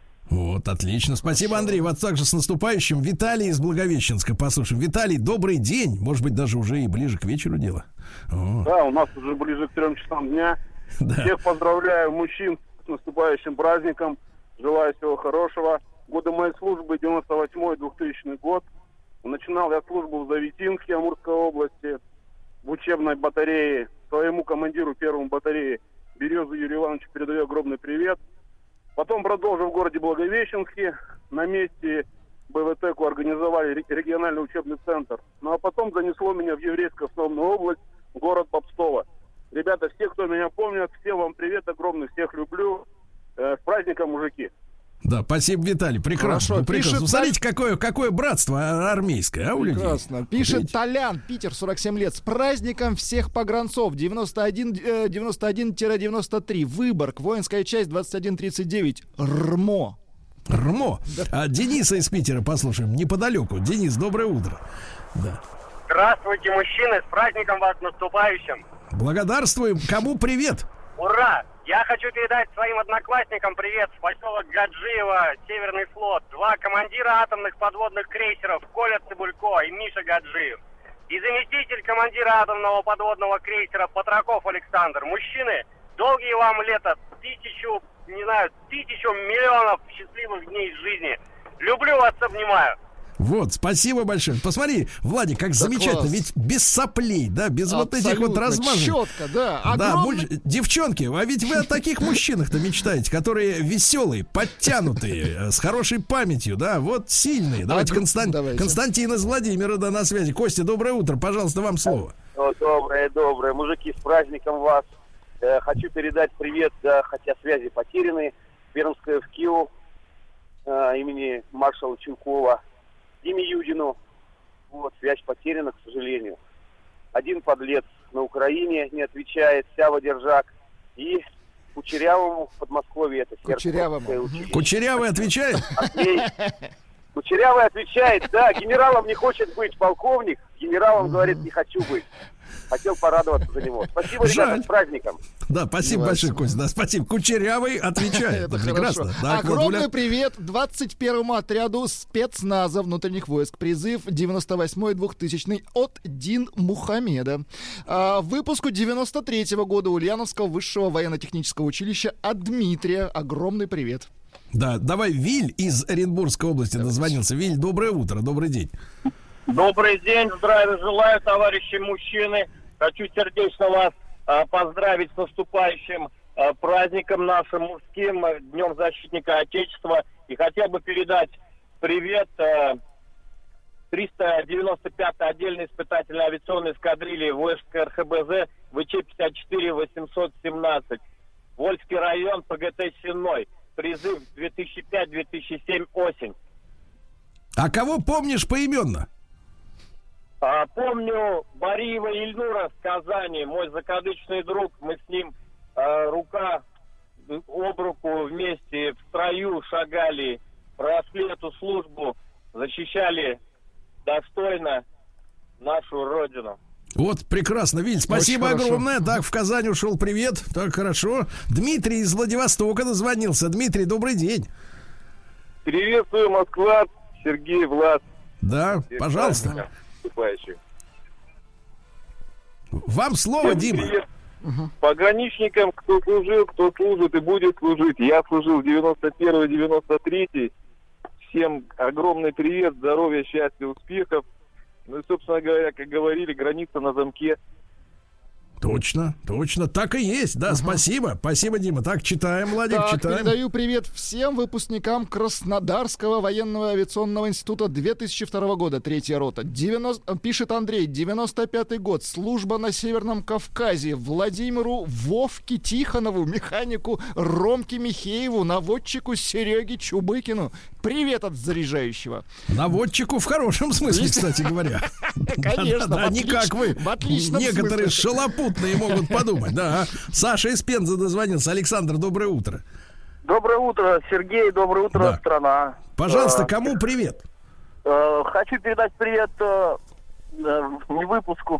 S2: Вот, отлично. Спасибо, Андрей. Вас также с наступающим. Виталий из Благовещенска. Послушаем. Виталий, добрый день. Может быть, даже уже и ближе к вечеру дело. О.
S11: Да, у нас уже ближе к трем часам дня.
S2: Да.
S11: Всех поздравляю, мужчин, с наступающим праздником. Желаю всего хорошего. Годы моей службы девяносто восьмой двухтысячный год. Начинал я службу в Завитинске, Амурской области, в учебной батарее. Своему командиру первому батареи Березу Юрию Ивановичу передаю огромный привет. Потом продолжил в городе Благовещенске. На месте БВТ-ку организовали региональный учебный центр. Ну а потом занесло меня в Еврейскую автономную область, в город Бобстово. Ребята, все, кто меня помнит, всем вам привет огромный, всех люблю. Э, с праздником, мужики.
S2: Да, спасибо, Виталий. Прекрасно.
S3: Хорошо,
S2: прекрасно.
S3: пишет-
S2: Ну, смотрите, какое, какое братство а- армейское, а у людей.
S3: Прекрасно. Пишет
S2: Видите?
S3: Толян, Питер, сорок семь лет. С праздником всех погранцов. девяносто один девяносто один девяносто три. Выборг. Воинская часть двадцать один тридцать девять. РМО.
S2: РМО. А Дениса из Питера послушаем. Неподалеку. Денис, доброе утро. Да.
S9: Здравствуйте, мужчины, с праздником вас наступающим.
S2: Благодарствуем. Кому привет?
S9: Ура! Я хочу передать своим одноклассникам привет с поселок Гаджиево, Северный флот. Два командира атомных подводных крейсеров Коля Цыбулько и Миша Гаджиев. И заместитель командира атомного подводного крейсера Патраков Александр. Мужчины, долгие вам лета, тысячу, не знаю, тысячу миллионов счастливых дней жизни. Люблю вас, обнимаю.
S2: Вот, спасибо большое. Посмотри, Владик, как
S3: Да
S2: замечательно.
S3: класс.
S2: Ведь без соплей, да, без вот этих вот
S3: Абсолютно
S2: размазок.
S3: четко, да.
S2: Да,
S3: Огромный-
S2: муж- девчонки, а ведь вы о таких мужчинах-то мечтаете, которые веселые, подтянутые, э, с хорошей памятью, да, вот сильные. Давайте,
S3: Огр-
S2: Констан-
S3: давайте.
S2: Константин из Владимира, да, на связи. Костя, доброе утро, пожалуйста, вам слово.
S11: Ну, доброе, доброе. Мужики, с праздником вас. Э, хочу передать привет, да, хотя связи потеряны. Пермская в Киев э, имени маршала Чулкова. Диме Юдину. Вот, связь потеряна, к сожалению. Один подлец на Украине не отвечает, Сява Держак. И Кучерявому в Подмосковье, это
S3: Кучерявому.
S11: Сердце училище.
S2: Кучерявый отвечает?
S11: Андрей. Кучерявый отвечает, да, генералом не хочет быть, полковник, генералом говорит, не хочу быть. Хотел порадоваться за него. Спасибо, ребята,
S2: Жаль.
S11: с праздником.
S2: Да, спасибо
S3: Не
S2: большое,
S3: важно.
S2: Костя. Да, спасибо. Кучерявый отвечает.
S3: Это
S2: Прекрасно.
S3: хорошо.
S2: Так,
S3: Огромный
S2: Владуля.
S3: привет двадцать первому отряду спецназа внутренних войск. Призыв девяносто восьмой двухтысячный от Дин Мухаммеда. А, выпуску девяносто третьего года Ульяновского высшего военно-технического училища от Дмитрия. Огромный привет.
S2: Да, давай Виль из Оренбургской области дозвонился. Виль, доброе утро, добрый день.
S9: Добрый день, здравия желаю, товарищи мужчины. Хочу сердечно вас а, поздравить с наступающим а, праздником нашим мужским, а, Днем Защитника Отечества. И хотел бы передать привет а, триста девяносто пятой отдельной испытательной авиационной эскадрильи войск эр ха бэ зэ вэ че пятьдесят четыре восемьсот семнадцать. Вольский район, пэ гэ тэ Сенной. Призыв две тысячи пятый - две тысячи седьмой осень.
S2: А кого помнишь поименно?
S9: А, помню Бариева Ильнура с Казани, мой закадычный друг. Мы с ним а, рука об руку вместе в строю шагали, прошли эту службу, защищали достойно нашу родину.
S2: Вот, прекрасно, Виль, спасибо
S3: Очень хорошо.
S2: огромное. Так, в Казань ушел, привет. Так, хорошо. Дмитрий из Владивостока дозвонился. Дмитрий, добрый день.
S11: Приветствую, Москва, Сергей, Влад.
S2: Да, пожалуйста.
S11: Наступающий.
S2: Вам слово,
S11: Всем
S2: Дима.
S11: привет. Пограничникам, кто служил, кто служит и будет служить. Я служил девяносто первый - девяносто третий.
S12: всем огромный привет, здоровья, счастья, успехов. Ну и, собственно говоря, как говорили, граница на замке.
S2: Точно, точно, так и есть, да, uh-huh. спасибо, спасибо, Дима, так, читаем, Владик,
S3: так,
S2: читаем.
S3: Передаю привет всем выпускникам Краснодарского военного авиационного института две тысячи второго года, третья рота, девяносто, пишет Андрей, девяносто пятый год, служба на Северном Кавказе, Владимиру Вовке Тихонову, механику Ромке Михееву, наводчику Сереге Чубыкину, привет от заряжающего.
S2: Наводчику в хорошем смысле, кстати говоря.
S3: Конечно,
S2: да, не как вы, некоторые шалопутные могут подумать, да. Саша из Пензы дозвонился. Александр, доброе утро.
S13: Доброе утро, Сергей, доброе утро, да. Страна.
S2: Пожалуйста, кому привет?
S13: Хочу передать привет не выпуску.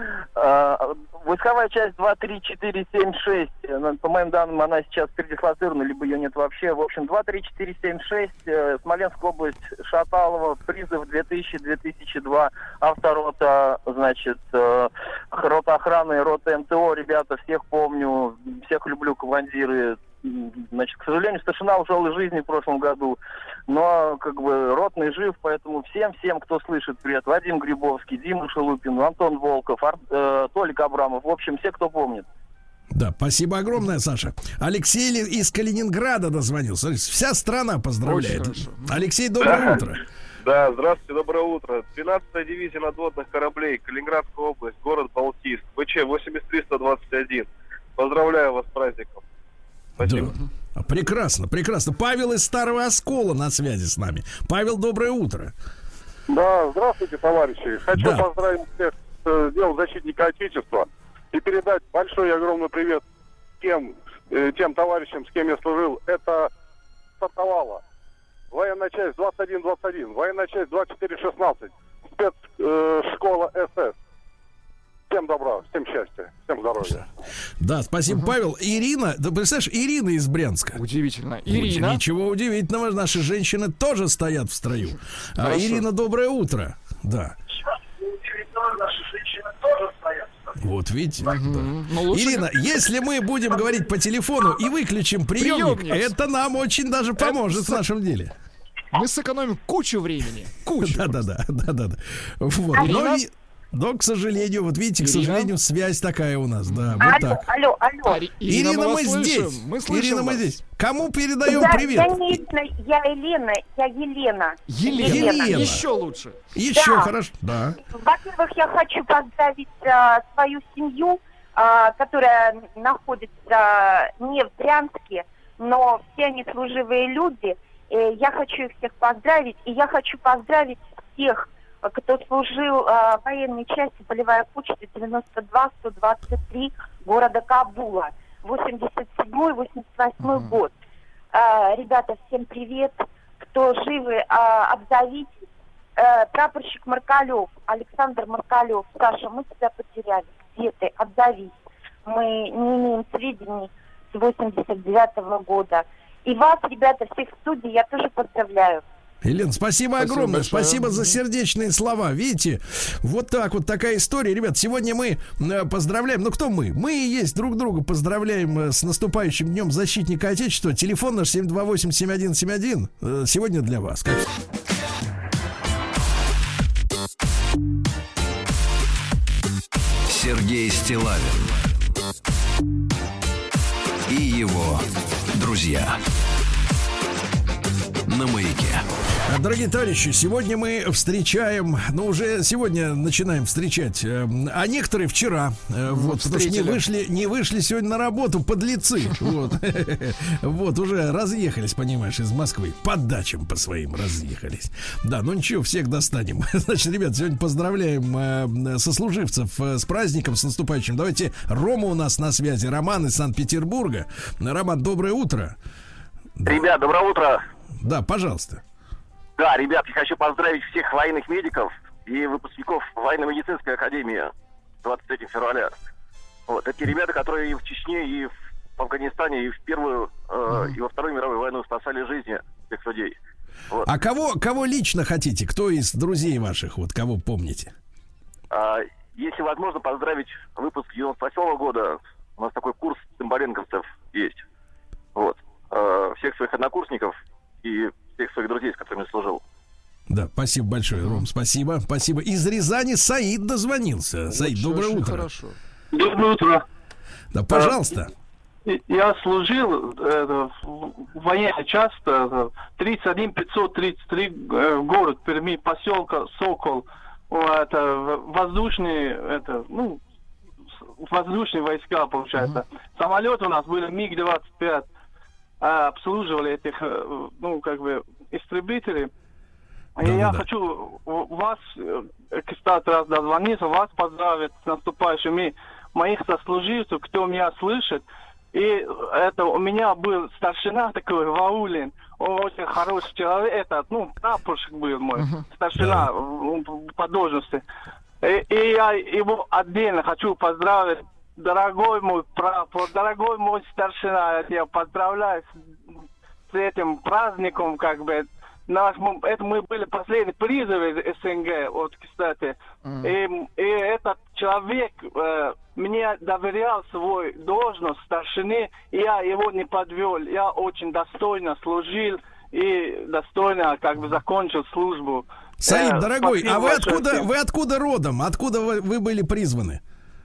S13: Войсковая часть два три четыре семь шесть. По моим данным, она сейчас передислоцирована, либо ее нет вообще. В общем, два три четыре семь шесть, Смоленская область, Шаталова, призыв две тысячи — две тысячи два, авторота, значит, рота охраны, рота МТО. Ребята, всех помню, всех люблю, командиры. Значит, к сожалению, старшина ушел из жизни в прошлом году, но как бы ротный жив, поэтому всем-всем, кто слышит, привет. Вадим Грибовский, Дима Шелупин, Антон Волков, Ар... э, Толик Абрамов, в общем, все, кто помнит.
S2: Да, спасибо огромное, Саша. Алексей из Калининграда дозвонился. Вся страна поздравляет. Алексей, доброе утро.
S12: Да, здравствуйте, доброе утро. двенадцатая дивизия надводных кораблей, Калининградская область, город Балтийск, ВЧ восемьдесят три сто двадцать один. Поздравляю вас с праздником. Спасибо.
S2: Да. Прекрасно, прекрасно. Павел из Старого Оскола на связи с нами. Павел, доброе утро.
S11: Да, здравствуйте, товарищи. Хочу
S2: да.
S11: поздравить всех с Днем Защитника Отечества и передать большой и огромный привет тем, э, тем товарищам, с кем я служил. Это стартовала военная часть двадцать один двадцать один, военная часть двадцать четыре шестнадцать, спецшкола э, СС. Всем добра, всем счастья, всем здоровья.
S2: Да, спасибо, угу. Павел. Ирина, ты представляешь, Ирина из Брянска.
S3: Удивительно. Ирина.
S2: Ничего удивительного, наши женщины тоже стоят в строю. А, Ирина, доброе утро. Да.
S13: Удивительно, наши женщины тоже стоят в строю.
S2: Вот видите. Угу. Да.
S3: Ну,
S2: Ирина, если мы будем говорить по телефону и выключим приемник, приемник. это нам очень даже поможет это... в нашем деле.
S3: Мы сэкономим кучу времени. Кучу.
S2: Да-да-да. да-да-да. Вот. Но... Но, к сожалению, вот видите, Ирина? К сожалению, связь такая у нас, да, вот
S13: алло,
S2: так.
S13: Алло, алло,
S3: алло.
S2: Ирина, Ирина мы здесь.
S3: Мы
S2: Ирина, мы здесь. Кому передаем
S13: да,
S2: привет?
S13: Конечно, я Елена, я Елена.
S3: Елена.
S2: Елена.
S3: Еще лучше.
S2: Еще
S13: да.
S2: хорошо, да.
S13: Во-первых, я хочу поздравить а, свою семью, а, которая находится не в Брянске, но все они служивые люди. И я хочу их всех поздравить, и я хочу поздравить всех, кто служил э, в военной части полевая почта девяносто два сто двадцать три города Кабула, восемьдесят седьмой восемьдесят восьмой mm-hmm. год. Э, ребята, всем привет. Кто живы, э, отзовитесь. Э, прапорщик Маркалев, Александр Маркалев. Саша, мы тебя потеряли. Где ты? Отзовись. Мы не имеем сведений с восемьдесят девятого года. И вас, ребята, всех в студии я тоже поздравляю.
S2: Елена, спасибо, спасибо огромное, большое. Спасибо за сердечные слова. Видите, вот так вот такая история. Ребят, сегодня мы поздравляем, ну кто мы? Мы и есть, друг друга поздравляем с наступающим Днем Защитника Отечества. Телефон наш семь два восемь семь один семь один. Сегодня для вас.
S6: Сергей Стиллавин и его друзья на Маяке.
S2: Дорогие товарищи, сегодня мы встречаем, ну уже сегодня начинаем встречать, э, а некоторые вчера, э, вот, потому что не вышли, не вышли сегодня на работу подлецы, вот, вот уже разъехались, понимаешь, из Москвы, по дачам по своим разъехались. Да, ну ничего, всех достанем. Значит, ребят, сегодня поздравляем э, сослуживцев э, с праздником, с наступающим. Давайте, Рома у нас на связи, Роман из Санкт-Петербурга. Роман, доброе утро.
S14: Ребят, доброе утро.
S2: Да, пожалуйста.
S14: Да, ребят, я хочу поздравить всех военных медиков и выпускников военно-медицинской академии двадцать третьего февраля. Вот, это те ребята, которые и в Чечне, и в Афганистане, и в Первую, э, mm-hmm. и во Вторую мировую войну спасали жизни этих людей. Вот.
S2: А кого, кого лично хотите? Кто из друзей ваших, вот кого помните?
S14: А, если возможно, поздравить выпуск девяносто восьмого года. У нас такой курс цимбаленковцев есть. Вот. А, всех своих однокурсников и тех своих друзей, с которыми служил.
S2: Да, спасибо большое, Ром, спасибо, спасибо. Из Рязани Саид дозвонился. Саид,
S3: Очень,
S2: доброе
S3: очень
S2: утро.
S3: хорошо.
S15: Доброе утро.
S2: Да, пожалуйста.
S15: Я служил э, в военной части э, тридцать один пятьсот тридцать три э, город Перми, поселка Сокол. Это воздушные, это, ну, воздушные войска, получается. Uh-huh. Самолеты у нас были МиГ двадцать пять, а обслуживали этих, ну, как бы, истребителей. И да, я да. хочу вас, кстати, раз дозвониться, вас поздравить с наступающими, моих сослуживцев, кто меня слышит. И это у меня был старшина такой, Ваулин, он очень хороший человек, это, ну, прапорщик был мой, uh-huh. старшина yeah. по должности. И, и я его отдельно хочу поздравить, дорогой мой прапор, дорогой мой старшина, я поздравляю с, с этим праздником, как бы. Наш, это мы были последние призывы из СНГ, вот, кстати. Mm. И, и этот человек э, мне доверял свой должность старшины, и я его не подвел. Я очень достойно служил и достойно, как бы, закончил службу.
S2: Саид,
S15: э,
S2: дорогой, а вы откуда,
S15: всем.
S2: вы откуда родом? Откуда вы, вы были призваны?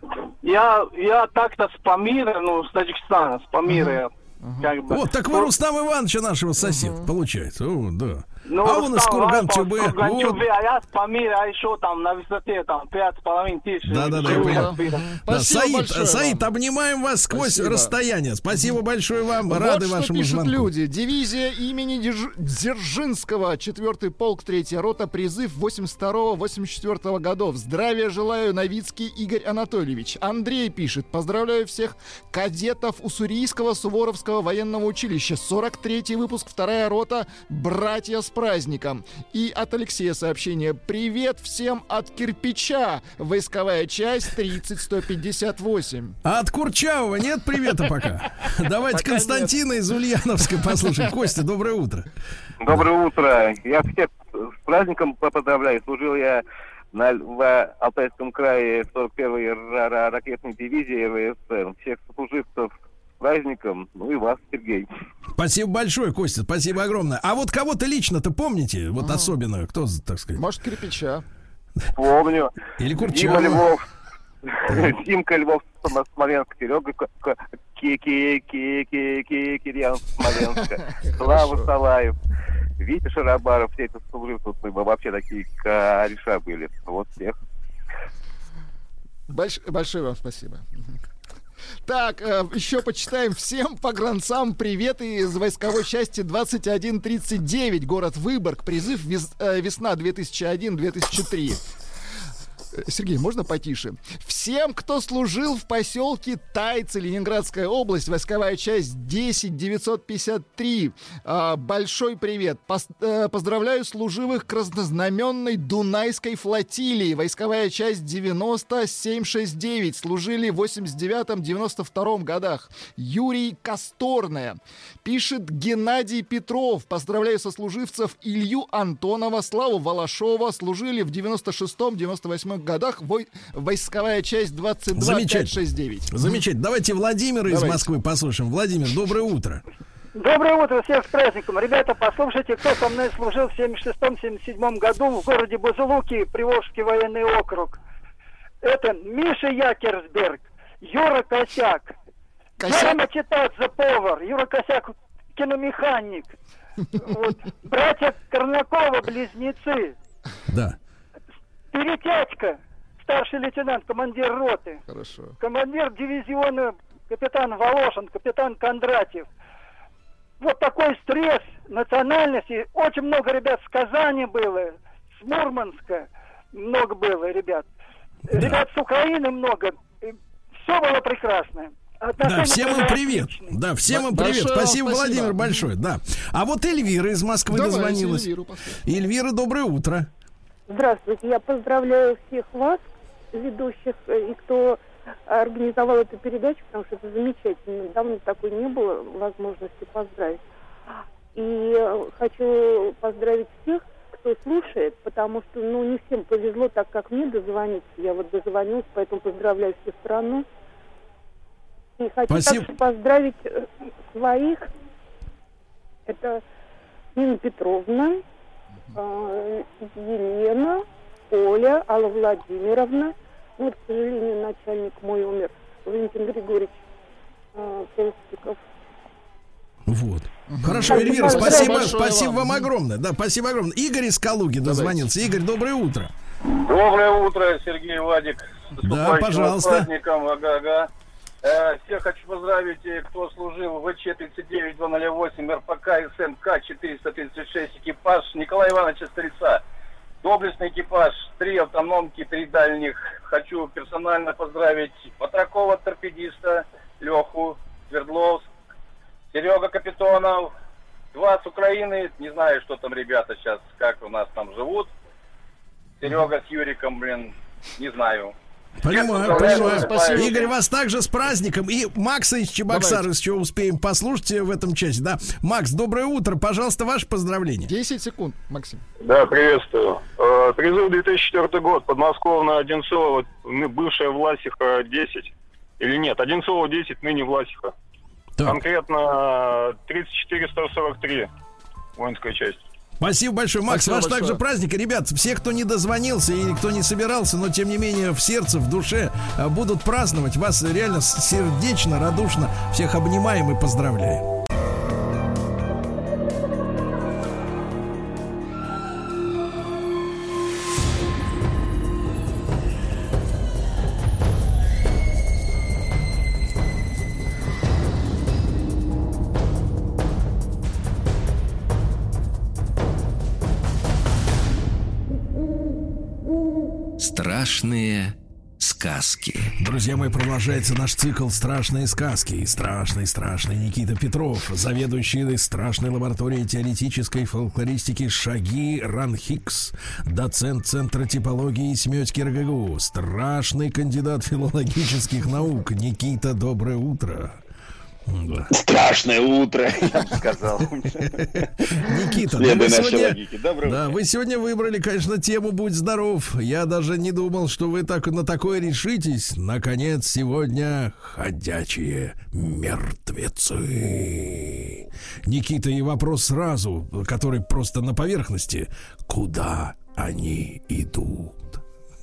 S15: Я, я так-то с Памира, ну, с Таджикистана, с Памира. Mm-hmm. Uh-huh. Как бы.
S2: Вот, так вы Рустам Ивановича нашего сосед, uh-huh. получается. О, да.
S15: Ну,
S2: а он из Курган-Тюбе.
S15: Вот. А я с Памира, а еще там на высоте там пять с половиной тысяч.
S2: Да-да-да, я понял. Да, Саид, Саид, обнимаем вас сквозь Спасибо. расстояние. Спасибо большое вам, вот рады вашему
S3: пишут
S2: звонку.
S3: Люди. Дивизия имени Дж... Дзержинского, четвертый полк, третья рота, призыв восемьдесят второго восемьдесят четвёртого годов. Здравия желаю, Новицкий Игорь Анатольевич. Андрей пишет: поздравляю всех кадетов Уссурийского Суворовского военного училища. сорок третий выпуск, вторая рота, братья с праздником. И от Алексея сообщение: привет всем от кирпича, войсковая часть тридцать сто пятьдесят восемь.
S2: А от Курчавого нет привета пока? Давайте Константина из Ульяновска послушаем. Костя, доброе утро.
S9: Доброе утро. Я всех с праздником поздравляю. Служил я на, в Алтайском крае сорок первой ракетной дивизии РВС. Всех служивцев праздником, ну и вас, Сергей.
S2: Спасибо большое, Костя, спасибо огромное. А вот кого-то лично-то помните? Вот а. особенно, кто, так сказать?
S3: Может, кирпича.
S9: Помню.
S2: Или Курчава.
S9: Дима Львов. Димка Львов, Смоленск, Серега Кирьян, Смоленска, Слава Салаев, Витя Шарабаров, все это служивцы, мы вообще такие кореша были. Вот всех.
S3: Больш... Большое вам спасибо. Так, э, еще почитаем. Всем погранцам привет из войсковой части двадцать один тридцать девять, город Выборг. Призыв вес, э, весна две тысячи один - две тысячи три. Сергей, можно потише? Всем, кто служил в поселке Тайцы, Ленинградская область, войсковая часть десять девятьсот пятьдесят три. А, большой привет. Пос, э, поздравляю служивых краснознаменной Дунайской флотилии, войсковая часть девяносто семь шестьдесят девять. Служили в восемьдесят девятом - девяносто втором годах. Юрий Косторная. Пишет Геннадий Петров. Поздравляю сослуживцев Илью Антонова, Славу Волошова. Служили в девяносто шестом - девяносто восьмом годах, вой... войсковая часть двадцать два пятьсот шестьдесят девять.
S2: Замечательно. Давайте Владимира из Москвы послушаем. Владимир, доброе утро.
S16: Доброе утро, всех с праздником. Ребята, послушайте, кто со мной служил в семьдесят шестом - семьдесят седьмом году в городе Бузулуки, Приволжский военный округ. Это Миша Якерсберг, Юра Косяк, Яна Читадзе-повар, Юра Косяк киномеханик, вот, братья Корнакова, близнецы.
S2: Да.
S16: Перетячка, старший лейтенант, командир роты.
S3: Хорошо.
S16: Командир дивизиона капитан Волошин, капитан Кондратьев. Вот такой стресс национальности. Очень много ребят с Казани было, с Мурманска много было ребят. Да. Ребят с Украины много. Все было прекрасно. Отношения
S2: да, всем им привет. Да, всем им привет. Большое спасибо, спасибо, Владимир, большое. Да. А вот Эльвира из Москвы Давайте дозвонилась. Эльвиру Эльвира, доброе утро.
S17: Здравствуйте, я поздравляю всех вас, ведущих, и кто организовал эту передачу, потому что это замечательно. Давно такой не было возможности поздравить. И хочу поздравить всех, кто слушает, потому что, ну, не всем повезло так, как мне дозвониться. Я вот дозвонилась, поэтому поздравляю всю страну. И хочу Спасибо. также поздравить своих. Это Нина Петровна, э, Елена, Оля, Алла Владимировна. Ну, вот, к сожалению, начальник мой умер, Валентин Григорьевич э, Толстиков.
S2: Вот. Хорошо, Эльвира, спасибо, спасибо вам огромное. Да, спасибо огромное. Игорь из Калуги дозвонился. Игорь, доброе утро.
S10: Доброе утро, Сергей Владик. С
S2: Да, пожалуйста.
S10: праздником, ага-ага. Э, всех хочу поздравить, кто служил в ВЧ тридцать девять двести восемь, РПК, СМК четыреста тридцать шесть, экипаж Николая Ивановича Стрельца. Доблестный экипаж, три автономки, три дальних. Хочу персонально поздравить Патракова, торпедиста, Леху, Свердловск, Серега Капитонов, два с Украины, не знаю, что там ребята сейчас, как у нас там живут. Серега с Юриком, блин, не знаю.
S2: Понимаю, понимаю. Спасибо. Игорь, вас также с праздником. И Макса из Чебоксар, из чего успеем послушать в этом часе. Да, Макс, доброе утро. Пожалуйста, ваше поздравление.
S3: десять секунд, Максим.
S9: Да, приветствую. Э, призыв две тысячи четвёртый год. Подмосковная Одинцова, бывшая Власиха десять. Или нет, Одинцова десять, ныне Власиха. Так. Конкретно тридцать четыре сто сорок три. Воинская часть.
S2: Спасибо большое, Макс.
S3: Спасибо
S2: Ваш
S3: большое.
S2: также праздник. Ребят, все, кто не дозвонился и кто не собирался, но тем не менее в сердце, в душе а, будут праздновать. Вас реально сердечно, радушно всех обнимаем и поздравляем.
S1: Страшные сказки.
S2: Друзья мои, продолжается наш цикл «Страшные сказки». Страшный, страшный Никита Петров, заведующий страшной лабораторией теоретической фольклористики «Шаги» РАНХИКС, доцент Центра типологии и семиотики РГГУ, страшный кандидат филологических наук Никита, доброе утро.
S18: Да. Страшное утро, я бы сказал.
S2: Никита, ну вы, сегодня, да, вы сегодня выбрали, конечно, тему «Будь здоров». Я даже не думал, что вы так, на такое решитесь. Наконец, сегодня ходячие мертвецы. Никита, и вопрос сразу, который просто на поверхности. Куда они идут?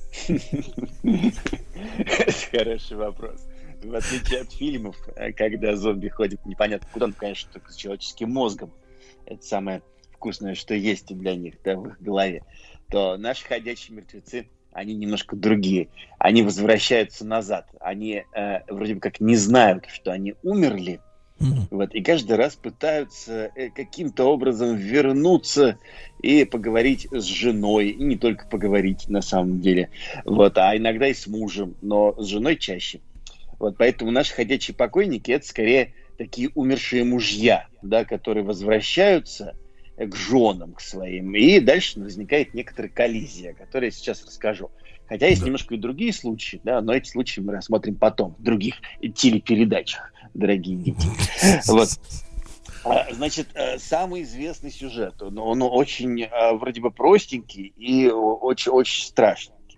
S18: Хороший вопрос. В отличие от фильмов, когда зомби ходят непонятно куда, ну, конечно, только с человеческим мозгом. Это самое вкусное, что есть для них, да, в их голове. То наши ходячие мертвецы, они немножко другие. Они возвращаются назад. Они э, вроде бы как не знают, что они умерли. Mm-hmm. Вот, и каждый раз пытаются э, каким-то образом вернуться и поговорить с женой. И не только поговорить, на самом деле. Вот, а иногда и с мужем, но с женой чаще. Вот, поэтому наши ходячие покойники — это скорее такие умершие мужья, да, которые возвращаются к женам, к своим, и дальше возникает некоторая коллизия, о которой я сейчас расскажу. Хотя есть да. немножко и другие случаи, да, но эти случаи мы рассмотрим потом, в других телепередачах, дорогие дети. Вот. Значит, самый известный сюжет, он, он очень вроде бы простенький и очень-очень страшненький.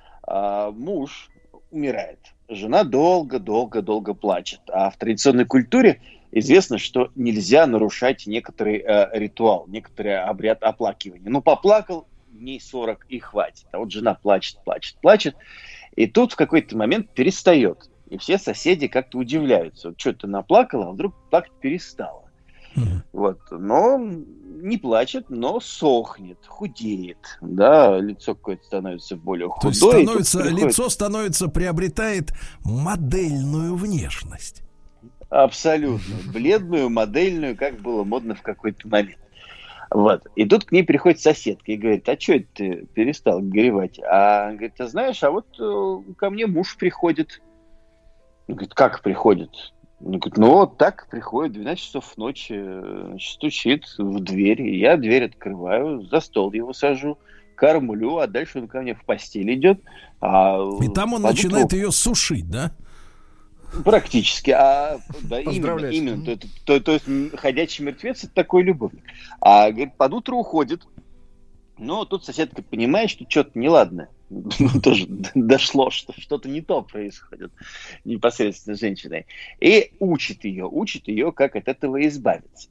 S18: Муж умирает. Жена долго-долго-долго плачет. А в традиционной культуре известно, что нельзя нарушать некоторый э, ритуал, некоторый обряд оплакивания. Ну, поплакал, дней сорок и хватит. А вот жена плачет, плачет, плачет. И тут в какой-то момент перестает. И все соседи как-то удивляются. Вот что ты наплакала, а вдруг плакать перестала. Mm-hmm. Вот. Но не плачет, но сохнет, худеет, да, лицо какое-то становится более худое.
S2: То есть становится, приходит... лицо становится, приобретает модельную внешность.
S18: Абсолютно. Бледную, модельную, как было модно в какой-то момент. Вот. И тут к ней приходит соседка и говорит: а что это ты перестал горевать? А он говорит: а знаешь, а вот э, ко мне муж приходит. Он говорит: как приходит? Он говорит: ну вот так приходит, двенадцать часов ночи, значит, стучит в дверь, и я дверь открываю, за стол его сажу, кормлю, а дальше он ко мне в постель идет. А
S2: и там он начинает утро... ее сушить, да?
S18: Практически. А, да, именно, именно. То, то, то есть ходячий мертвец — это такой любовник. А, говорит, под утро уходит. Но тут соседка понимает, что что-то неладное. Тоже дошло, что что-то не то происходит непосредственно с женщиной. И учит ее, учит ее, как от этого избавиться.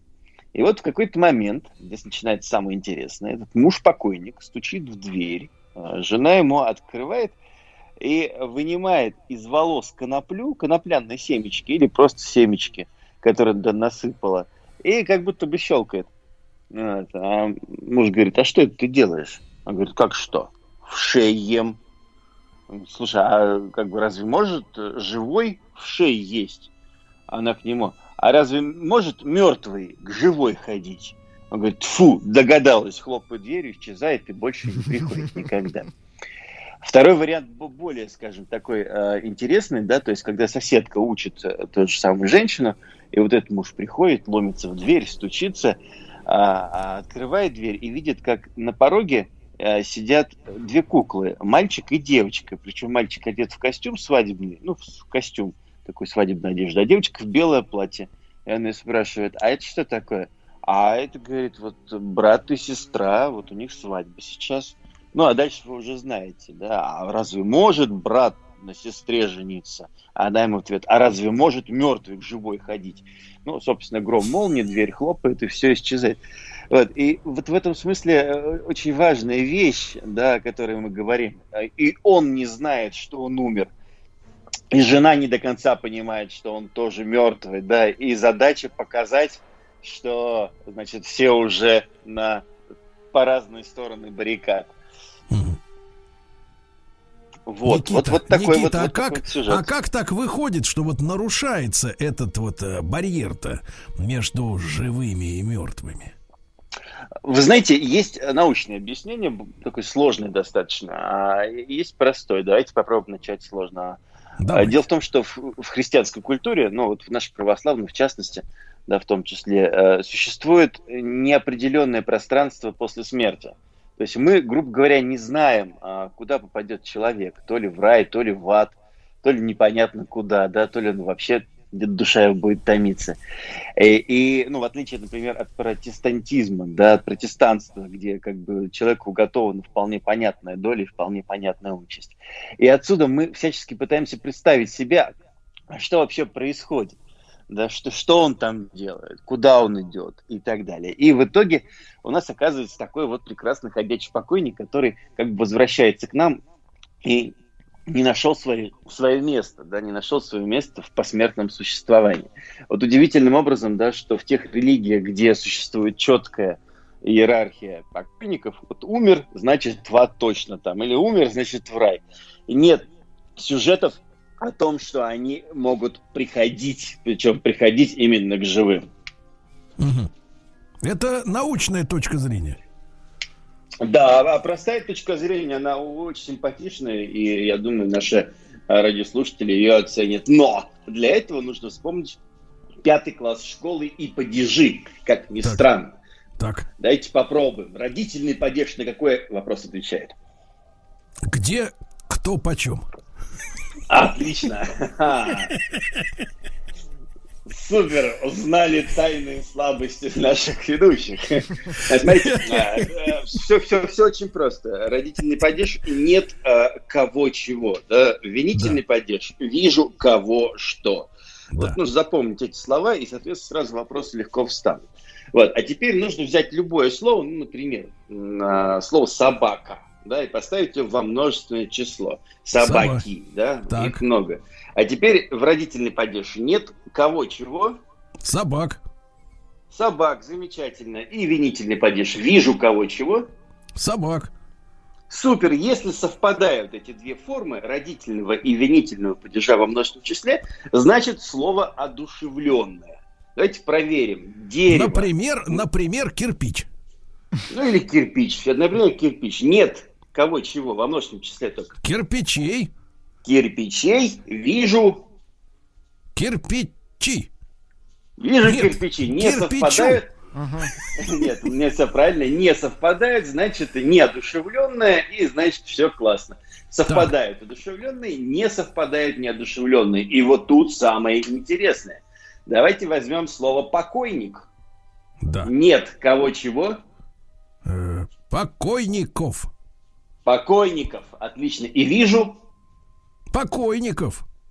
S18: И вот в какой-то момент, здесь начинается самое интересное, этот муж-покойник стучит в дверь, жена ему открывает и вынимает из волос коноплю, конопляные семечки или просто семечки, которые туда насыпала, и как будто бы щелкает. Вот. А муж говорит, а что это ты делаешь? Он говорит, как что? В шее ем. Слушай, а как бы разве может живой в шее есть? Она к нему, а разве может мертвый к живой ходить? Он говорит, фу, догадалась, хлопает дверью, исчезает и больше не приходит никогда. Второй вариант более, скажем, такой э, интересный, да, то есть когда соседка учит э, ту же самую женщину, и вот этот муж приходит, ломится в дверь, стучится, э, открывает дверь и видит, как на пороге э, сидят две куклы, мальчик и девочка, причем мальчик одет в костюм свадебный, ну, в костюм такой свадебной одежды, а девочка в белое платье. И она спрашивает, а это что такое? А это, говорит, вот брат и сестра, вот у них свадьба сейчас. Ну, а дальше вы уже знаете, да, а разве может брат на сестре жениться? А она ему в ответ, а разве может мертвый к живой ходить? Ну, собственно, гром молнии, дверь хлопает, и все исчезает. Вот. И вот в этом смысле очень важная вещь, да, о которой мы говорим. И он не знает, что он умер. И жена не до конца понимает, что он тоже мертвый, да, и задача показать, что, значит, все уже на, по разные стороны баррикад. Вот,
S2: Никита,
S18: вот, вот такой
S2: Никита,
S18: вот,
S2: а,
S18: вот
S2: как,
S18: такой сюжет.
S2: а как так выходит, что вот нарушается этот вот э, барьер-то между живыми и мертвыми?
S18: Вы знаете, есть научное объяснение, такое сложное достаточно, а есть простое. Давайте попробуем начать сложно. Давайте. Дело в том, что в, в христианской культуре, ну вот в нашей православной в частности, да, в том числе, э, существует неопределенное пространство после смерти. То есть мы, грубо говоря, не знаем, а, куда попадет человек, то ли в рай, то ли в ад, то ли непонятно куда, да, то ли он вообще где-то душа его будет томиться. И, и, ну, в отличие, например, от протестантизма, да, от протестанства, где как бы человеку уготована вполне понятная доля и вполне понятная участь. И отсюда мы всячески пытаемся представить себя, что вообще происходит. Да, что, что он там делает, куда он идет и так далее. И в итоге у нас оказывается такой вот прекрасный ходячий покойник, который как бы возвращается к нам и не нашел свое, свое место, да, не нашел свое место в посмертном существовании. Вот удивительным образом, да, что в тех религиях, где существует четкая иерархия покойников, вот умер, значит в ад точно там, или умер, значит в рай. И нет сюжетов о том, что они могут приходить, причем приходить именно к живым.
S2: Угу. Это научная точка зрения.
S18: Да, а простая точка зрения, она очень симпатичная, и я думаю, наши радиослушатели ее оценят. Но для этого нужно вспомнить пятый класс школы и падежи, как ни так. странно.
S2: Так.
S18: Давайте попробуем. Родительный падеж на какой вопрос отвечает?
S2: Где, кто, почем?
S18: Отлично. Супер, узнали тайные слабости наших ведущих. Смотрите, все, все, все очень просто. Родительный падеж нет а, кого чего. Да? Винительный да. падеж вижу кого что. Да. Вот нужно запомнить эти слова, и, соответственно, сразу вопросы легко встанут. Вот. А теперь нужно взять любое слово, ну, например, слово собака. Да, и поставить его во множественное число. Собаки, Собак. да, так. их много. А теперь в родительный падеж нет кого чего?
S2: Собак.
S18: Собак, замечательно. И винительный падеж вижу кого чего?
S2: Собак.
S18: Супер, если совпадают эти две формы, родительного и винительного падежа во множественном числе, значит слово одушевленное. Давайте проверим. Дерево.
S2: Например, например, кирпич.
S18: Ну или кирпич. Например, кирпич. Нет кого чего во множественном числе только.
S2: Кирпичей.
S18: Кирпичей вижу.
S2: Кирпичи.
S18: Вижу Нет, кирпичи. Не кирпичу. совпадают. Ага. Нет, не все правильно. Не совпадают, значит неодушевленное, и значит все классно. Совпадают так. одушевленные, не совпадают неодушевленные. И вот тут самое интересное. Давайте возьмем слово покойник.
S2: Да.
S18: Нет кого чего?
S2: Э, покойников.
S18: Покойников, отлично. И вижу?
S2: Покойников.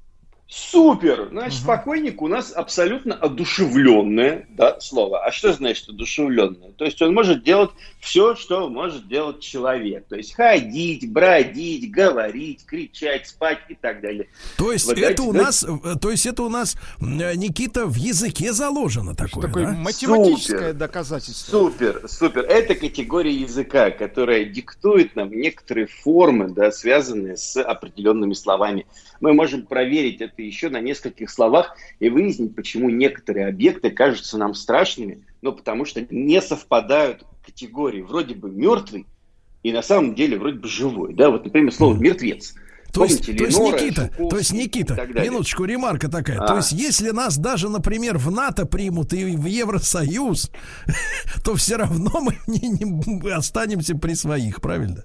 S18: Супер! Значит, угу. покойник у нас абсолютно одушевленное, да, слово. А что значит одушевленное? То есть он может делать все, что может делать человек. То есть ходить, бродить, говорить, кричать, спать и так далее.
S2: То есть вот это у да? нас, то есть это у нас, Никита, в языке заложено такое,
S3: такое
S2: да?
S3: математическое
S18: супер,
S3: доказательство.
S18: Супер, супер. Это категория языка, которая диктует нам некоторые формы, да, связанные с определенными словами. Мы можем проверить это еще на нескольких словах и выяснить, почему некоторые объекты кажутся нам страшными, но потому что не совпадают категории. Вроде бы мертвый и на самом деле вроде бы живой. Да, вот, например, слово «мертвец».
S2: То есть, то, есть, Никита, то есть, Никита, минуточку, ремарка такая. А. То есть, если нас даже, например, в НАТО примут и в Евросоюз, то все равно мы не, не останемся при своих, правильно?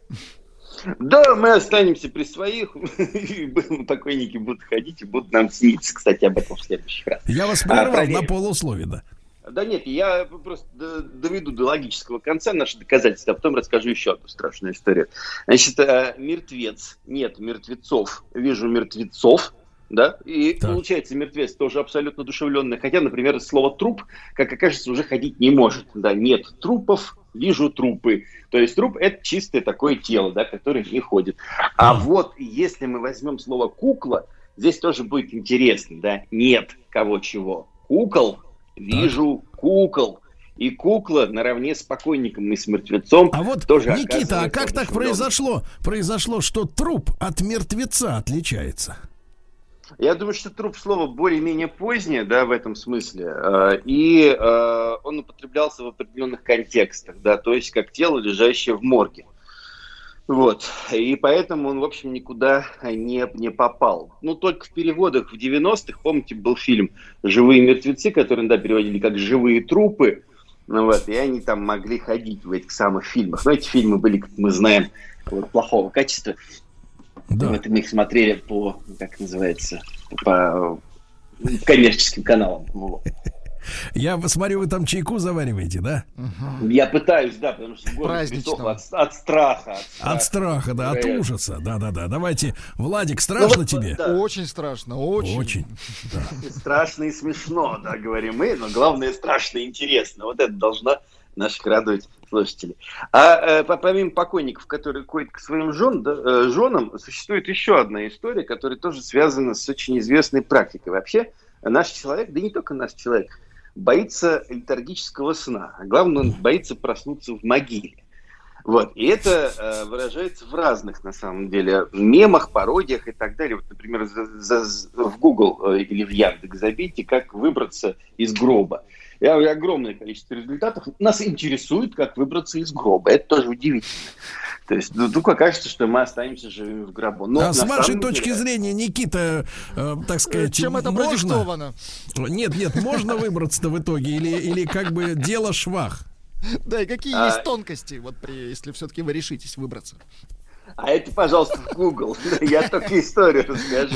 S18: Да, мы останемся при своих, покойники будут ходить и будут нам сниться, кстати, об этом в следующий раз.
S2: Я вас прервал а, на полусловие, да.
S18: Да нет, я просто доведу до логического конца наши доказательства, а потом расскажу еще одну страшную историю. Значит, мертвец, нет мертвецов, вижу мертвецов, да, и так. Получается мертвец тоже абсолютно одушевленный, хотя, например, слово труп, как окажется, уже ходить не может, да, нет трупов, вижу трупы, то есть труп это чистое такое тело, да, которое не ходит. А вот если мы возьмем слово кукла, здесь тоже будет интересно, да, нет кого чего, кукол, вижу кукол. И кукла наравне с покойником и с мертвецом.
S2: А вот,
S18: тоже
S2: Никита, а как так произошло? Произошло, что труп от мертвеца отличается?
S18: Я думаю, что труп слово более-менее позднее, да, в этом смысле. И он употреблялся в определенных контекстах, да, то есть как тело, лежащее в морге. Вот. И поэтому он, в общем, никуда не, не попал. Ну, только в переводах в девяностых, помните, был фильм «Живые мертвецы», который иногда переводили как «Живые трупы». Ну, вот, и они там могли ходить в этих самых фильмах. Но эти фильмы были, как мы знаем, плохого качества. Да. Мы их смотрели по, как называется, по коммерческим каналам.
S2: Я смотрю, вы там чайку завариваете, да?
S18: Угу. Я пытаюсь, да, потому что город от, от страха. От страха,
S2: от страха да, от ужаса. Да-да-да. Давайте, Владик, страшно ну, вот, тебе?
S3: Да. Очень страшно, очень.
S2: Очень.
S18: Да. Страшно и смешно, да, говорим мы, но главное, страшно и интересно. Вот это должно наших радовать слушателей. А э, помимо покойников, которые ходят к своим жен, да, э, женам, существует еще одна история, которая тоже связана с очень известной практикой. Вообще, наш человек, да не только наш человек, боится летаргического сна. А главное, он боится проснуться в могиле. Вот. И это э, выражается в разных, на самом деле, мемах, пародиях и так далее. Вот, например, за, за, в Google э, или в Яндекс забейте, как выбраться из гроба. И огромное количество результатов. Нас интересует, как выбраться из гроба. Это тоже удивительно. То есть, ну, только кажется, что мы останемся живыми в гробу. Но
S2: а с вашей точки деле... зрения, Никита, э, так сказать,
S3: чем это
S2: можно...
S3: продиктовано?
S2: Нет, нет, можно выбраться-то в итоге? Или, или как бы дело швах?
S3: Да, и какие а... есть тонкости, вот при, если все-таки вы решитесь выбраться?
S18: А это, пожалуйста, в Google. Я только историю расскажу.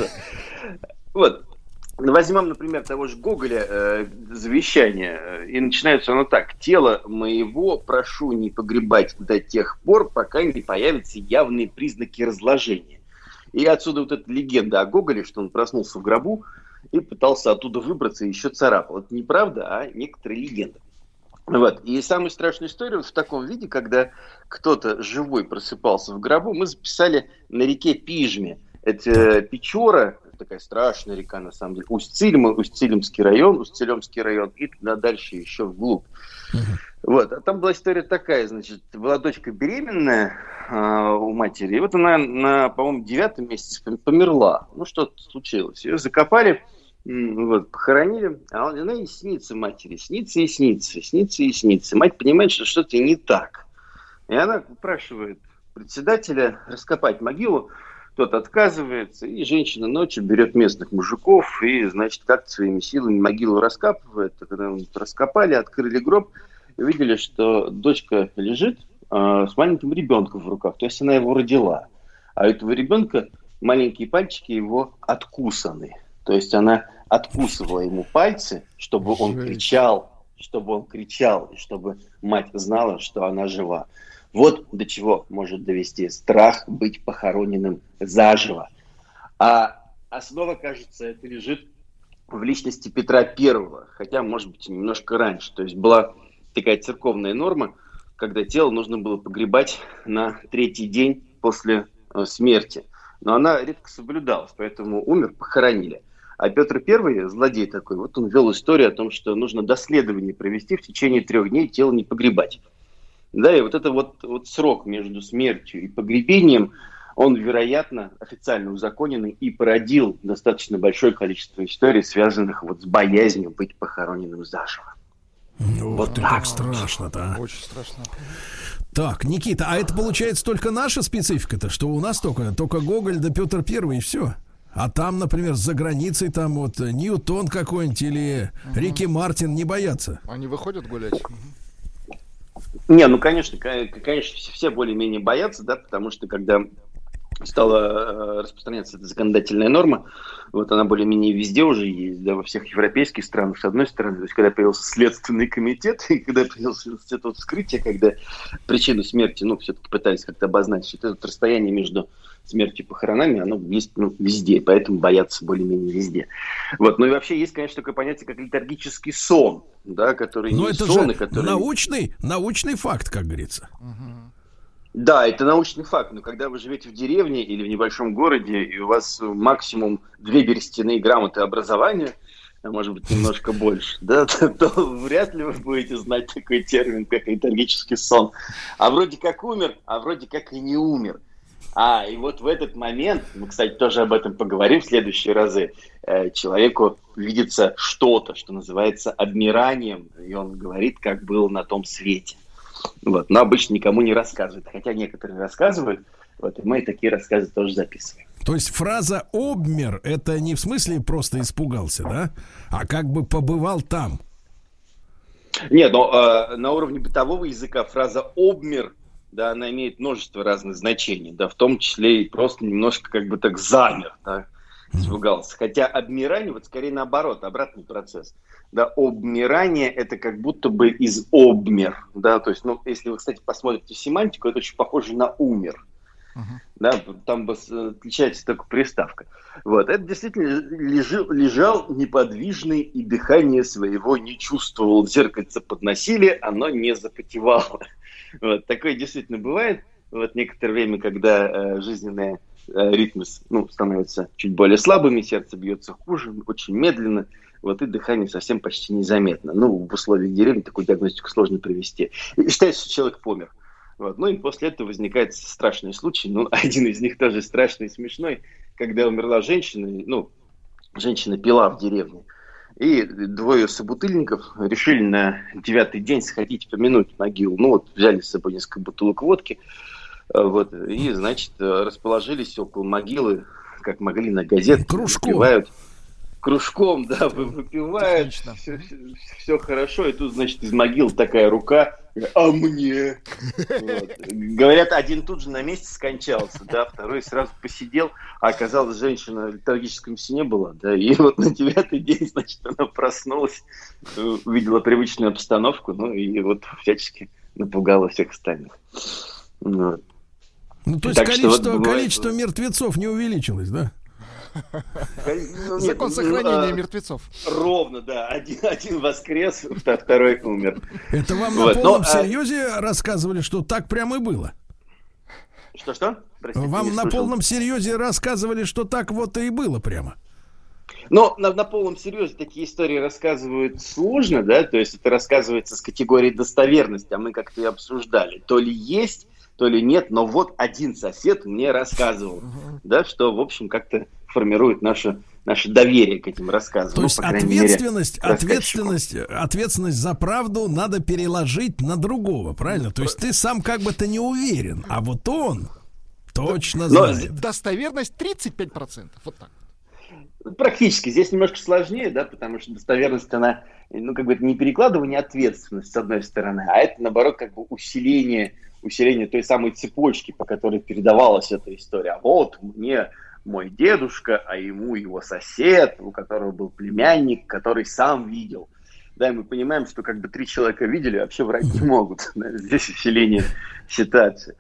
S18: Вот. Возьмем, например, того же Гоголя э, завещание, и начинается оно так: тело моего прошу не погребать до тех пор, пока не появятся явные признаки разложения. И отсюда вот эта легенда о Гоголе, что он проснулся в гробу и пытался оттуда выбраться и еще царапал. Это не правда, а некоторые легенды. Вот. И самая страшная история вот в таком виде, когда кто-то живой просыпался в гробу, мы записали на реке Пижме. Это Печора, такая страшная река, на самом деле. Усть-Цилим, Усть-Цилимский район, Усть-Цилимский район, и дальше еще вглубь. Uh-huh. Вот. А там была история такая, значит, была дочка беременная э, у матери, и вот она на, по-моему, девятом месяце померла. Ну, что-то случилось. Ее закопали, вот, похоронили, а она и снится матери, снится и снится, снится и снится. Мать понимает, что что-то не так. И она упрашивает председателя раскопать могилу. Тот отказывается, и женщина ночью берет местных мужиков и, значит, как-то своими силами могилу раскапывает. Когда раскопали, открыли гроб, увидели, что дочка лежит э, с маленьким ребенком в руках. То есть она его родила. А у этого ребенка маленькие пальчики его откусаны. То есть она откусывала ему пальцы, чтобы он кричал, чтобы он кричал, и чтобы мать знала, что она жива. Вот до чего может довести страх быть похороненным заживо. А основа, кажется, это лежит в личности Петра Первого, хотя, может быть, немножко раньше. То есть была такая церковная норма, когда тело нужно было погребать на третий день после э, смерти. Но она редко соблюдалась, поэтому умер, похоронили. А Петр Первый, злодей такой, вот он вел историю о том, что нужно доследование провести в течение трех дней, тело не погребать. Да, и вот это вот, вот срок между смертью и погребением, он, вероятно, официально узаконенный и породил достаточно большое количество историй, связанных вот с боязнью быть похороненным заживо.
S2: Ух
S18: вот
S2: ты,
S18: так.
S2: как страшно-то, а.
S3: Очень страшно.
S2: Так, Никита, а это получается только наша специфика-то, что у нас только, только Гоголь да Петр Первый и все. А там, например, за границей там вот Ньютон какой-нибудь или угу. Рики Мартин не боятся.
S3: Они выходят гулять?
S18: Не, ну, конечно, конечно, все более-менее боятся, да, потому что когда стала распространяться эта законодательная норма, вот она более-менее везде уже есть, да, во всех европейских странах, с одной стороны, то есть когда появился Следственный комитет, и когда появился институт вот вскрытия, когда причину смерти, ну, все-таки пытались как-то обозначить, это вот расстояние между смертью и похоронами, оно есть, ну, везде, поэтому боятся более-менее везде. Вот, ну и вообще есть, конечно, такое понятие, как летаргический сон, да, который
S2: Но
S18: не
S2: это
S18: сон,
S2: же
S18: и который...
S2: научный, научный факт, как говорится.
S18: Да, это научный факт, но когда вы живете в деревне или в небольшом городе, и у вас максимум две берестяные грамоты образования, а может быть немножко больше, да, то, то вряд ли вы будете знать такой термин, как летаргический сон. А вроде как умер, а вроде как и не умер. А, и вот в этот момент, мы, кстати, тоже об этом поговорим в следующие разы, э, человеку видится что-то, что называется обмиранием, и он говорит, как был на том свете. Вот, но обычно никому не рассказывают, хотя некоторые рассказывают, вот, и мы такие рассказы тоже записываем.
S2: То есть фраза «обмер» — это не в смысле просто испугался, да, а как бы побывал там.
S18: Нет, но э, на уровне бытового языка фраза «обмер», да, она имеет множество разных значений, да, в том числе и просто немножко как бы так замер, да, испугался. Хотя обмирание, вот скорее наоборот, обратный процесс. Да, обмирание это как будто бы из обмер, да, то есть, ну, если вы, кстати, посмотрите семантику, это очень похоже на умер. Uh-huh. Да, там отличается только приставка. Вот, это действительно лежал, лежал неподвижный и дыхание своего не чувствовал. Зеркальце подносили, оно не запотевало. Вот, такое действительно бывает. Вот некоторое время, когда э, жизненные э, ритмы ну, становятся чуть более слабыми, сердце бьется хуже, очень медленно, вот, и дыхание совсем почти незаметно. Ну, в условиях деревни такую диагностику сложно привести. И считается, что человек помер. Вот. Ну и после этого возникает страшный случай. Ну, один из них тоже страшный и смешной. Когда умерла женщина, ну, женщина пила в деревне. И двое собутыльников решили на девятый день сходить помянуть могилу. Ну вот, взяли с собой несколько бутылок водки. Вот, и, значит, расположились около могилы, как могли, на газетке.
S2: Кружком.
S18: Выпивают. Кружком, да, выпивают. Все, все, все хорошо. И тут, значит, из могилы такая рука. А мне? Вот. Говорят, один тут же на месте скончался, да, второй сразу посидел, а оказалось, женщина в летаргическом сне была, да, и вот на девятый день, значит, она проснулась, увидела привычную обстановку, ну, и вот всячески напугала всех остальных. Вот.
S2: Ну, то есть так количество, вот бывает... количество мертвецов не увеличилось, да?
S3: Ну, Закон нет, сохранения ну, мертвецов.
S18: Ровно, да. Один, один воскрес, второй умер.
S2: Это вам вот. на полном Но, серьезе а... рассказывали, что так прямо и было?
S18: Что-что? Простите,
S2: вам на слышал. полном серьезе рассказывали, что так вот и было прямо?
S18: Но на, на полном серьезе такие истории рассказывают сложно, да, то есть это рассказывается с категории достоверности, а мы как-то и обсуждали. То ли есть, то ли нет, но вот один сосед мне рассказывал, uh-huh. да, что, в общем, как-то формирует наше, наше доверие к этим рассказам.
S2: То
S18: ну,
S2: есть ответственность, мере, ответственность, ответственность за правду надо переложить на другого, правильно? То есть ты сам как бы ты не уверен, а вот он точно знает.
S3: Но достоверность тридцать пять процентов, вот так.
S18: Практически. Здесь немножко сложнее, да, потому что достоверность, она, ну, как бы это не перекладывание ответственности, с одной стороны, а это, наоборот, как бы усиление, усиление той самой цепочки, по которой передавалась эта история. А вот мне мой дедушка, а ему его сосед, у которого был племянник, который сам видел. Да, и мы понимаем, что как бы три человека видели, вообще врать не могут. Да, здесь усиление ситуации.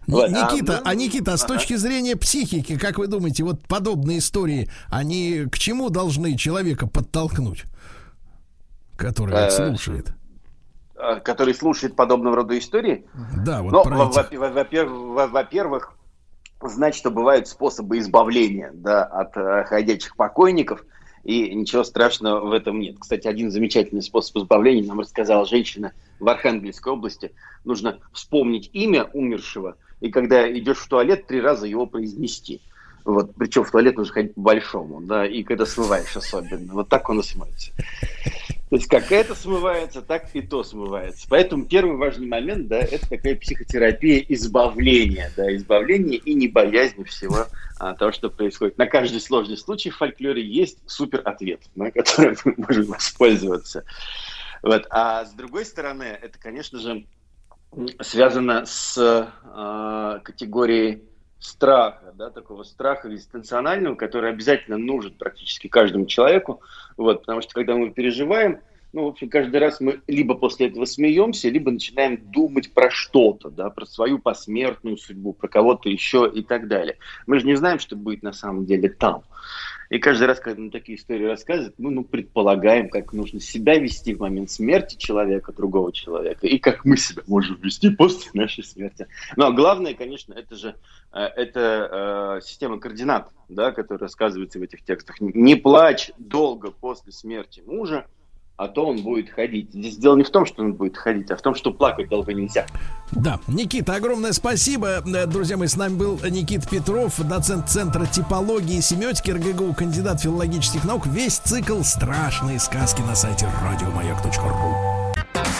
S2: Вот, Никита, а, а Никита, с ага. точки зрения психики, как вы думаете, вот подобные истории, они к чему должны человека подтолкнуть, который их слушает?
S18: Который слушает подобного рода истории?
S2: Да, вот
S18: ну,
S2: про
S18: во-первых, во-первых, знать, что бывают способы избавления, да, от э, ходячих покойников, и ничего страшного в этом нет. Кстати, один замечательный способ избавления нам рассказала женщина в Архангельской области. Нужно вспомнить имя умершего, и когда идешь в туалет, три раза его произнести. Вот, причем в туалет нужно ходить по-большому, да, и когда смываешь особенно. Вот так он и смоется. То есть как это смывается, так и то смывается. Поэтому первый важный момент, да, это такая психотерапия избавления, да, избавления и не боязни всего а, того, что происходит. На каждый сложный случай в фольклоре есть супер ответ, на который мы можем воспользоваться. Вот. А с другой стороны, это, конечно же, связано с э, категорией страха, да, такого страха экзистенционального, который обязательно нужен практически каждому человеку, вот, потому что когда мы переживаем, ну, в общем, каждый раз мы либо после этого смеемся, либо начинаем думать про что-то, да, про свою посмертную судьбу, про кого-то еще и так далее. Мы же не знаем, что будет на самом деле там. И каждый раз, когда нам такие истории рассказывают, мы ну, предполагаем, как нужно себя вести в момент смерти человека, другого человека, и как мы себя можем вести после нашей смерти. Но главное, конечно, это же э, это, э, система координат, да, которая рассказывается в этих текстах. Не плачь долго после смерти мужа, а то он будет ходить. Здесь дело не в том, что он будет ходить, а в том, что плакать долго нельзя.
S2: Да, Никита, огромное спасибо. Друзья мои, с нами был Никита Петров, доцент Центра типологии и семиотики РГГУ, кандидат филологических наук. Весь цикл «Страшные сказки» на сайте радиомаяк точка ру.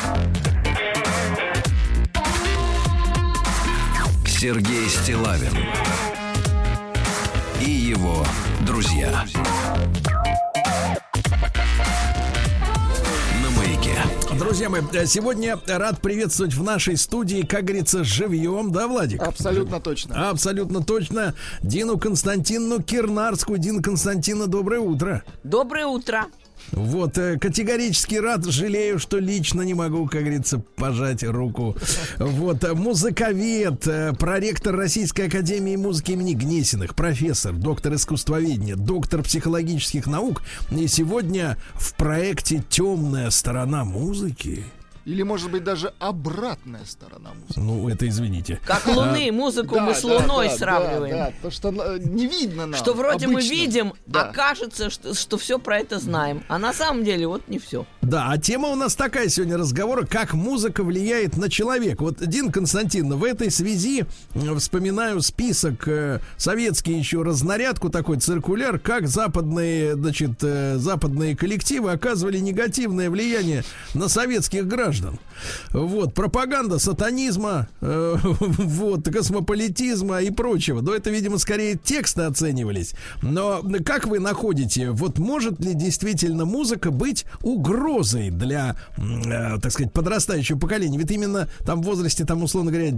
S1: Сергей Стиллавин и его друзья.
S2: Друзья мои, сегодня рад приветствовать в нашей студии, как говорится, живьем, да, Владик?
S3: Абсолютно точно.
S2: Абсолютно точно. Дину Константиновну Кирнарскую. Дина Константиновна, доброе утро.
S19: Доброе утро.
S2: Вот, категорически рад, жалею, что лично не могу, как говорится, пожать руку. Вот, музыковед, проректор Российской академии музыки имени Гнесиных, профессор, доктор искусствоведения, доктор психологических наук. И сегодня в проекте «Темная сторона музыки».
S3: Или, может быть, даже обратная сторона музыки.
S2: Ну, это извините.
S19: Как Луны, а, музыку да, мы с Луной да, сравниваем.
S3: Да, да, то, что не видно нам.
S19: Что вроде
S3: обычно.
S19: Мы видим,
S3: да.
S19: а кажется, что, что все про это знаем. А на самом деле вот не все.
S2: Да, а тема у нас такая сегодня разговора, как музыка влияет на человека. Вот, Дина Константиновна, в этой связи вспоминаю список, э, советский еще разнарядку, такой циркуляр, как западные, значит, э, западные коллективы оказывали негативное влияние на советских граждан. Вот, пропаганда сатанизма, э, вот, космополитизма и прочего. Но это, видимо, скорее тексты оценивались. Но как вы находите, вот может ли действительно музыка быть угрозой для, э, так сказать, подрастающего поколения? Ведь именно там в возрасте, там, условно говоря,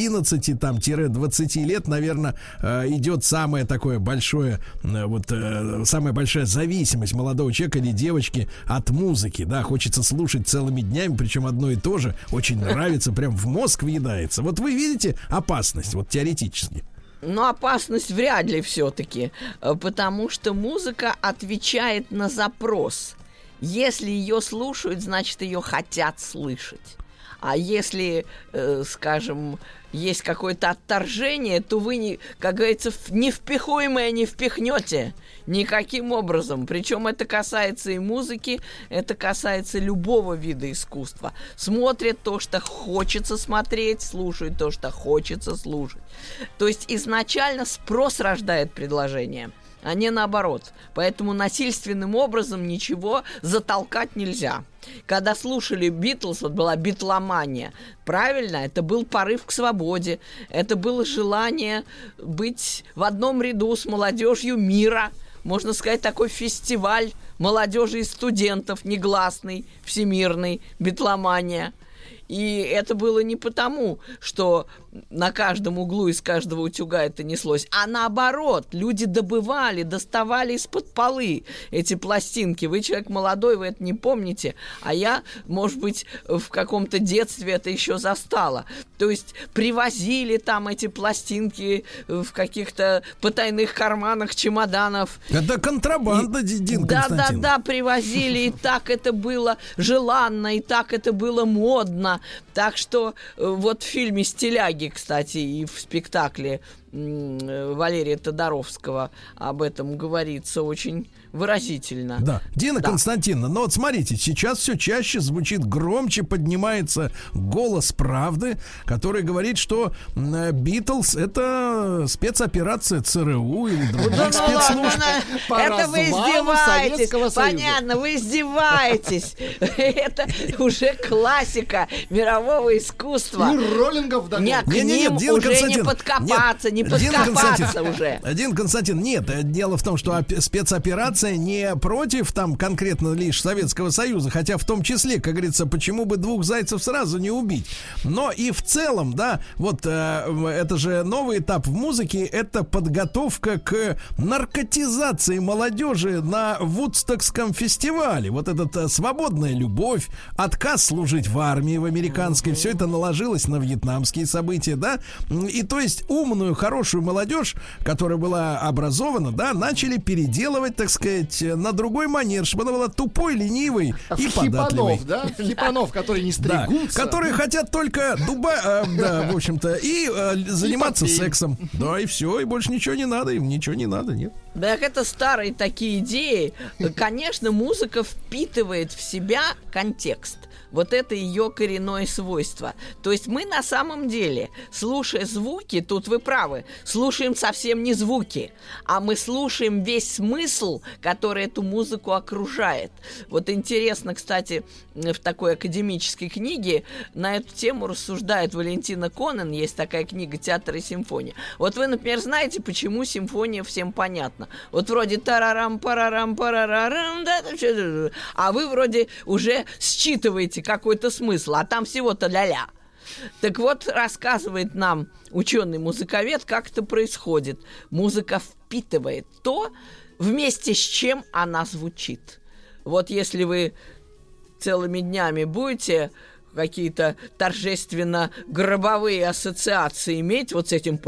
S2: одиннадцати-двадцати лет, наверное, э, идет самое такое большое, э, вот, э, самая большая зависимость молодого человека или девочки от музыки, да, хочется слушать целыми днями, причем одно и то же, очень нравится, прям в мозг въедается. Вот вы видите опасность, вот теоретически?
S19: Ну, опасность вряд ли все-таки, потому что музыка отвечает на запрос. Если ее слушают, значит, ее хотят слышать. А если, э, скажем, есть какое-то отторжение, то вы, не, как говорится, невпихуемое не впихнете никаким образом. Причем это касается и музыки, это касается любого вида искусства. Смотрят то, что хочется смотреть, слушают то, что хочется слушать. То есть изначально спрос рождает предложение, а не наоборот. Поэтому насильственным образом ничего затолкать нельзя. Когда слушали Битлз, вот была битломания, правильно, это был порыв к свободе, это было желание быть в одном ряду с молодежью мира, можно сказать, такой фестиваль молодежи и студентов, негласный, всемирный, битломания. И это было не потому, что на каждом углу из каждого утюга это неслось, а наоборот, люди добывали, доставали из-под полы эти пластинки. Вы человек молодой, вы это не помните, а я, может быть, в каком-то детстве это еще застала. То есть привозили там эти пластинки в каких-то потайных карманах чемоданов.
S2: Это контрабанда, Дин Константин.
S19: Да-да-да, привозили, и так это было желанно, и так это было модно. Так что вот в фильме «Стиляги», кстати, и в спектакле Валерия Тодоровского об этом говорится очень выразительно.
S2: Да. Дина
S19: да.
S2: Константиновна, ну вот смотрите, сейчас все чаще звучит громче, поднимается голос правды, который говорит, что Битлз — это спецоперация ЦРУ или других
S19: да,
S2: спецслужб.
S19: Да, это вы издеваетесь. Понятно, вы издеваетесь. Это уже классика мирового искусства.
S3: И роллингов да.
S19: Нет, к ним уже не подкопаться, не подкопаться уже.
S2: Дин Константин, нет, дело в том, что спецоперация не против там конкретно лишь Советского Союза, хотя в том числе, как говорится, почему бы двух зайцев сразу не убить. Но и в целом, да, вот э, это же новый этап в музыке, это подготовка к наркотизации молодежи на Вудстокском фестивале. Вот эта свободная любовь, отказ служить в армии в американской, все это наложилось на вьетнамские события, да, и то есть умную, хорошую молодежь, которая была образована, да, начали переделывать, так сказать, на другой манер, чтобы она была тупой, ленивой
S3: в
S2: и податливой.
S3: Да? В хипанов, которые не стригутся.
S2: Да, которые хотят только дуба, э, да, в общем-то, и э, заниматься и сексом. Да, и все, и больше ничего не надо, им ничего не надо, нет.
S19: Так это старые такие идеи. Конечно, музыка впитывает в себя контекст. Вот это ее коренное свойство. То есть мы на самом деле, слушая звуки, тут вы правы, слушаем совсем не звуки, а мы слушаем весь смысл, который эту музыку окружает. Вот интересно, кстати, в такой академической книге на эту тему рассуждает Валентина Конан, есть такая книга «Театр и симфония». Вот вы, например, знаете, почему симфония всем понятна. Вот вроде тарарам, парарам, парарарам, да, а вы вроде уже считываете какой-то смысл, а там всего-то ля-ля. Так вот, рассказывает нам ученый-музыковед, как это происходит. Музыка впитывает то, вместе с чем она звучит. Вот если вы целыми днями будете какие-то торжественно-гробовые ассоциации иметь вот с этим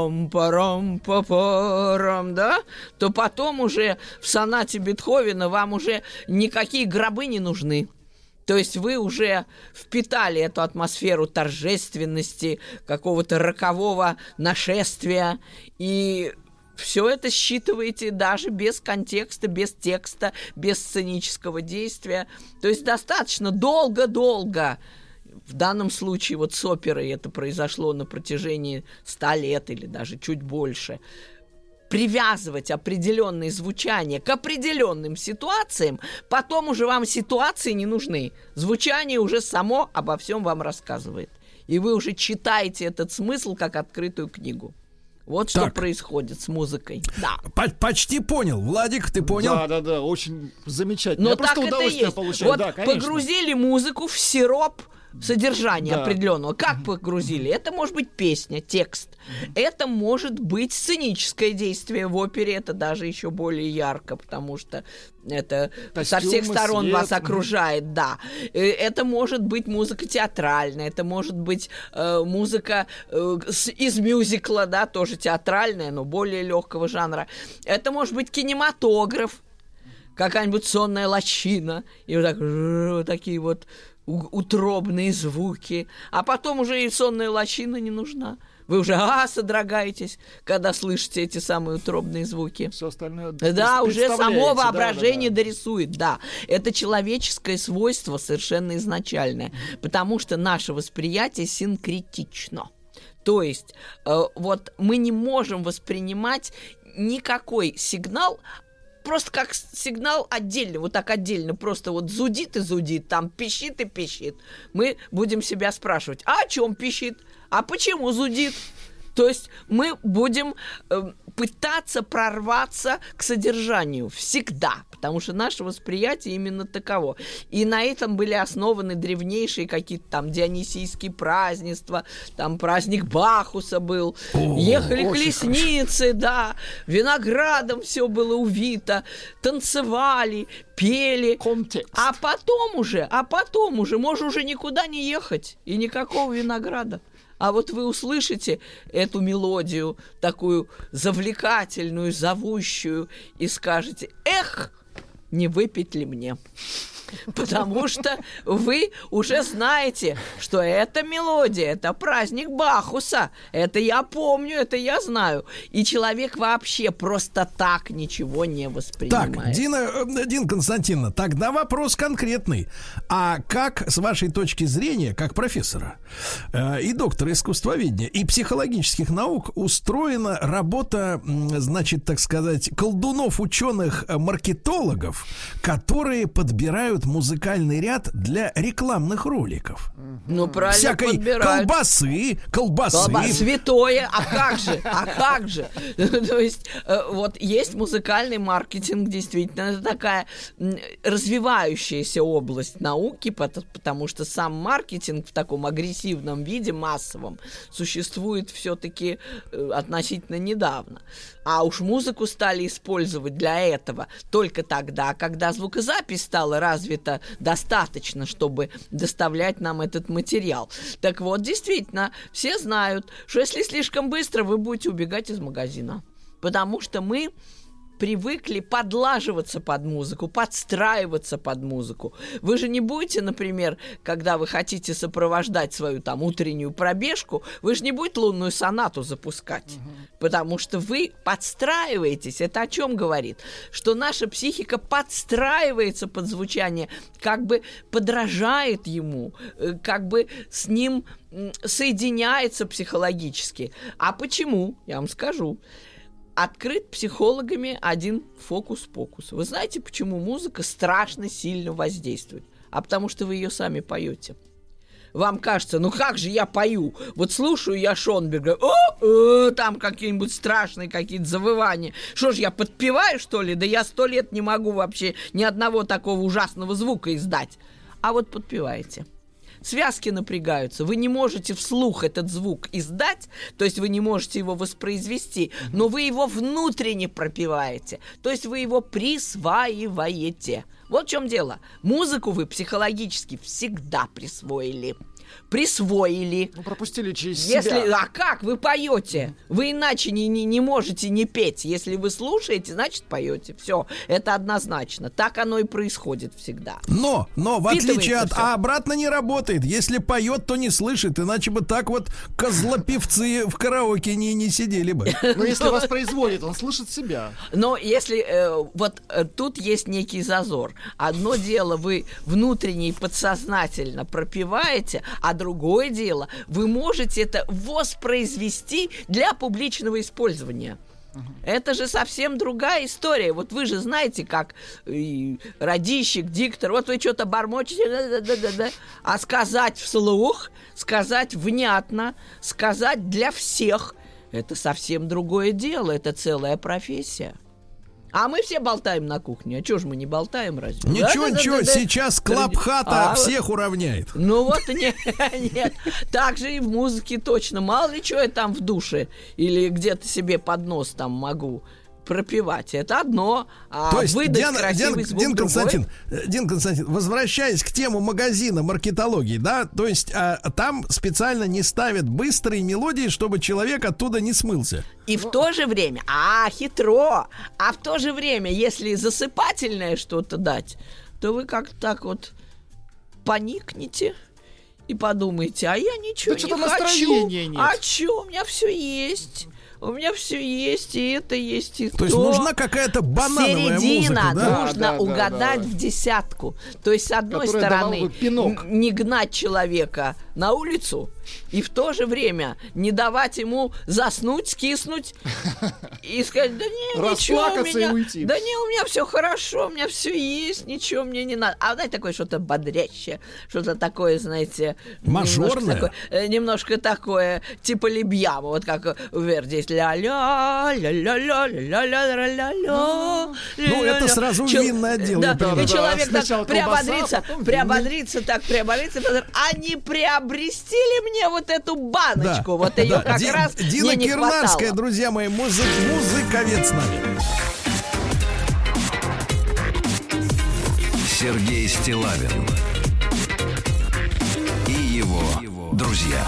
S19: пам-парам-па-парам, да, то потом уже в сонате Бетховена вам уже никакие гробы не нужны. То есть вы уже впитали эту атмосферу торжественности, какого-то рокового нашествия, и все это считываете даже без контекста, без текста, без сценического действия. То есть достаточно долго-долго. В данном случае вот с оперой это произошло на протяжении ста лет или даже чуть больше. Привязывать определенные звучания к определенным ситуациям, потом уже вам ситуации не нужны. Звучание уже само обо всем вам рассказывает. И вы уже читаете этот смысл как открытую книгу. Вот что
S2: так.
S19: происходит с музыкой. Да.
S2: Почти понял. Владик, ты понял?
S3: Да, да, да, очень замечательно.
S19: Но
S3: Я
S19: так
S3: просто
S19: это
S3: удовольствие
S19: есть.
S3: получаю.
S19: Вот
S3: да, конечно.
S19: погрузили музыку в сироп содержания
S3: да.
S19: определенного. Как погрузили? Это может быть песня, текст. Это может быть сценическое действие в опере. Это даже еще более ярко, потому что это
S3: Костюмы,
S19: со всех сторон
S3: свет.
S19: вас окружает, да. Это может быть музыка театральная, это может быть э, музыка э, с, из мюзикла, да, тоже театральная, но более легкого жанра. Это может быть кинематограф, какая-нибудь сонная лощина, и вот, так, вот такие вот утробные звуки, а потом уже и сонная лощина не нужна. Вы уже а, содрогаетесь, когда слышите эти самые утробные звуки.
S3: Все остальное
S19: да, уже само воображение
S3: да, да, да.
S19: дорисует, да. Это человеческое свойство совершенно изначальное, потому что наше восприятие синкретично. То есть э, вот мы не можем воспринимать никакой сигнал просто как сигнал отдельно, вот так отдельно, просто вот зудит и зудит, там пищит и пищит. Мы будем себя спрашивать, а о чем пищит? А почему зудит? То есть мы будем э, пытаться прорваться к содержанию всегда, потому что наше восприятие именно таково. И на этом были основаны древнейшие какие-то там дионисийские празднества, там праздник Бахуса был, О, ехали колесницы, да, виноградом все было увито, танцевали, пели.
S3: Контекст.
S19: А потом уже, а потом уже, можно уже никуда не ехать, и никакого винограда. А вот вы услышите эту мелодию, такую завлекательную, зовущую, и скажете: эх, не выпить ли мне? Потому что вы уже знаете, что эта мелодия, это праздник Бахуса. Это я помню, это я знаю. И человек вообще просто так ничего не воспринимает.
S2: Так, Дина, Дина Константиновна, тогда вопрос конкретный. А как, с вашей точки зрения, как профессора э, и доктора искусствоведения и психологических наук, устроена работа, значит, так сказать, колдунов, ученых, маркетологов, которые подбирают музыкальный ряд для рекламных роликов?
S19: Ну, правильно
S2: всякой
S19: подбирают.
S2: колбасы, колбасы.
S19: Колба... Святое, а как же, а как же? То есть, вот есть музыкальный маркетинг, действительно, это такая развивающаяся область науки, потому что сам маркетинг в таком агрессивном виде, массовом, существует все-таки относительно недавно. А уж музыку стали использовать для этого только тогда, когда звукозапись стала развита достаточно, чтобы доставлять нам этот материал. Так вот, действительно, все знают, что если слишком быстро, вы будете убегать из магазина. Потому что мы привыкли подлаживаться под музыку, подстраиваться под музыку. Вы же не будете, например, когда вы хотите сопровождать свою там утреннюю пробежку, вы же не будете лунную сонату запускать, угу. потому что вы подстраиваетесь. Это о чем говорит? Что наша психика подстраивается под звучание, как бы подражает ему, как бы с ним соединяется психологически. А почему? Я вам скажу. Открыт психологами один фокус-покус. Вы знаете, почему музыка страшно сильно воздействует? А потому что вы ее сами поете. Вам кажется, ну как же я пою? Вот слушаю я Шонберга, о, о, там какие-нибудь страшные какие-то завывания. Что ж, я подпеваю, что ли? Да я сто лет не могу вообще ни одного такого ужасного звука издать. А вот подпеваете. Связки напрягаются, вы не можете вслух этот звук издать, то есть вы не можете его воспроизвести, но вы его внутренне пропеваете, то есть вы его присваиваете. Вот в чем дело. Музыку вы психологически всегда присвоили. Присвоили.
S3: Ну, пропустили через
S19: если,
S3: себя.
S19: А как вы поете? Вы иначе не, не, не можете не петь. Если вы слушаете, значит поете. Все, это однозначно. Так оно и происходит всегда.
S2: Но, но в отличие от... А обратно не работает. Если поет, то не слышит. Иначе бы так вот козлопевцы в караоке не, не сидели бы.
S3: Но если воспроизводит, он слышит себя.
S19: Но если... Э, вот э, тут есть некий зазор. Одно дело, вы внутренне и подсознательно пропеваете, а другое дело, вы можете это воспроизвести для публичного использования. Uh-huh. Это же совсем другая история. Вот вы же знаете, как и радищик, диктор, вот вы что-то бормочете, да-да-да-да, а сказать вслух, сказать внятно, сказать для всех, это совсем другое дело, это целая профессия. А мы все болтаем на кухне. А чего ж мы не болтаем, разве?
S2: Ничего,
S19: да,
S2: ничего,
S19: да, да,
S2: сейчас клаб-хата а, всех уравняет.
S19: Ну вот, нет, нет. Так же и в музыке точно. Мало ли, что я там в душе или где-то себе под нос там могу пропевать. Это одно, а
S2: то есть,
S19: выдать
S2: Диана,
S19: красивый
S2: Диана,
S19: звук
S2: Дин
S19: другой.
S2: Константин, Дин Константин, возвращаясь к тему магазина маркетологии, да, то есть а, там специально не ставят быстрые мелодии, чтобы человек оттуда не смылся.
S19: И в то же время, а, хитро, а в то же время, если засыпательное что-то дать, то вы как-то так вот поникнете и подумаете, а я ничего
S3: да
S19: не хочу, нет. А что, у меня все есть. У меня все есть, и это есть, и то.
S2: То есть нужна какая-то банановая
S19: середина,
S2: музыка, да?
S19: нужно
S3: да, да,
S19: угадать
S3: да, да.
S19: в десятку. То есть, с одной
S3: Которая
S19: стороны, не гнать человека на улицу, и в то же время не давать ему заснуть, скиснуть и сказать, да не, ничего у меня,
S3: уйти.
S19: Да не, у меня все хорошо, у меня все есть, ничего мне не надо. А знаете, такое что-то бодрящее, что-то такое, знаете,
S2: мажорное,
S19: немножко такое, немножко такое типа Лебьяма, вот как у Верди есть есть ля-ля, ля-ля-ля-ля-ля-ля-ля-ля.
S2: Ну, это сразу винный отдел.
S19: Да,
S2: я понимаю.
S19: и человек так
S3: Сначала
S19: приободрится,
S3: колбаса, потом
S19: приободрится, так приободрится, потом, а не приобрести ли мне вот эту баночку? Вот ее
S2: Да.
S19: как
S2: Ди-
S19: раз
S2: Дина
S19: мне не
S2: Кирнарская,
S19: хватало.
S2: друзья мои, музы- музыковед с нами.
S1: Сергей Стиллавин и его друзья.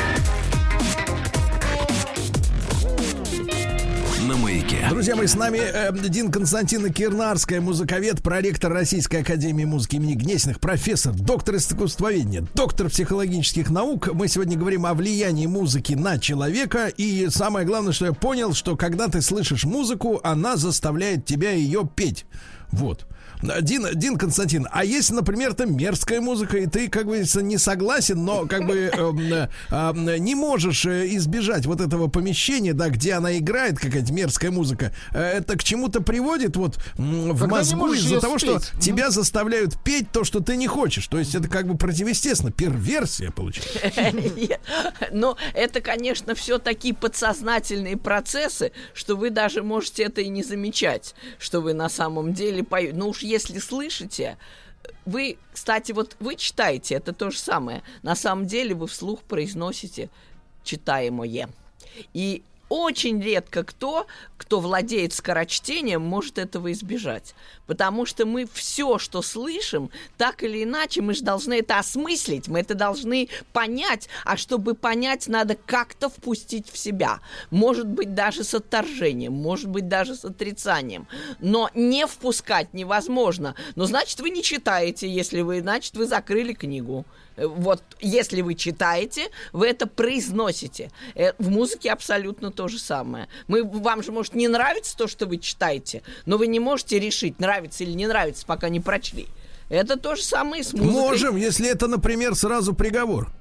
S1: На маяке.
S2: Друзья мои, с нами э, Дин Константина Кирнарская, музыковед, проректор Российской академии музыки имени Гнесиных, профессор, доктор искусствоведения, доктор психологических наук. Мы сегодня говорим о влиянии музыки на человека. И самое главное, что я понял, что когда ты слышишь музыку, она заставляет тебя ее петь. Вот. Дин, Дин Константин, а если, например, это мерзкая музыка, и ты, как говорится, не согласен, но как бы э, э, э, не можешь избежать вот этого помещения, да, где она играет, какая-то мерзкая музыка, э, это к чему-то приводит вот м, в
S3: Когда не
S2: мозгу
S3: можешь
S2: из-за
S3: её
S2: того,
S3: спеть.
S2: что тебя заставляют петь то, что ты не хочешь. То есть это как бы противоестественно, перверсия получается.
S19: Нет. Но это, конечно, все такие подсознательные процессы, что вы даже можете это и не замечать, что вы на самом деле поете. Ну уж если слышите, вы, кстати, вот вы читаете, это то же самое. На самом деле вы вслух произносите читаемое. И очень редко кто, кто владеет скорочтением, может этого избежать. Потому что мы все, что слышим, так или иначе, мы же должны это осмыслить, мы это должны понять. А чтобы понять, надо как-то впустить в себя. Может быть, даже с отторжением, может быть, даже с отрицанием. Но не впускать невозможно. Но значит, вы не читаете, если вы, значит, вы закрыли книгу. Вот, если вы читаете, вы это произносите. Э, В музыке абсолютно то же самое. Мы, вам же, может, не нравится то, что вы читаете, но вы не можете решить, нравится или не нравится, пока не прочли. Это то же самое и с музыкой.
S2: Можем, если это, например, сразу приговор.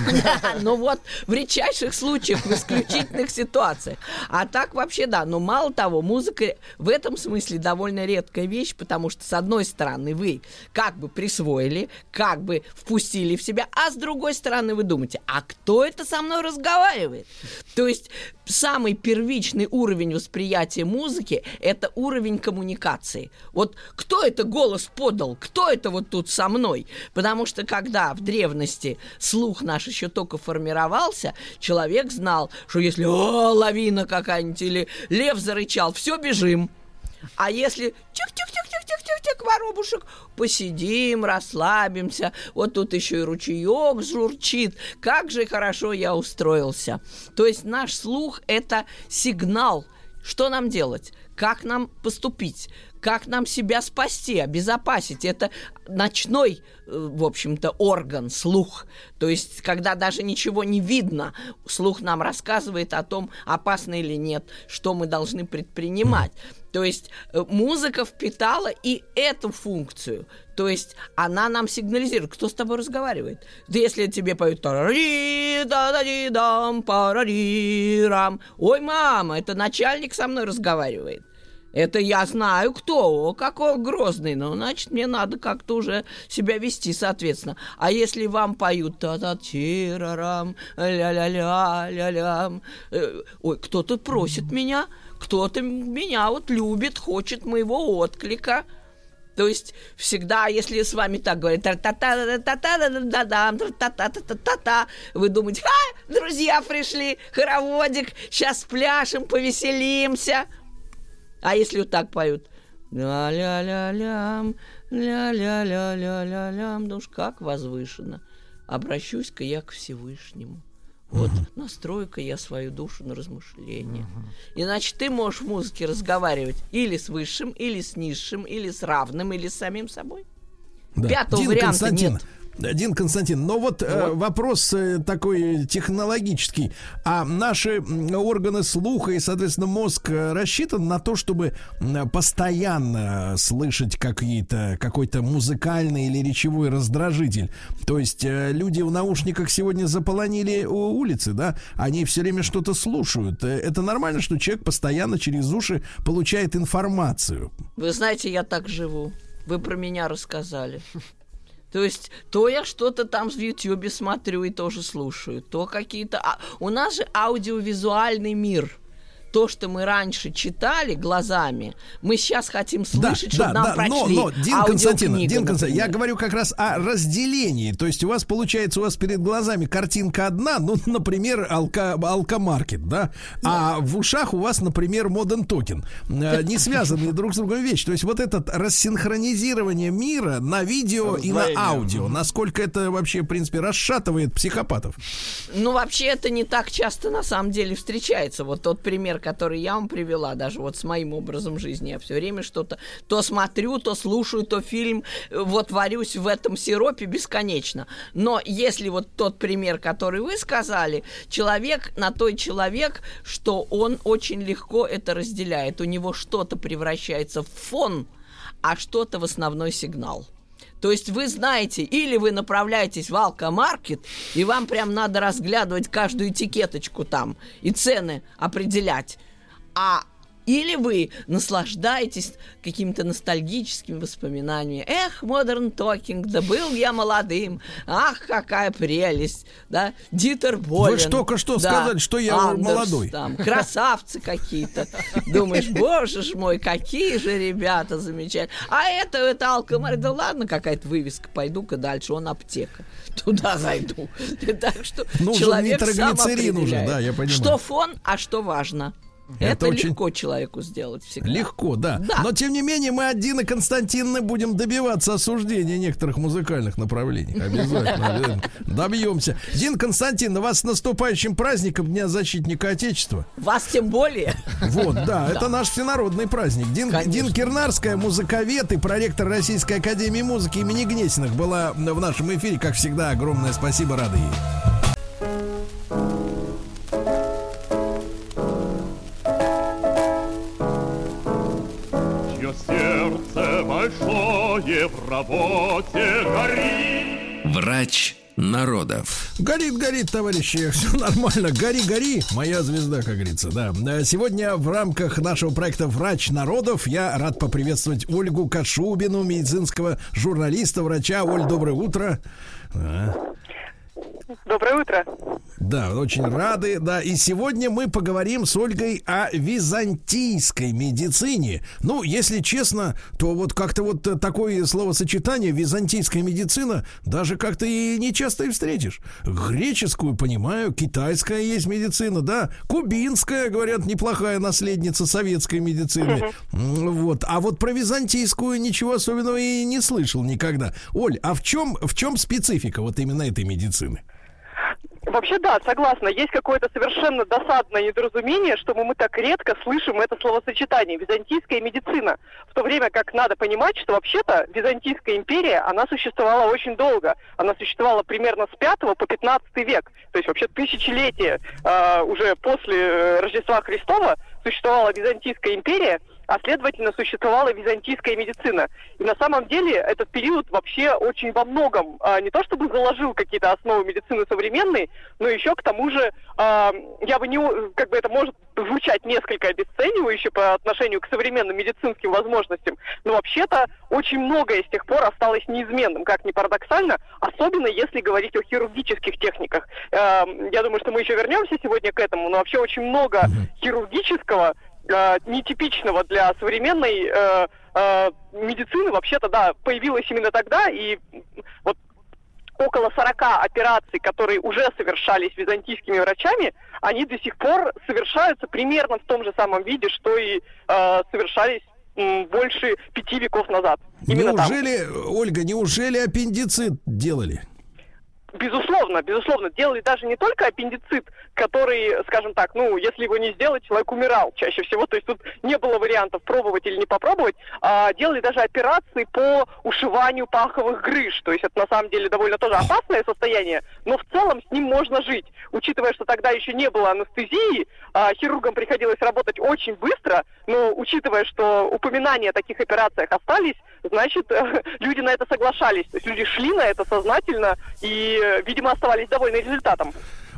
S19: Ну вот, в редчайших случаях, в исключительных ситуациях. А так вообще да, но мало того, музыка в этом смысле довольно редкая вещь, потому что с одной стороны вы как бы присвоили, как бы впустили в себя, а с другой стороны вы думаете, а кто это со мной разговаривает? То есть самый первичный уровень восприятия музыки – это уровень коммуникации. Вот кто это голос подал, кто это вот тут со мной? Потому что когда в древности слух наш еще только формировался, человек знал, что если о, лавина какая-нибудь или лев зарычал, все, бежим. А если тих-тих-тих-тих-тих-тих, воробушек, посидим, расслабимся, вот тут еще и ручеек журчит, как же хорошо я устроился. То есть наш слух – это сигнал, что нам делать, как нам поступить, как нам себя спасти, обезопасить. Это ночной, в общем-то, орган, слух. То есть, когда даже ничего не видно, слух нам рассказывает о том, опасно или нет, что мы должны предпринимать. То есть, музыка впитала и эту функцию. То есть, она нам сигнализирует, кто с тобой разговаривает. Да если тебе поют тарари-да-да-ди-дам, парари-рам. Ой, мама, это начальник со мной разговаривает. Это я знаю, кто, о, какой грозный, ну, значит, мне надо как-то уже себя вести, соответственно. А если вам поют та-та-ти-ра-рам, ля-ля-ля-ля-лям, э, ой, кто-то просит меня, кто-то меня вот любит, хочет моего отклика. То есть всегда, если с вами так говорят, та-та-та-та-та-та-та-та-та-та-та-та, вы думаете, ха, друзья пришли, хороводик, сейчас пляшем, повеселимся. А если вот так поют? Ля-ля-ля-лям, ля-ля-ля-ля-ля-лям, ну уж как возвышенно. Обращусь-ка я к Всевышнему. Вот, настрою-ка я свою душу на размышление. Иначе ты можешь в музыке разговаривать или с высшим, или с низшим, или с равным, или с самим собой.
S2: Да.
S19: Пятого
S2: Дин
S19: варианта
S2: Константин,
S19: нет.
S2: Дин Константин, но вот, вот. Э, вопрос э, такой технологический. А наши органы слуха и, соответственно, мозг э, рассчитан на то, чтобы э, постоянно слышать какие-то, какой-то музыкальный или речевой раздражитель. То есть э, люди в наушниках сегодня заполонили улицы, да? Они все время что-то слушают. Это нормально, что человек постоянно через уши получает информацию?
S19: Вы знаете, я так живу. Вы про меня рассказали. То есть, то я что-то там в Ютьюбе смотрю и тоже слушаю, то какие-то... А, у нас же аудиовизуальный мир. то, что мы раньше читали глазами, мы сейчас хотим слышать, да, чтобы да, нам да, прочли.
S2: Но, но Дин Константин, Дин Константин, я говорю как раз о разделении. То есть у вас получается, у вас перед глазами картинка одна, ну, например, алка, алкомаркет, да, а в ушах у вас, например, Modern Talking. Не связанные друг с другом вещи. То есть вот это рассинхронизирование мира на видео и на аудио, насколько это вообще, в принципе, расшатывает психопатов?
S19: Ну, вообще это не так часто на самом деле встречается. Вот тот пример, который я вам привела, даже вот с моим образом жизни, я все время что-то то смотрю, то слушаю, то фильм, вот варюсь в этом сиропе бесконечно. Но если вот тот пример, который вы сказали, человек на той человек, что он очень легко это разделяет. У него что-то превращается в фон, а что-то в основной сигнал. То есть вы знаете, или вы направляетесь в алкомаркет, и вам прям надо разглядывать каждую этикеточку там и цены определять, а или вы наслаждаетесь какими-то ностальгическими воспоминаниями. Эх, Modern Talking, да был я молодым. Ах, какая прелесть. Да? Дитер Болен.
S2: Вы ж только что
S19: да.
S2: сказали, что я
S19: Андерс,
S2: молодой.
S19: Там, красавцы какие-то. Думаешь, боже ж мой, какие же ребята замечательные. А это, это алкомар. Да ладно, какая-то вывеска. Пойду-ка дальше, он аптека. Туда зайду. Так что
S2: ну,
S19: человек сам
S2: определяет, уже, да, я понимаю.
S19: Что фон, а что важно. Это, это очень легко человеку сделать всегда.
S2: Легко, да.
S19: да.
S2: Но, тем не менее, мы от Дины Константиновны будем добиваться осуждения некоторых музыкальных направлений. Обязательно. Добьемся. Дина Константиновна, вас с наступающим праздником Дня Защитника Отечества.
S19: Вас тем более.
S2: Вот, да, это наш всенародный праздник. Дин, Дин Кирнарская, музыковед и проректор Российской академии музыки имени Гнесиных была в нашем эфире. Как всегда, огромное спасибо, рады ей.
S20: Сердце большое в работе горит.
S1: Врач народов.
S2: Горит, горит, товарищи, все нормально. Гори, гори, моя звезда, как говорится, да. Сегодня в рамках нашего проекта «Врач народов» я рад поприветствовать Ольгу Кашубину, медицинского журналиста, врача. Оль, доброе утро.
S21: Доброе утро.
S2: Да, очень рады. Да, и сегодня мы поговорим с Ольгой о византийской медицине. Ну, если честно, то вот как-то вот такое словосочетание «византийская медицина» даже как-то и не часто и встретишь. Греческую, понимаю, китайская есть медицина, да, кубинская, говорят, неплохая наследница советской медицины. Вот. А вот про византийскую ничего особенного и не слышал никогда. Оль, а в чем, в чем специфика вот именно этой медицины?
S21: Вообще, да, согласна. Есть какое-то совершенно досадное недоразумение, что мы, мы так редко слышим это словосочетание «византийская медицина». В то время как надо понимать, что вообще-то Византийская империя, она существовала очень долго. Она существовала примерно с пятого по пятнадцатый век. То есть вообще тысячелетия э, уже после Рождества Христова существовала Византийская империя, а следовательно существовала византийская медицина. И на самом деле этот период вообще очень во многом а, не то чтобы заложил какие-то основы медицины современной, но еще к тому же, а, я бы не, как бы это может звучать несколько обесценивающе по отношению к современным медицинским возможностям, но вообще-то очень многое с тех пор осталось неизменным, как ни парадоксально, особенно если говорить о хирургических техниках. А, я думаю, что мы еще вернемся сегодня к этому, но вообще очень много хирургического, нетипичного для современной э, э, медицины, вообще-то, да, появилась именно тогда, и вот около сорока операций, которые уже совершались византийскими врачами, они до сих пор совершаются примерно в том же самом виде, что и э, совершались м, больше пяти веков назад. Именно
S2: неужели,
S21: там.
S2: Ольга, неужели аппендицит делали?
S21: Безусловно, безусловно, делали даже не только аппендицит, который, скажем так, ну, если его не сделать, человек умирал чаще всего, то есть тут не было вариантов пробовать или не попробовать, а делали даже операции по ушиванию паховых грыж, то есть это на самом деле довольно тоже опасное состояние, но в целом с ним можно жить, учитывая, что тогда еще не было анестезии, а хирургам приходилось работать очень быстро, но учитывая, что упоминания о таких операциях остались, значит, люди на это соглашались, то есть люди шли на это сознательно и, видимо, оставались довольны результатом.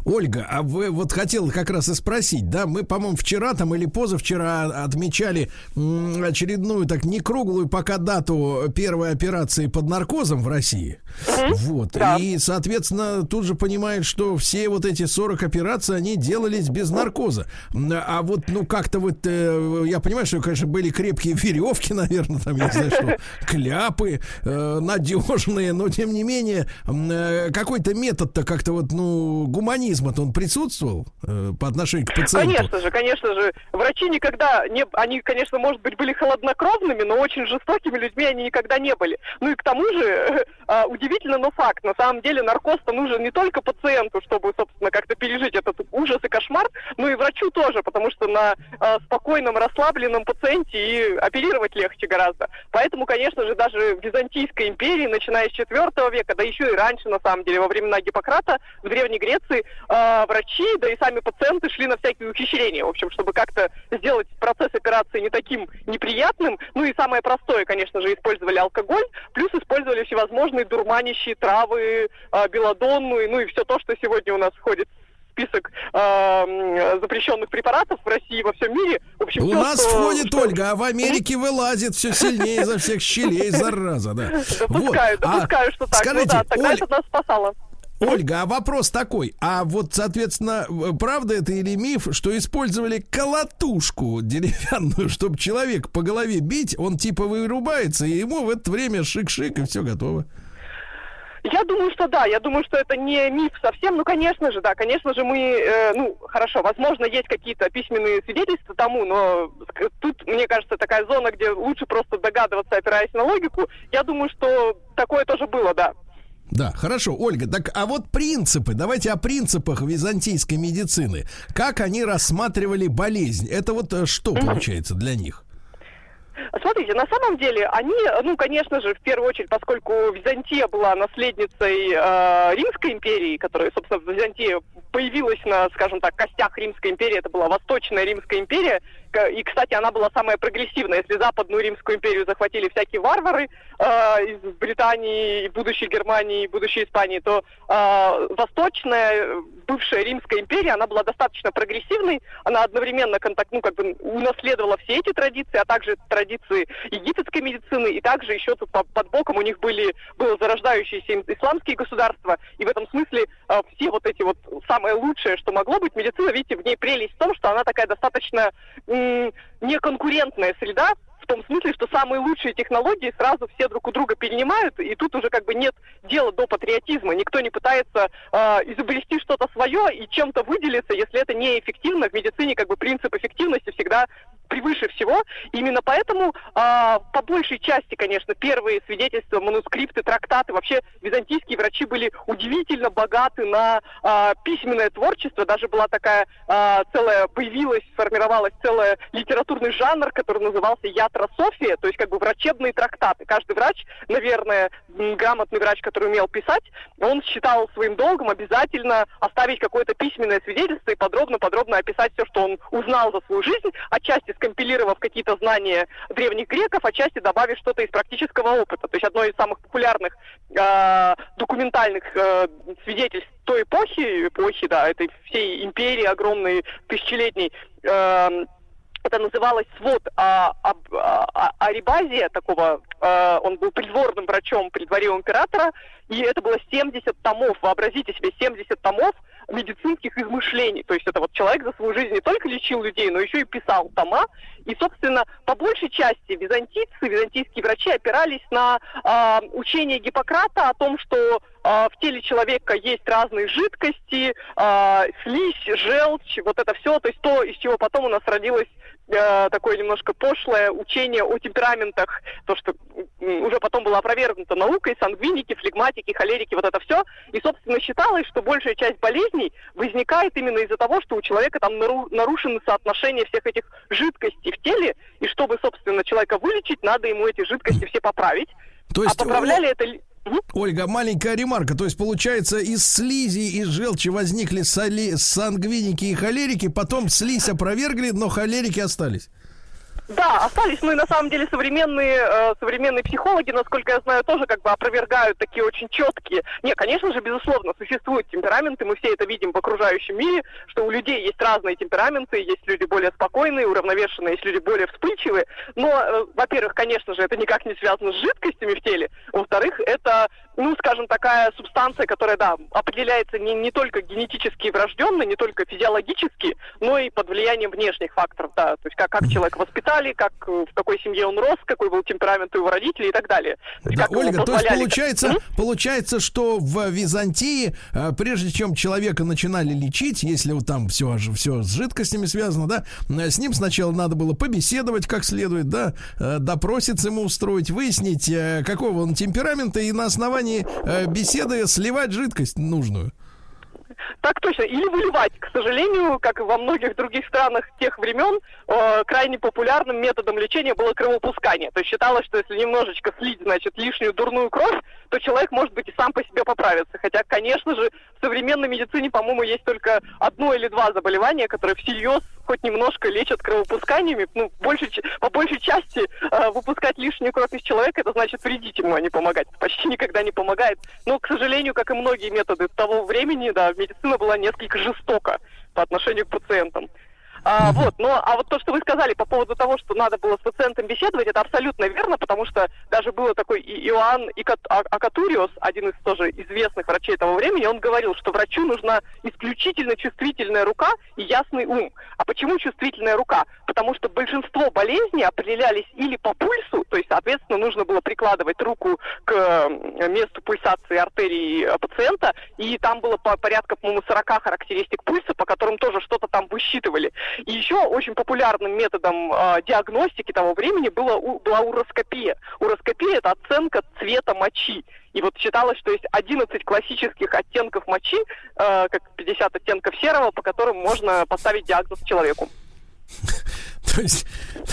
S2: Ольга, а вы вот хотел как раз и спросить, да, мы, по-моему, вчера там или позавчера отмечали м, очередную, так, не круглую пока дату первой операции под наркозом в России. Mm-hmm. Вот. Да. И, соответственно, тут же понимают, что все вот эти сорок операций, они делались без наркоза. А вот, ну, как-то вот, э, я понимаю, что, конечно, были крепкие веревки, наверное, там, я не знаю, что, кляпы э, надежные, но, тем не менее, э, какой-то метод-то как-то вот, ну, гуманизм он присутствовал э, по отношению к пациенту?
S21: Конечно же, конечно же. Врачи никогда не... Они, конечно, может быть, были холоднокровными, но очень жестокими людьми они никогда не были. Ну и к тому же, э, удивительно, но факт. На самом деле наркоз-то нужен не только пациенту, чтобы, собственно, как-то пережить этот ужас и кошмар, но и врачу тоже, потому что на э, спокойном, расслабленном пациенте и оперировать легче гораздо. Поэтому, конечно же, даже в Византийской империи, начиная с четвёртого века, да еще и раньше, на самом деле, во времена Гиппократа, в Древней Греции, врачи, да и сами пациенты шли на всякие ухищрения, в общем, чтобы как-то сделать процесс операции не таким неприятным. Ну и самое простое, конечно же, использовали алкоголь, плюс использовали всевозможные дурманящие травы, белладонну, ну и все то, что сегодня у нас входит в список э, запрещенных препаратов в России и во всем мире. В общем,
S2: у
S21: все,
S2: нас
S21: что,
S2: входит,
S21: что...
S2: Ольга, а в Америке вылазит все сильнее изо всех щелей, зараза, да.
S21: Допускаю, допускаю, что так.
S2: Скажите,
S21: ну да, тогда
S2: Оль...
S21: это нас спасало.
S2: Ольга, а вопрос такой, а вот, соответственно, правда это или миф, что использовали колотушку деревянную, чтобы человек по голове бить, он типа вырубается, и ему в это время шик-шик, и все готово?
S21: Я думаю, что да, я думаю, что это не миф совсем, ну, конечно же, да, конечно же, мы, э, ну, хорошо, возможно, есть какие-то письменные свидетельства тому, но тут, мне кажется, такая зона, где лучше просто догадываться, опираясь на логику, я думаю, что такое тоже было, да.
S2: Да, хорошо, Ольга, так а вот принципы, давайте о принципах византийской медицины. Как они рассматривали болезнь? Это вот что получается для них?
S21: Смотрите, на самом деле они, ну, конечно же, в первую очередь, поскольку Византия была наследницей э, Римской империи, которая, собственно, в Византии появилась на, скажем так, костях Римской империи, это была Восточная Римская империя, и, кстати, она была самая прогрессивная. Если Западную Римскую империю захватили всякие варвары э, из Британии, будущей Германии, будущей Испании, то э, Восточная, бывшая Римская империя, она была достаточно прогрессивной. Она одновременно контакт, ну, как бы унаследовала все эти традиции, а также традиции египетской медицины, и также еще тут под боком у них были, было зарождающиеся исламские государства. И в этом смысле э, все вот эти вот самое лучшее, что могло быть, медицина, видите, в ней прелесть в том, что она такая достаточно неконкурентная среда, в том смысле, что самые лучшие технологии сразу все друг у друга перенимают, и тут уже как бы нет дела до патриотизма. Никто не пытается э, изобрести что-то свое и чем-то выделиться, если это неэффективно. В медицине как бы принцип эффективности всегда превыше всего. Именно поэтому э, по большей части, конечно, первые свидетельства, манускрипты, трактаты, вообще византийские врачи были удивительно богаты на э, письменное творчество. Даже была такая э, целая, появилась, сформировалась целый литературный жанр, который назывался ятрософия, то есть как бы врачебные трактаты. Каждый врач, наверное, грамотный врач, который умел писать, он считал своим долгом обязательно оставить какое-то письменное свидетельство и подробно-подробно описать все, что он узнал за свою жизнь, отчасти скомпилировав какие-то знания древних греков, отчасти добавив что-то из практического опыта. То есть одно из самых популярных э, документальных э, свидетельств той эпохи, эпохи, да, этой всей империи огромной, тысячелетней, э, это называлось свод а, а, а, Арибазия, такого, а, он был придворным врачом при дворе у императора, и это было семьдесят томов, вообразите себе, семьдесят томов медицинских измышлений. То есть это вот человек за свою жизнь не только лечил людей, но еще и писал тома. И, собственно, по большей части византийцы, византийские врачи опирались на э, учение Гиппократа о том, что э, в теле человека есть разные жидкости, э, слизь, желчь, вот это все. То есть то, из чего потом у нас родилось э, такое немножко пошлое учение о темпераментах, то, что э, уже потом было опровергнуто наукой, сангвиники, флегматики, холерики, вот это все. И, собственно, считалось, что большая часть болезней возникает именно из-за того, что у человека там нару- нарушено соотношение всех этих жидкостей в теле, и чтобы, собственно, человека вылечить, надо ему эти жидкости все поправить.
S2: То есть,
S21: а поправляли
S2: о...
S21: это...
S2: Ольга, маленькая ремарка. То есть, получается, из слизи, из желчи возникли соли... сангвиники и холерики, потом слизь опровергли, но холерики остались.
S21: Да, остались, ну и на самом деле современные, э, современные психологи, насколько я знаю, тоже как бы опровергают такие очень четкие. Не, конечно же, безусловно, существуют темпераменты, мы все это видим в окружающем мире, что у людей есть разные темпераменты, есть люди более спокойные, уравновешенные, есть люди более вспыльчивые, но, э, во-первых, конечно же, это никак не связано с жидкостями в теле, во-вторых, это, ну, скажем, такая субстанция, которая, да, определяется не, не только генетически врожденно, не только физиологически, но и под влиянием внешних факторов, да, то есть как, как человек воспитали, как в какой семье он рос, какой был темперамент у его родителей и так далее. То есть,
S2: да,
S21: как
S2: Ольга, то есть получается,
S21: М?
S2: получается, что в Византии, э, прежде чем человека начинали лечить, если вот там все, все с жидкостями связано, да, э, с ним сначала надо было побеседовать как следует, да, э, допроситься ему устроить, выяснить, э, какого он темперамента, и на основании э, беседы сливать жидкость нужную.
S21: Так точно. Или выливать. К сожалению, как и во многих других странах тех времен, э, крайне популярным методом лечения было кровопускание. То есть считалось, что если немножечко слить, значит, лишнюю дурную кровь, то человек, может быть, и сам по себе поправится. Хотя, конечно же, в современной медицине, по-моему, есть только одно или два заболевания, которые всерьез хоть немножко лечат кровопусканиями. Ну, большей, по большей части э, выпускать лишнюю кровь из человека, это значит вредить ему, а не помогать. Почти никогда не помогает. Но, к сожалению, как и многие методы того времени, да, медицина была несколько жестока по отношению к пациентам. А, вот, но, а вот то, что вы сказали по поводу того, что надо было с пациентом беседовать, это абсолютно верно, потому что даже был такой И- Иоанн Икат- А- Акатуриос, один из тоже известных врачей того времени, он говорил, что врачу нужна исключительно чувствительная рука и ясный ум. А почему чувствительная рука? Потому что большинство болезней определялись или по пульсу, то есть, соответственно, нужно было прикладывать руку к э, месту пульсации артерии э, пациента, и там было по порядка, по-моему, сорок характеристик пульса, по которым тоже что-то там высчитывали. И еще очень популярным методом э, диагностики того времени была, у, была уроскопия. Уроскопия – это оценка цвета мочи. И вот считалось, что есть одиннадцать классических оттенков мочи, э, как пятьдесят оттенков серого, по которым можно поставить диагноз человеку.
S2: То есть,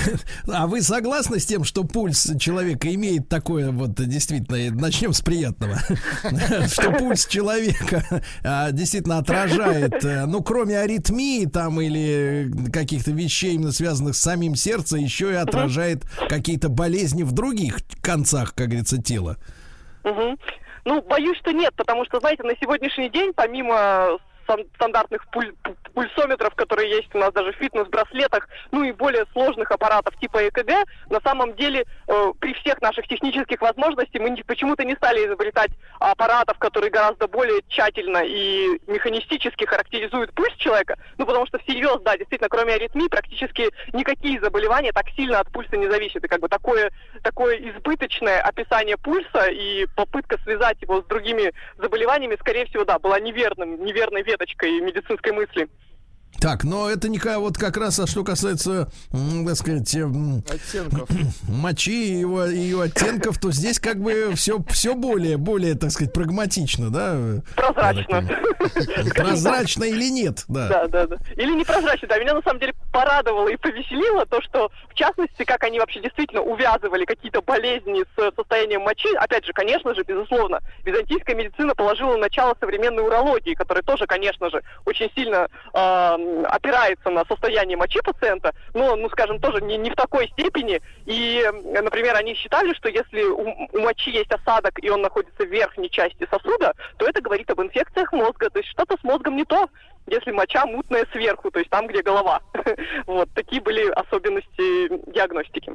S2: а вы согласны с тем, что пульс человека имеет такое вот действительно, начнем с приятного, что пульс человека а, действительно отражает, ну, кроме аритмии там или каких-то вещей, именно связанных с самим сердцем, еще и отражает какие-то болезни в других концах, как говорится, тела?
S21: Угу. Ну, боюсь, что нет, потому что, знаете, на сегодняшний день, помимо стандартных пуль- пульсометров, которые есть у нас даже в фитнес-браслетах, ну и более сложных аппаратов типа ЭКГ, на самом деле э, при всех наших технических возможностях мы не, почему-то не стали изобретать аппаратов, которые гораздо более тщательно и механистически характеризуют пульс человека, ну потому что всерьез, да, действительно, кроме аритмии, практически никакие заболевания так сильно от пульса не зависят. И как бы такое, такое избыточное описание пульса и попытка связать его с другими заболеваниями, скорее всего, да, была неверным, неверной веточкой медицинской мысли.
S2: Так, но это не вот как раз, а что касается, так сказать,
S3: оттенков.
S2: Мочи и его, ее оттенков, то здесь как бы все, все более, более, так сказать, прагматично, да?
S21: Прозрачно.
S2: Прозрачно или нет, да.
S21: Да, да, да. Или непрозрачно, да. Меня на самом деле порадовало и повеселило то, что, в частности, как они вообще действительно увязывали какие-то болезни с состоянием мочи. Опять же, конечно же, безусловно, византийская медицина положила начало современной урологии, которая тоже, конечно же, очень сильно э, опирается на состояние мочи пациента, но, ну, скажем, тоже не, не в такой степени. И, например, они считали, что если у, у мочи есть осадок, и он находится в верхней части сосуда, то это говорит об инфекциях мозга. То есть что-то с мозгом не то, если моча мутная сверху, то есть там, где голова. Вот, такие были особенности диагностики.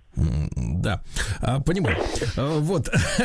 S2: Да, понимаю. Вот.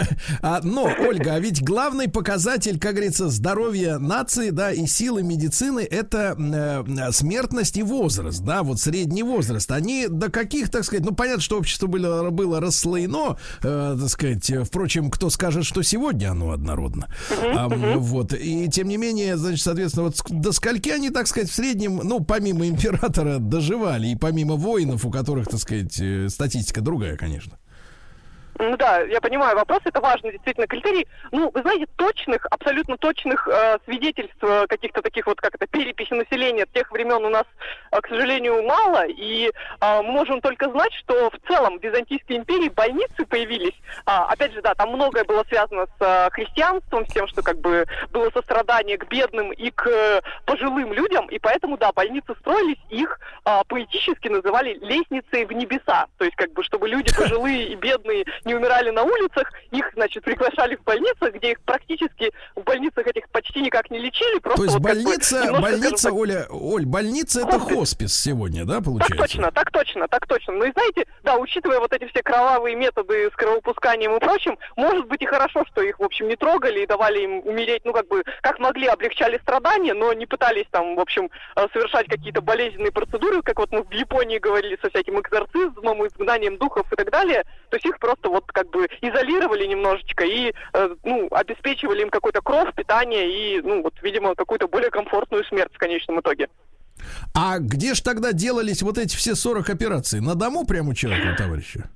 S2: Но, Ольга, а ведь главный показатель, как говорится, здоровья нации, да, и силы медицины — это э, смертность и возраст, да, вот средний возраст. Они до каких, так сказать, ну, понятно, что общество было, было расслоено, э, так сказать, впрочем, кто скажет, что сегодня оно однородно. А, вот, и тем не менее, значит, соответственно, вот до скольки они, так сказать, в среднем, ну, помимо императора доживали, и помимо воинов, у которых, так сказать, статистика другая, конечно.
S21: Ну да, я понимаю вопрос, это важный действительно критерий. Ну, вы знаете, точных, абсолютно точных э, свидетельств э, каких-то таких вот, как это, переписи населения тех времен у нас, э, к сожалению, мало. И э, мы можем только знать, что в целом в Византийской империи больницы появились. А, опять же, да, там многое было связано с э, христианством, с тем, что как бы было сострадание к бедным и к э, пожилым людям. И поэтому, да, больницы строились, их э, поэтически называли лестницей в небеса. То есть, как бы, чтобы люди пожилые и бедные не умирали на улицах, их, значит, приглашали в больницы, где их практически в больницах этих почти никак не лечили. Просто
S2: То есть
S21: вот
S2: больница,
S21: как бы немножко,
S2: больница,
S21: скажем так,
S2: Оля, Оль, больница это хоспис сегодня, да, получается?
S21: Так точно, так точно, так точно. Ну и знаете, да, учитывая вот эти все кровавые методы с кровопусканием и прочим, может быть и хорошо, что их, в общем, не трогали и давали им умереть, ну, как бы, как могли, облегчали страдания, но не пытались там, в общем, э, совершать какие-то болезненные процедуры, как вот мы в Японии говорили, со всяким экзорцизмом, изгнанием духов и так далее. То есть их просто вот как бы изолировали немножечко и, э, ну, обеспечивали им какой-то кров, питание и, ну, вот, видимо, какую-то более комфортную смерть в конечном итоге.
S2: А где ж тогда делались вот эти все сорок операций? На дому прямо у человека, товарища?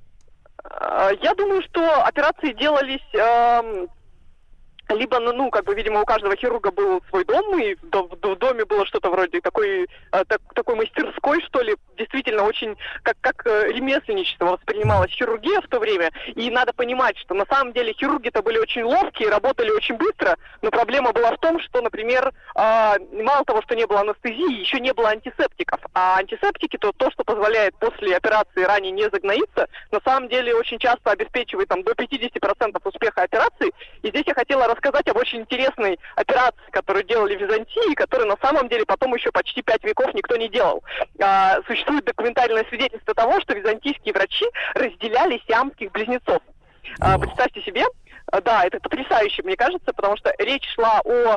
S21: Э, я думаю, что операции делались... Э, либо, ну, как бы, видимо, у каждого хирурга был свой дом, и в, в, в доме было что-то вроде такой, э, так, такой мастерской, что ли, действительно очень, как, как э, ремесленничество воспринималась хирургия в то время, и надо понимать, что на самом деле хирурги-то были очень ловкие, работали очень быстро, но проблема была в том, что, например, э, мало того, что не было анестезии, еще не было антисептиков, а антисептики, то то, что позволяет после операции ране не загноиться, на самом деле очень часто обеспечивает там до пятьдесят процентов успеха операции, и здесь я хотела рассказать сказать об очень интересной операции, которую делали в Византии, которую на самом деле потом еще почти пять веков никто не делал. А, существует документальное свидетельство того, что византийские врачи разделяли сиамских близнецов. А, представьте себе, да, это потрясающе, мне кажется, потому что речь шла о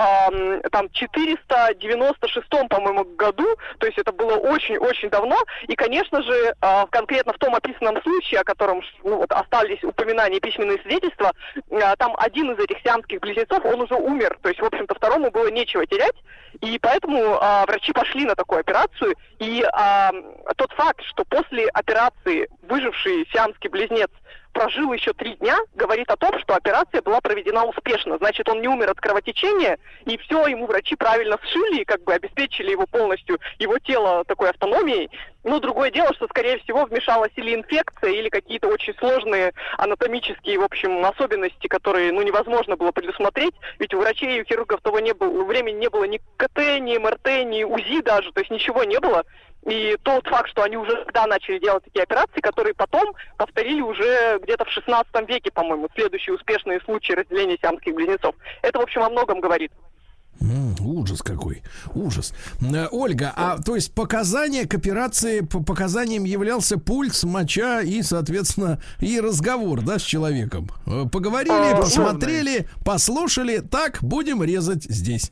S21: э, там четыреста девяносто шестом, по-моему, году, то есть это было очень-очень давно, и, конечно же, э, конкретно в том описанном случае, о котором, ну, вот, остались упоминания, письменные свидетельства, э, там один из этих сиамских близнецов, он уже умер, то есть, в общем-то, второму было нечего терять, и поэтому э, врачи пошли на такую операцию, и э, тот факт, что после операции выживший сиамский близнец прожил еще три дня, говорит о том, что операция была проведена успешно. Значит, он не умер от кровотечения, и все, ему врачи правильно сшили, и как бы обеспечили его полностью, его тело такой автономией. Ну, другое дело, что, скорее всего, вмешалась или инфекция, или какие-то очень сложные анатомические, в общем, особенности, которые, ну, невозможно было предусмотреть, ведь у врачей и у хирургов того не было, времени не было ни КТ, ни МРТ, ни УЗИ даже, то есть ничего не было. И тот факт, что они уже тогда начали делать такие операции, которые потом повторили уже где-то в шестнадцатом веке, по-моему, следующие успешные случаи разделения сиамских близнецов. Это, в общем, о многом говорит.
S2: Mm, ужас какой, ужас. Ольга, а то есть показания к операции, по показаниям являлся пульс, моча и, соответственно, и разговор, да, с человеком. Поговорили, а, посмотрели, послушали, так, будем резать здесь.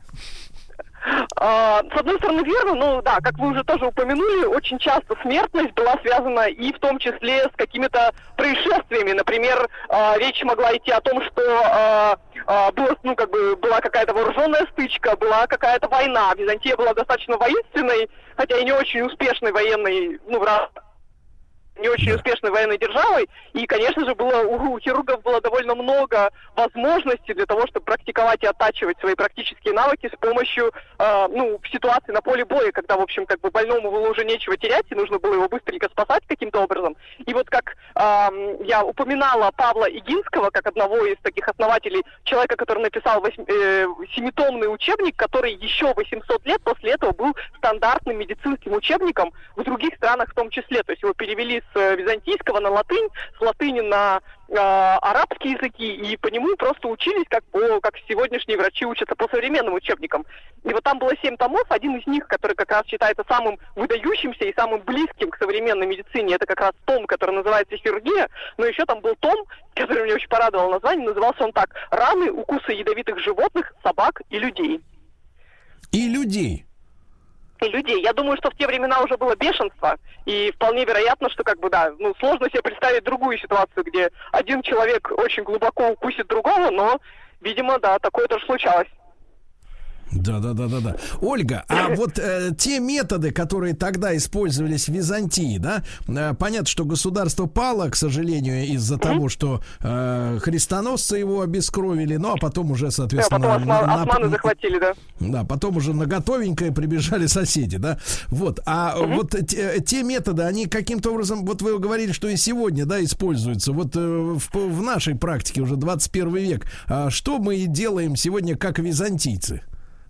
S21: Uh, с одной стороны, верно, но да, как вы уже тоже упомянули, очень часто смертность была связана и в том числе с какими-то происшествиями. Например, uh, речь могла идти о том, что uh, uh, было, ну, как бы, была какая-то вооруженная стычка, была какая-то война. Византия была достаточно воинственной, хотя и не очень успешной военной, ну, в раз... не очень успешной военной державой, и, конечно же, было, у хирургов было довольно много возможностей для того, чтобы практиковать и оттачивать свои практические навыки с помощью, э, ну, в ситуации на поле боя, когда, в общем, как бы больному было уже нечего терять, и нужно было его быстренько спасать каким-то образом. И вот как э, я упоминала Павла Игинского, как одного из таких основателей, человека, который написал восьми, э, семитомный учебник, который еще восемьсот лет после этого был стандартным медицинским учебником в других странах в том числе. То есть его перевели с византийского на латынь, с латыни на э, арабские языки, и по нему просто учились, как, по, как сегодняшние врачи учатся по современным учебникам. И вот там было семь томов, один из них, который как раз считается самым выдающимся и самым близким к современной медицине, это как раз том, который называется «Хирургия», но еще там был том, который меня очень порадовал название, назывался он так: «Раны, укусы ядовитых животных, собак и людей».
S2: И людей.
S21: И людей. Я думаю, что в те времена уже было бешенство, и вполне вероятно, что, как бы, да, ну, сложно себе представить другую ситуацию, где один человек очень глубоко укусит другого, но, видимо, да, такое тоже случалось.
S2: Да, да, да, да, да. Ольга, а вот э, те методы, которые тогда использовались в Византии, да, э, понятно, что государство пало, к сожалению, из-за mm-hmm. того, что э, христоносцы его обескровили, ну а потом уже, соответственно,
S21: да, потом осма-
S2: на,
S21: османы
S2: на,
S21: захватили, да.
S2: Да, потом уже на готовенькое прибежали соседи, да. Вот, а mm-hmm. вот те, те методы, они каким-то образом, вот вы говорили, что и сегодня, да, используются. Вот э, в, в нашей практике уже двадцать первый век. А что мы делаем сегодня как византийцы?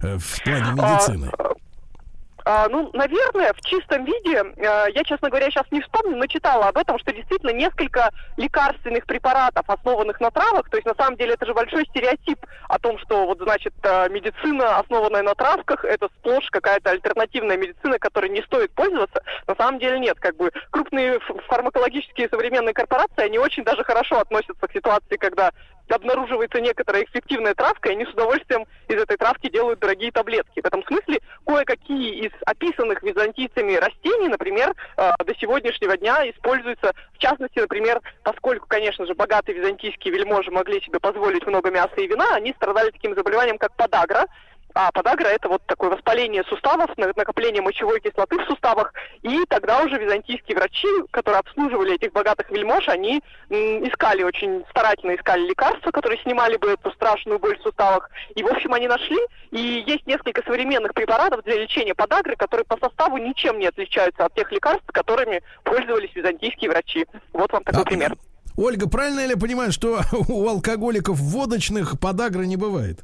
S2: В плане медицины.
S21: А, а, ну, наверное, в чистом виде, а, я, честно говоря, сейчас не вспомню, но читала об этом, что действительно несколько лекарственных препаратов, основанных на травах, то есть на самом деле это же большой стереотип о том, что вот, значит, медицина, основанная на травках, это сплошь какая-то альтернативная медицина, которой не стоит пользоваться. На самом деле нет, как бы крупные фармакологические современные корпорации, они очень даже хорошо относятся к ситуации, когда обнаруживается некоторая эффективная травка, и они с удовольствием из этой травки делают дорогие таблетки. В этом смысле кое-какие из описанных византийцами растений, например, до сегодняшнего дня используются, в частности, например, поскольку, конечно же, богатые византийские вельможи могли себе позволить много мяса и вина, они страдали таким заболеванием, как подагра. А подагра — это вот такое воспаление суставов, накопление мочевой кислоты в суставах. И тогда уже византийские врачи, которые обслуживали этих богатых вельмож, они м, искали, очень старательно искали лекарства, которые снимали бы эту страшную боль в суставах. И, в общем, они нашли. И есть несколько современных препаратов для лечения подагры, которые по составу ничем не отличаются от тех лекарств, которыми пользовались византийские врачи. Вот вам такой а, пример.
S2: Ольга, правильно ли я понимаю, что у алкоголиков водочных подагры не бывает?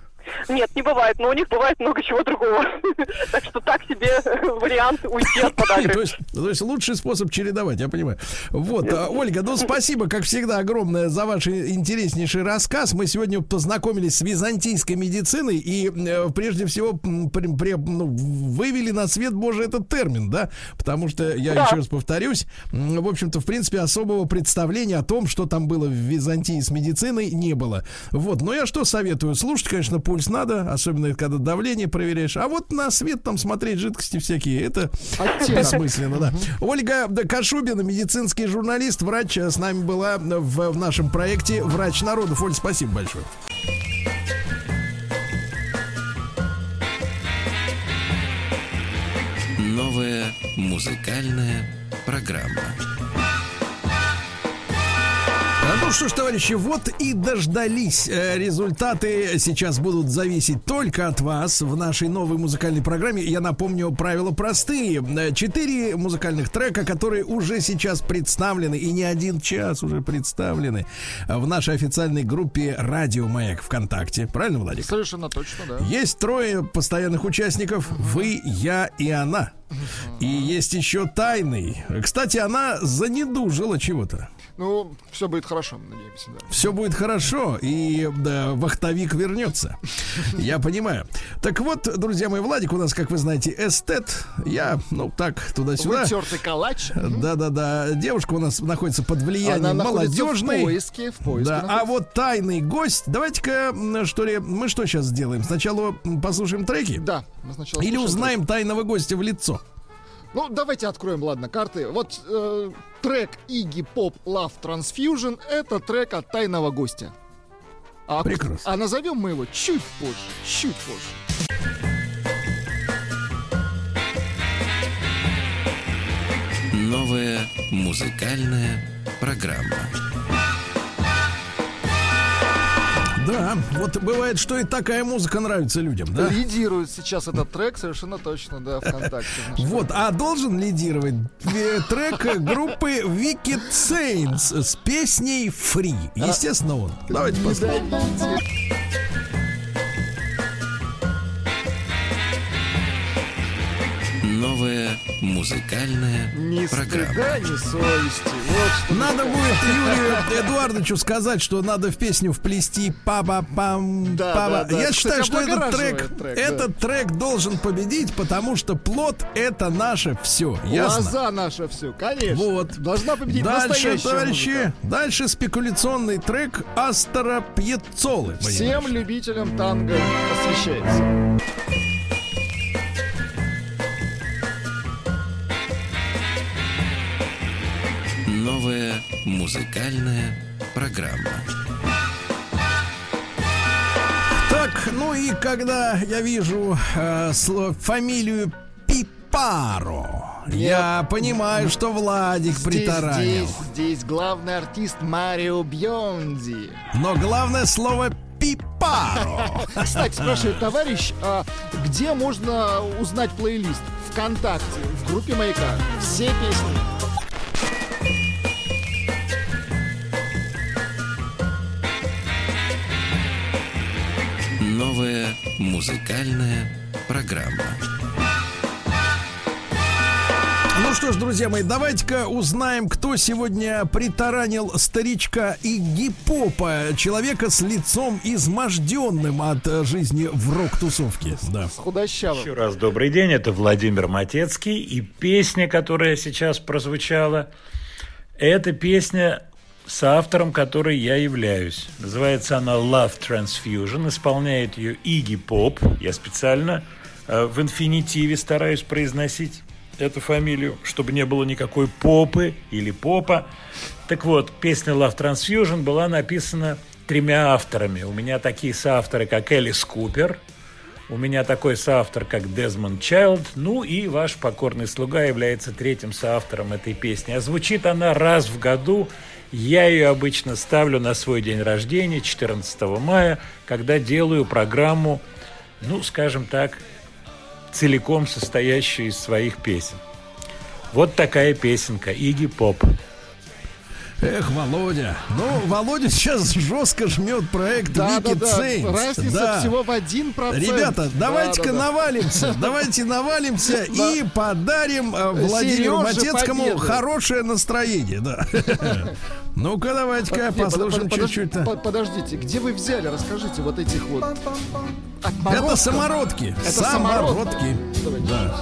S21: Нет, не бывает, но у них бывает много чего другого. Так что так себе вариант уйти от подагры.
S2: То есть, то есть лучший способ чередовать, я понимаю. Вот, Ольга, ну спасибо, как всегда, огромное за ваш интереснейший рассказ. Мы сегодня познакомились с византийской медициной и прежде всего при, при, ну, вывели на свет Божий этот термин, да? Потому что, я да. еще раз повторюсь, в общем-то, в принципе, особого представления о том, что там было в Византии с медициной, не было. Вот, но я что советую? Слушать, конечно, пульс надо, особенно когда давление проверяешь. А вот на свет там смотреть жидкости всякие, это бессмысленно, да. Ольга Кашубина, медицинский журналист, врач, с нами была в, в нашем проекте «Врач народов». Оль, спасибо большое.
S1: Новая музыкальная программа.
S2: Ну что ж, товарищи, вот и дождались. Результаты сейчас будут зависеть только от вас в нашей новой музыкальной программе. Я напомню, правила простые. Четыре музыкальных трека, которые уже сейчас представлены, и не один час уже представлены в нашей официальной группе «Радио Маяк» ВКонтакте. Правильно, Владик?
S3: Совершенно точно, да.
S2: Есть трое постоянных участников. Вы, я и она. И есть еще тайный. Кстати, она занедужила чего-то.
S3: Ну, все будет хорошо, надеемся, да.
S2: Все будет хорошо, и да, вахтовик вернется. Я понимаю. Так вот, друзья мои, Владик у нас, как вы знаете, эстет. Я, ну, так, туда-сюда.
S3: Вытертый калач.
S2: Да-да-да. Девушка у нас находится под влиянием Она молодежной.
S3: В поиске, в поиске.
S2: Да. А вот тайный гость. Давайте-ка, что ли, мы что сейчас сделаем? Сначала послушаем треки?
S3: Да. Мы сначала
S2: Или узнаем треки. Тайного гостя в лицо?
S3: Ну, давайте откроем, ладно, карты. Вот э, трек Iggy Pop Love Transfusion — это трек от тайного гостя. А,
S2: Прекрасно.
S3: А назовем мы его чуть позже, чуть позже.
S1: Новая музыкальная программа.
S2: Да, вот бывает, что и такая музыка нравится людям, да?
S3: Лидирует сейчас этот трек, совершенно точно, да, ВКонтакте.
S2: Вот, а должен лидировать трек группы Wicked Saints с песней Free. Естественно, он. Давайте послушаем.
S1: Новая музыкальная
S3: ни
S1: программа.
S3: Стыда, ни совести. Вот что
S2: надо будет Юрию Эдуардовичу сказать, что надо в песню вплести па-ба-пам,
S3: да,
S2: па-ба.
S3: Да, да.
S2: Я считаю,
S3: Кстати,
S2: что этот трек,
S3: трек
S2: этот
S3: да.
S2: трек должен победить, потому что плод — это наше все. Ясно?
S3: Лоза наше все, конечно.
S2: Вот.
S3: Должна победить
S2: дальше,
S3: настоящая
S2: товарищи,
S3: музыка.
S2: Дальше спекуляционный трек Астора Пьеццолы.
S3: Всем понимаешь? Любителям танго посвящается.
S1: Новая музыкальная программа.
S2: Так, Так, ну и когда я вижу э, сло- фамилию Пипаро, я понимаю, что Владик
S3: Здесь,
S2: притаранил.
S3: здесь, здесь главный артист Марио Бьонди.
S2: Но главное слово Пипаро.
S3: Кстати, спрашивает товарищ, а где можно узнать плейлист? ВКонтакте, в группе Маяка. Все песни.
S1: Новая музыкальная программа.
S2: Ну что ж, друзья мои, давайте-ка узнаем, кто сегодня притаранил старичка Игги Попа, человека с лицом изможденным от э, жизни в рок-тусовке. Да.
S3: Худощавым.
S4: Еще раз добрый день, это Владимир Матецкий. И песня, которая сейчас прозвучала, это песня, соавтором которой я являюсь. Называется она Love Transfusion, исполняет ее Игги Поп. Я специально э, в инфинитиве стараюсь произносить эту фамилию, чтобы не было никакой попы или попа. Так вот, песня Love Transfusion была написана тремя авторами. У меня такие соавторы, как Элис Купер, у меня такой соавтор, как Дезмонд Чайлд, ну и ваш покорный слуга является третьим соавтором этой песни. А звучит она раз в году. Я ее обычно ставлю на свой день рождения, четырнадцатого мая, когда делаю программу, ну, скажем так, целиком состоящую из своих песен. Вот такая песенка Игги Поп.
S2: Эх, Володя. Ну, Володя сейчас жестко жмет проект
S3: Да,
S2: Wicked
S3: да, да.
S2: Saints.
S3: Разница
S2: Да.
S3: всего в один процент.
S2: Ребята,
S3: Да,
S2: давайте-ка
S3: да, да.
S2: навалимся, давайте навалимся
S3: Да.
S2: и подарим э, Владимиру
S3: Серёже
S2: Матецкому
S3: победу.
S2: хорошее настроение. Да. Ну-ка, давайте-ка
S3: Не,
S2: послушаем
S3: под- под-
S2: чуть-чуть.
S3: под- Подождите, где вы взяли? Расскажите вот этих вот отморозков.
S2: Это самородки.
S3: Это
S2: Самородки. Да.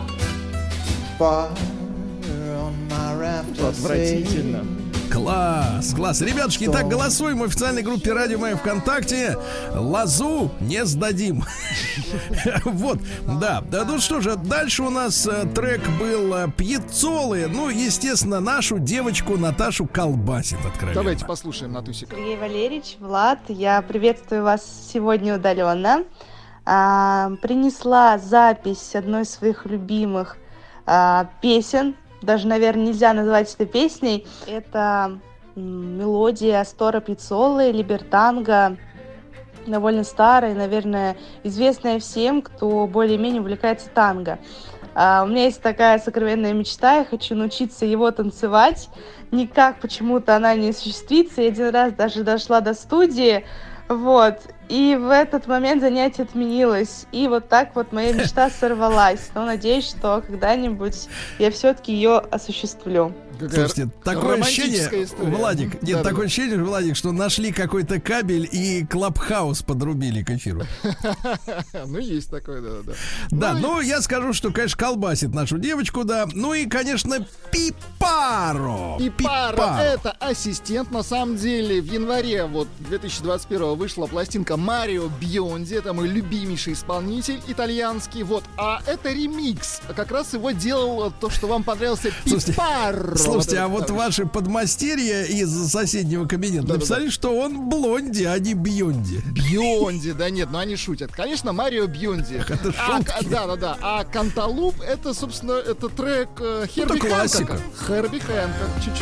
S3: Отвратительно.
S2: Класс, класс. Ребятушки, итак, голосуем в официальной группе Радио Маяк ВКонтакте. Лозу не сдадим. Вот, да. Да, ну что же, дальше у нас э, трек был э, Пьецолы. Ну, естественно, нашу девочку Наташу колбасит откровенно.
S3: Давайте послушаем, Натусик.
S22: Сергей Валерьевич, Влад, я приветствую вас сегодня удаленно. А, принесла запись одной из своих любимых а, песен. Даже, наверное, нельзя назвать это песней. Это м, мелодия Астора Пьеццолы, Либертанго. Довольно старая, наверное, известная всем, кто более-менее увлекается танго. А, у меня есть такая сокровенная мечта, я хочу научиться его танцевать. Никак почему-то она не осуществится. Я один раз даже дошла до студии, вот, и в этот момент занятие отменилось. И вот так вот моя мечта сорвалась. Но надеюсь, что когда-нибудь я все-таки ее осуществлю.
S2: Слушайте, такое ощущение,
S3: история.
S2: Владик, нет,
S3: Да-да-да.
S2: такое ощущение, Владик, что нашли какой-то кабель и Клабхаус подрубили к эфиру.
S3: Ну, есть такое, да-да-да.
S2: Да, ну, я скажу, что, конечно, колбасит нашу девочку, да. Ну и, конечно, Пипаро.
S3: Пипаро — это ассистент. На самом деле, в январе вот две тысячи двадцать первого вышла пластинка Марио Бьонди. Это мой любимейший исполнитель итальянский. Вот, а это ремикс. Как раз его делал то, что вам понравился Пипаро.
S2: Слушайте, а
S3: вот
S2: вот
S3: этот
S2: ваши подмастерья из соседнего кабинета
S3: Да-да-да.
S2: написали, что он блонди, а не Бьонди.
S3: Бьонди, да нет, ну они шутят. Конечно, Марио Бьонди.
S2: Это
S3: А,
S2: шутки.
S3: да, да, да. А Канталуп — это, собственно, это трек э, Херби
S2: Это классика.
S3: Хэнкока. Херби Хэнкок, чуть-чуть.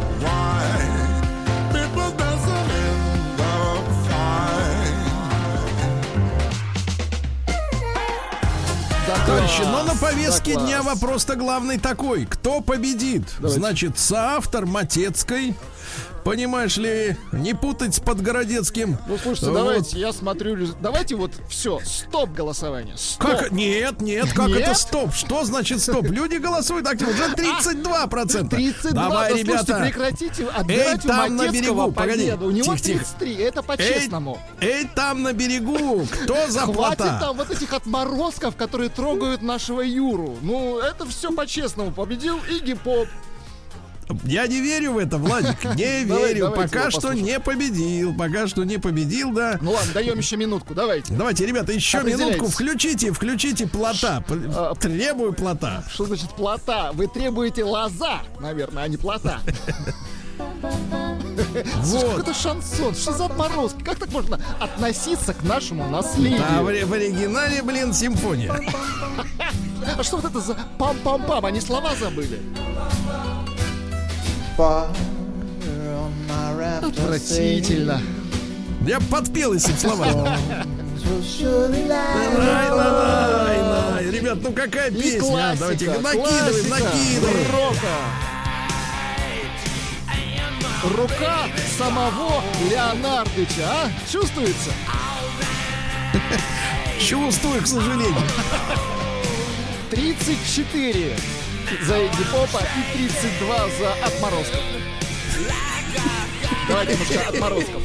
S2: Товарищи, но на повестке
S3: Да,
S2: дня
S3: класс.
S2: вопрос-то главный такой. Кто победит?
S3: Давайте.
S2: Значит, соавтор Матецкой. Понимаешь ли, не путать с Подгородецким.
S3: Ну, слушайте,
S2: Вот.
S3: давайте, я смотрю, рез- давайте вот все, стоп голосование. Стоп.
S2: Как? Нет, нет, как
S3: Нет?
S2: это стоп? Что значит стоп? Люди голосуют активно. Уже тридцать два процента.
S3: тридцать два,
S2: Давай,
S3: да,
S2: ребята.
S3: слушайте, прекратите
S2: Эй,
S3: отбирать у
S2: там на
S3: Матецкого
S2: берегу, погоди.
S3: победу. У него
S2: Тихо, тихо.
S3: тридцать три, это по-честному.
S2: Эй, там на берегу. Кто за
S3: Хватит
S2: плота?
S3: там вот этих отморозков, которые трогают нашего Юру. Ну, это все по-честному. Победил Игги Поп.
S2: Я не верю в это, Владик, не
S3: Давай,
S2: верю.
S3: давайте
S2: Пока
S3: его
S2: что
S3: послушаем.
S2: не победил. Пока что не победил, да.
S3: Ну ладно, даем еще минутку, давайте.
S2: Давайте, ребята, еще
S3: Определяйтесь.
S2: минутку. Включите, включите плота. П-
S3: А,
S2: Требую плота.
S3: Что значит плота? Вы требуете лоза, наверное, а не плота. Слушай, какой-то шансон, что за отморозки? Как так можно относиться к нашему наследию?
S2: А в, в оригинале, блин, симфония.
S3: А что вот это за пам-пам-пам? Они слова забыли. Отвратительно.
S2: Я подпел этим словам. Ребят, ну какая
S3: И
S2: песня?
S3: классика,
S2: Давайте накидываем,
S3: классика
S2: накидываем.
S3: рока. Рука самого Леонардовича, а? Чувствуется?
S2: Чувствую, к сожалению.
S3: тридцать четыре за Игги Попа и тридцать два за отморозков. Давайте немножко отморозков.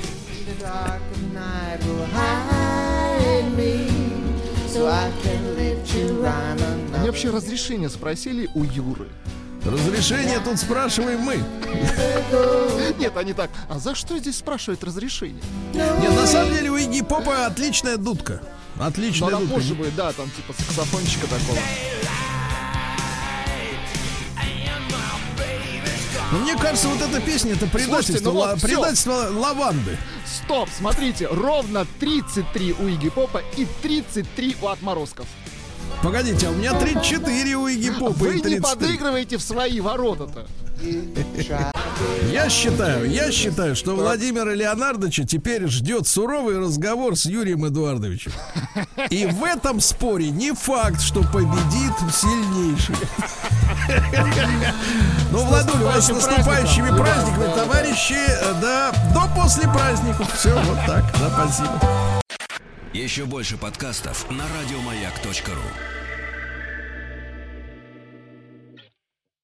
S3: Они вообще разрешение спросили у Юры.
S2: Разрешение тут спрашиваем мы.
S3: Нет, они так. А за что здесь спрашивают разрешение?
S2: Нет, на самом деле у Игги Попа отличная дудка. Отличная
S3: Но она
S2: дудка.
S3: позже будет, да, там типа саксофончика такого.
S2: Но мне кажется, вот эта песня — это предательство,
S3: Слушайте, ну вот
S2: ла-
S3: всё.
S2: предательство лаванды.
S3: Стоп, смотрите, ровно тридцать три у Игги Попа и тридцать три у отморозков.
S2: Погодите, а у меня тридцать четыре у Игги Попа
S3: Вы
S2: и
S3: не
S2: тридцать три.
S3: подыгрываете в свои ворота-то.
S2: Я считаю, я считаю, что Владимира Леонардовича теперь ждет суровый разговор с Юрием Эдуардовичем. И в этом споре не факт, что победит сильнейший. Ну, Владуль, вас с наступающими праздниками, товарищи. Да, до после праздников. Все, вот так. Да, спасибо.
S1: Еще больше подкастов на радиомаяк точка ру.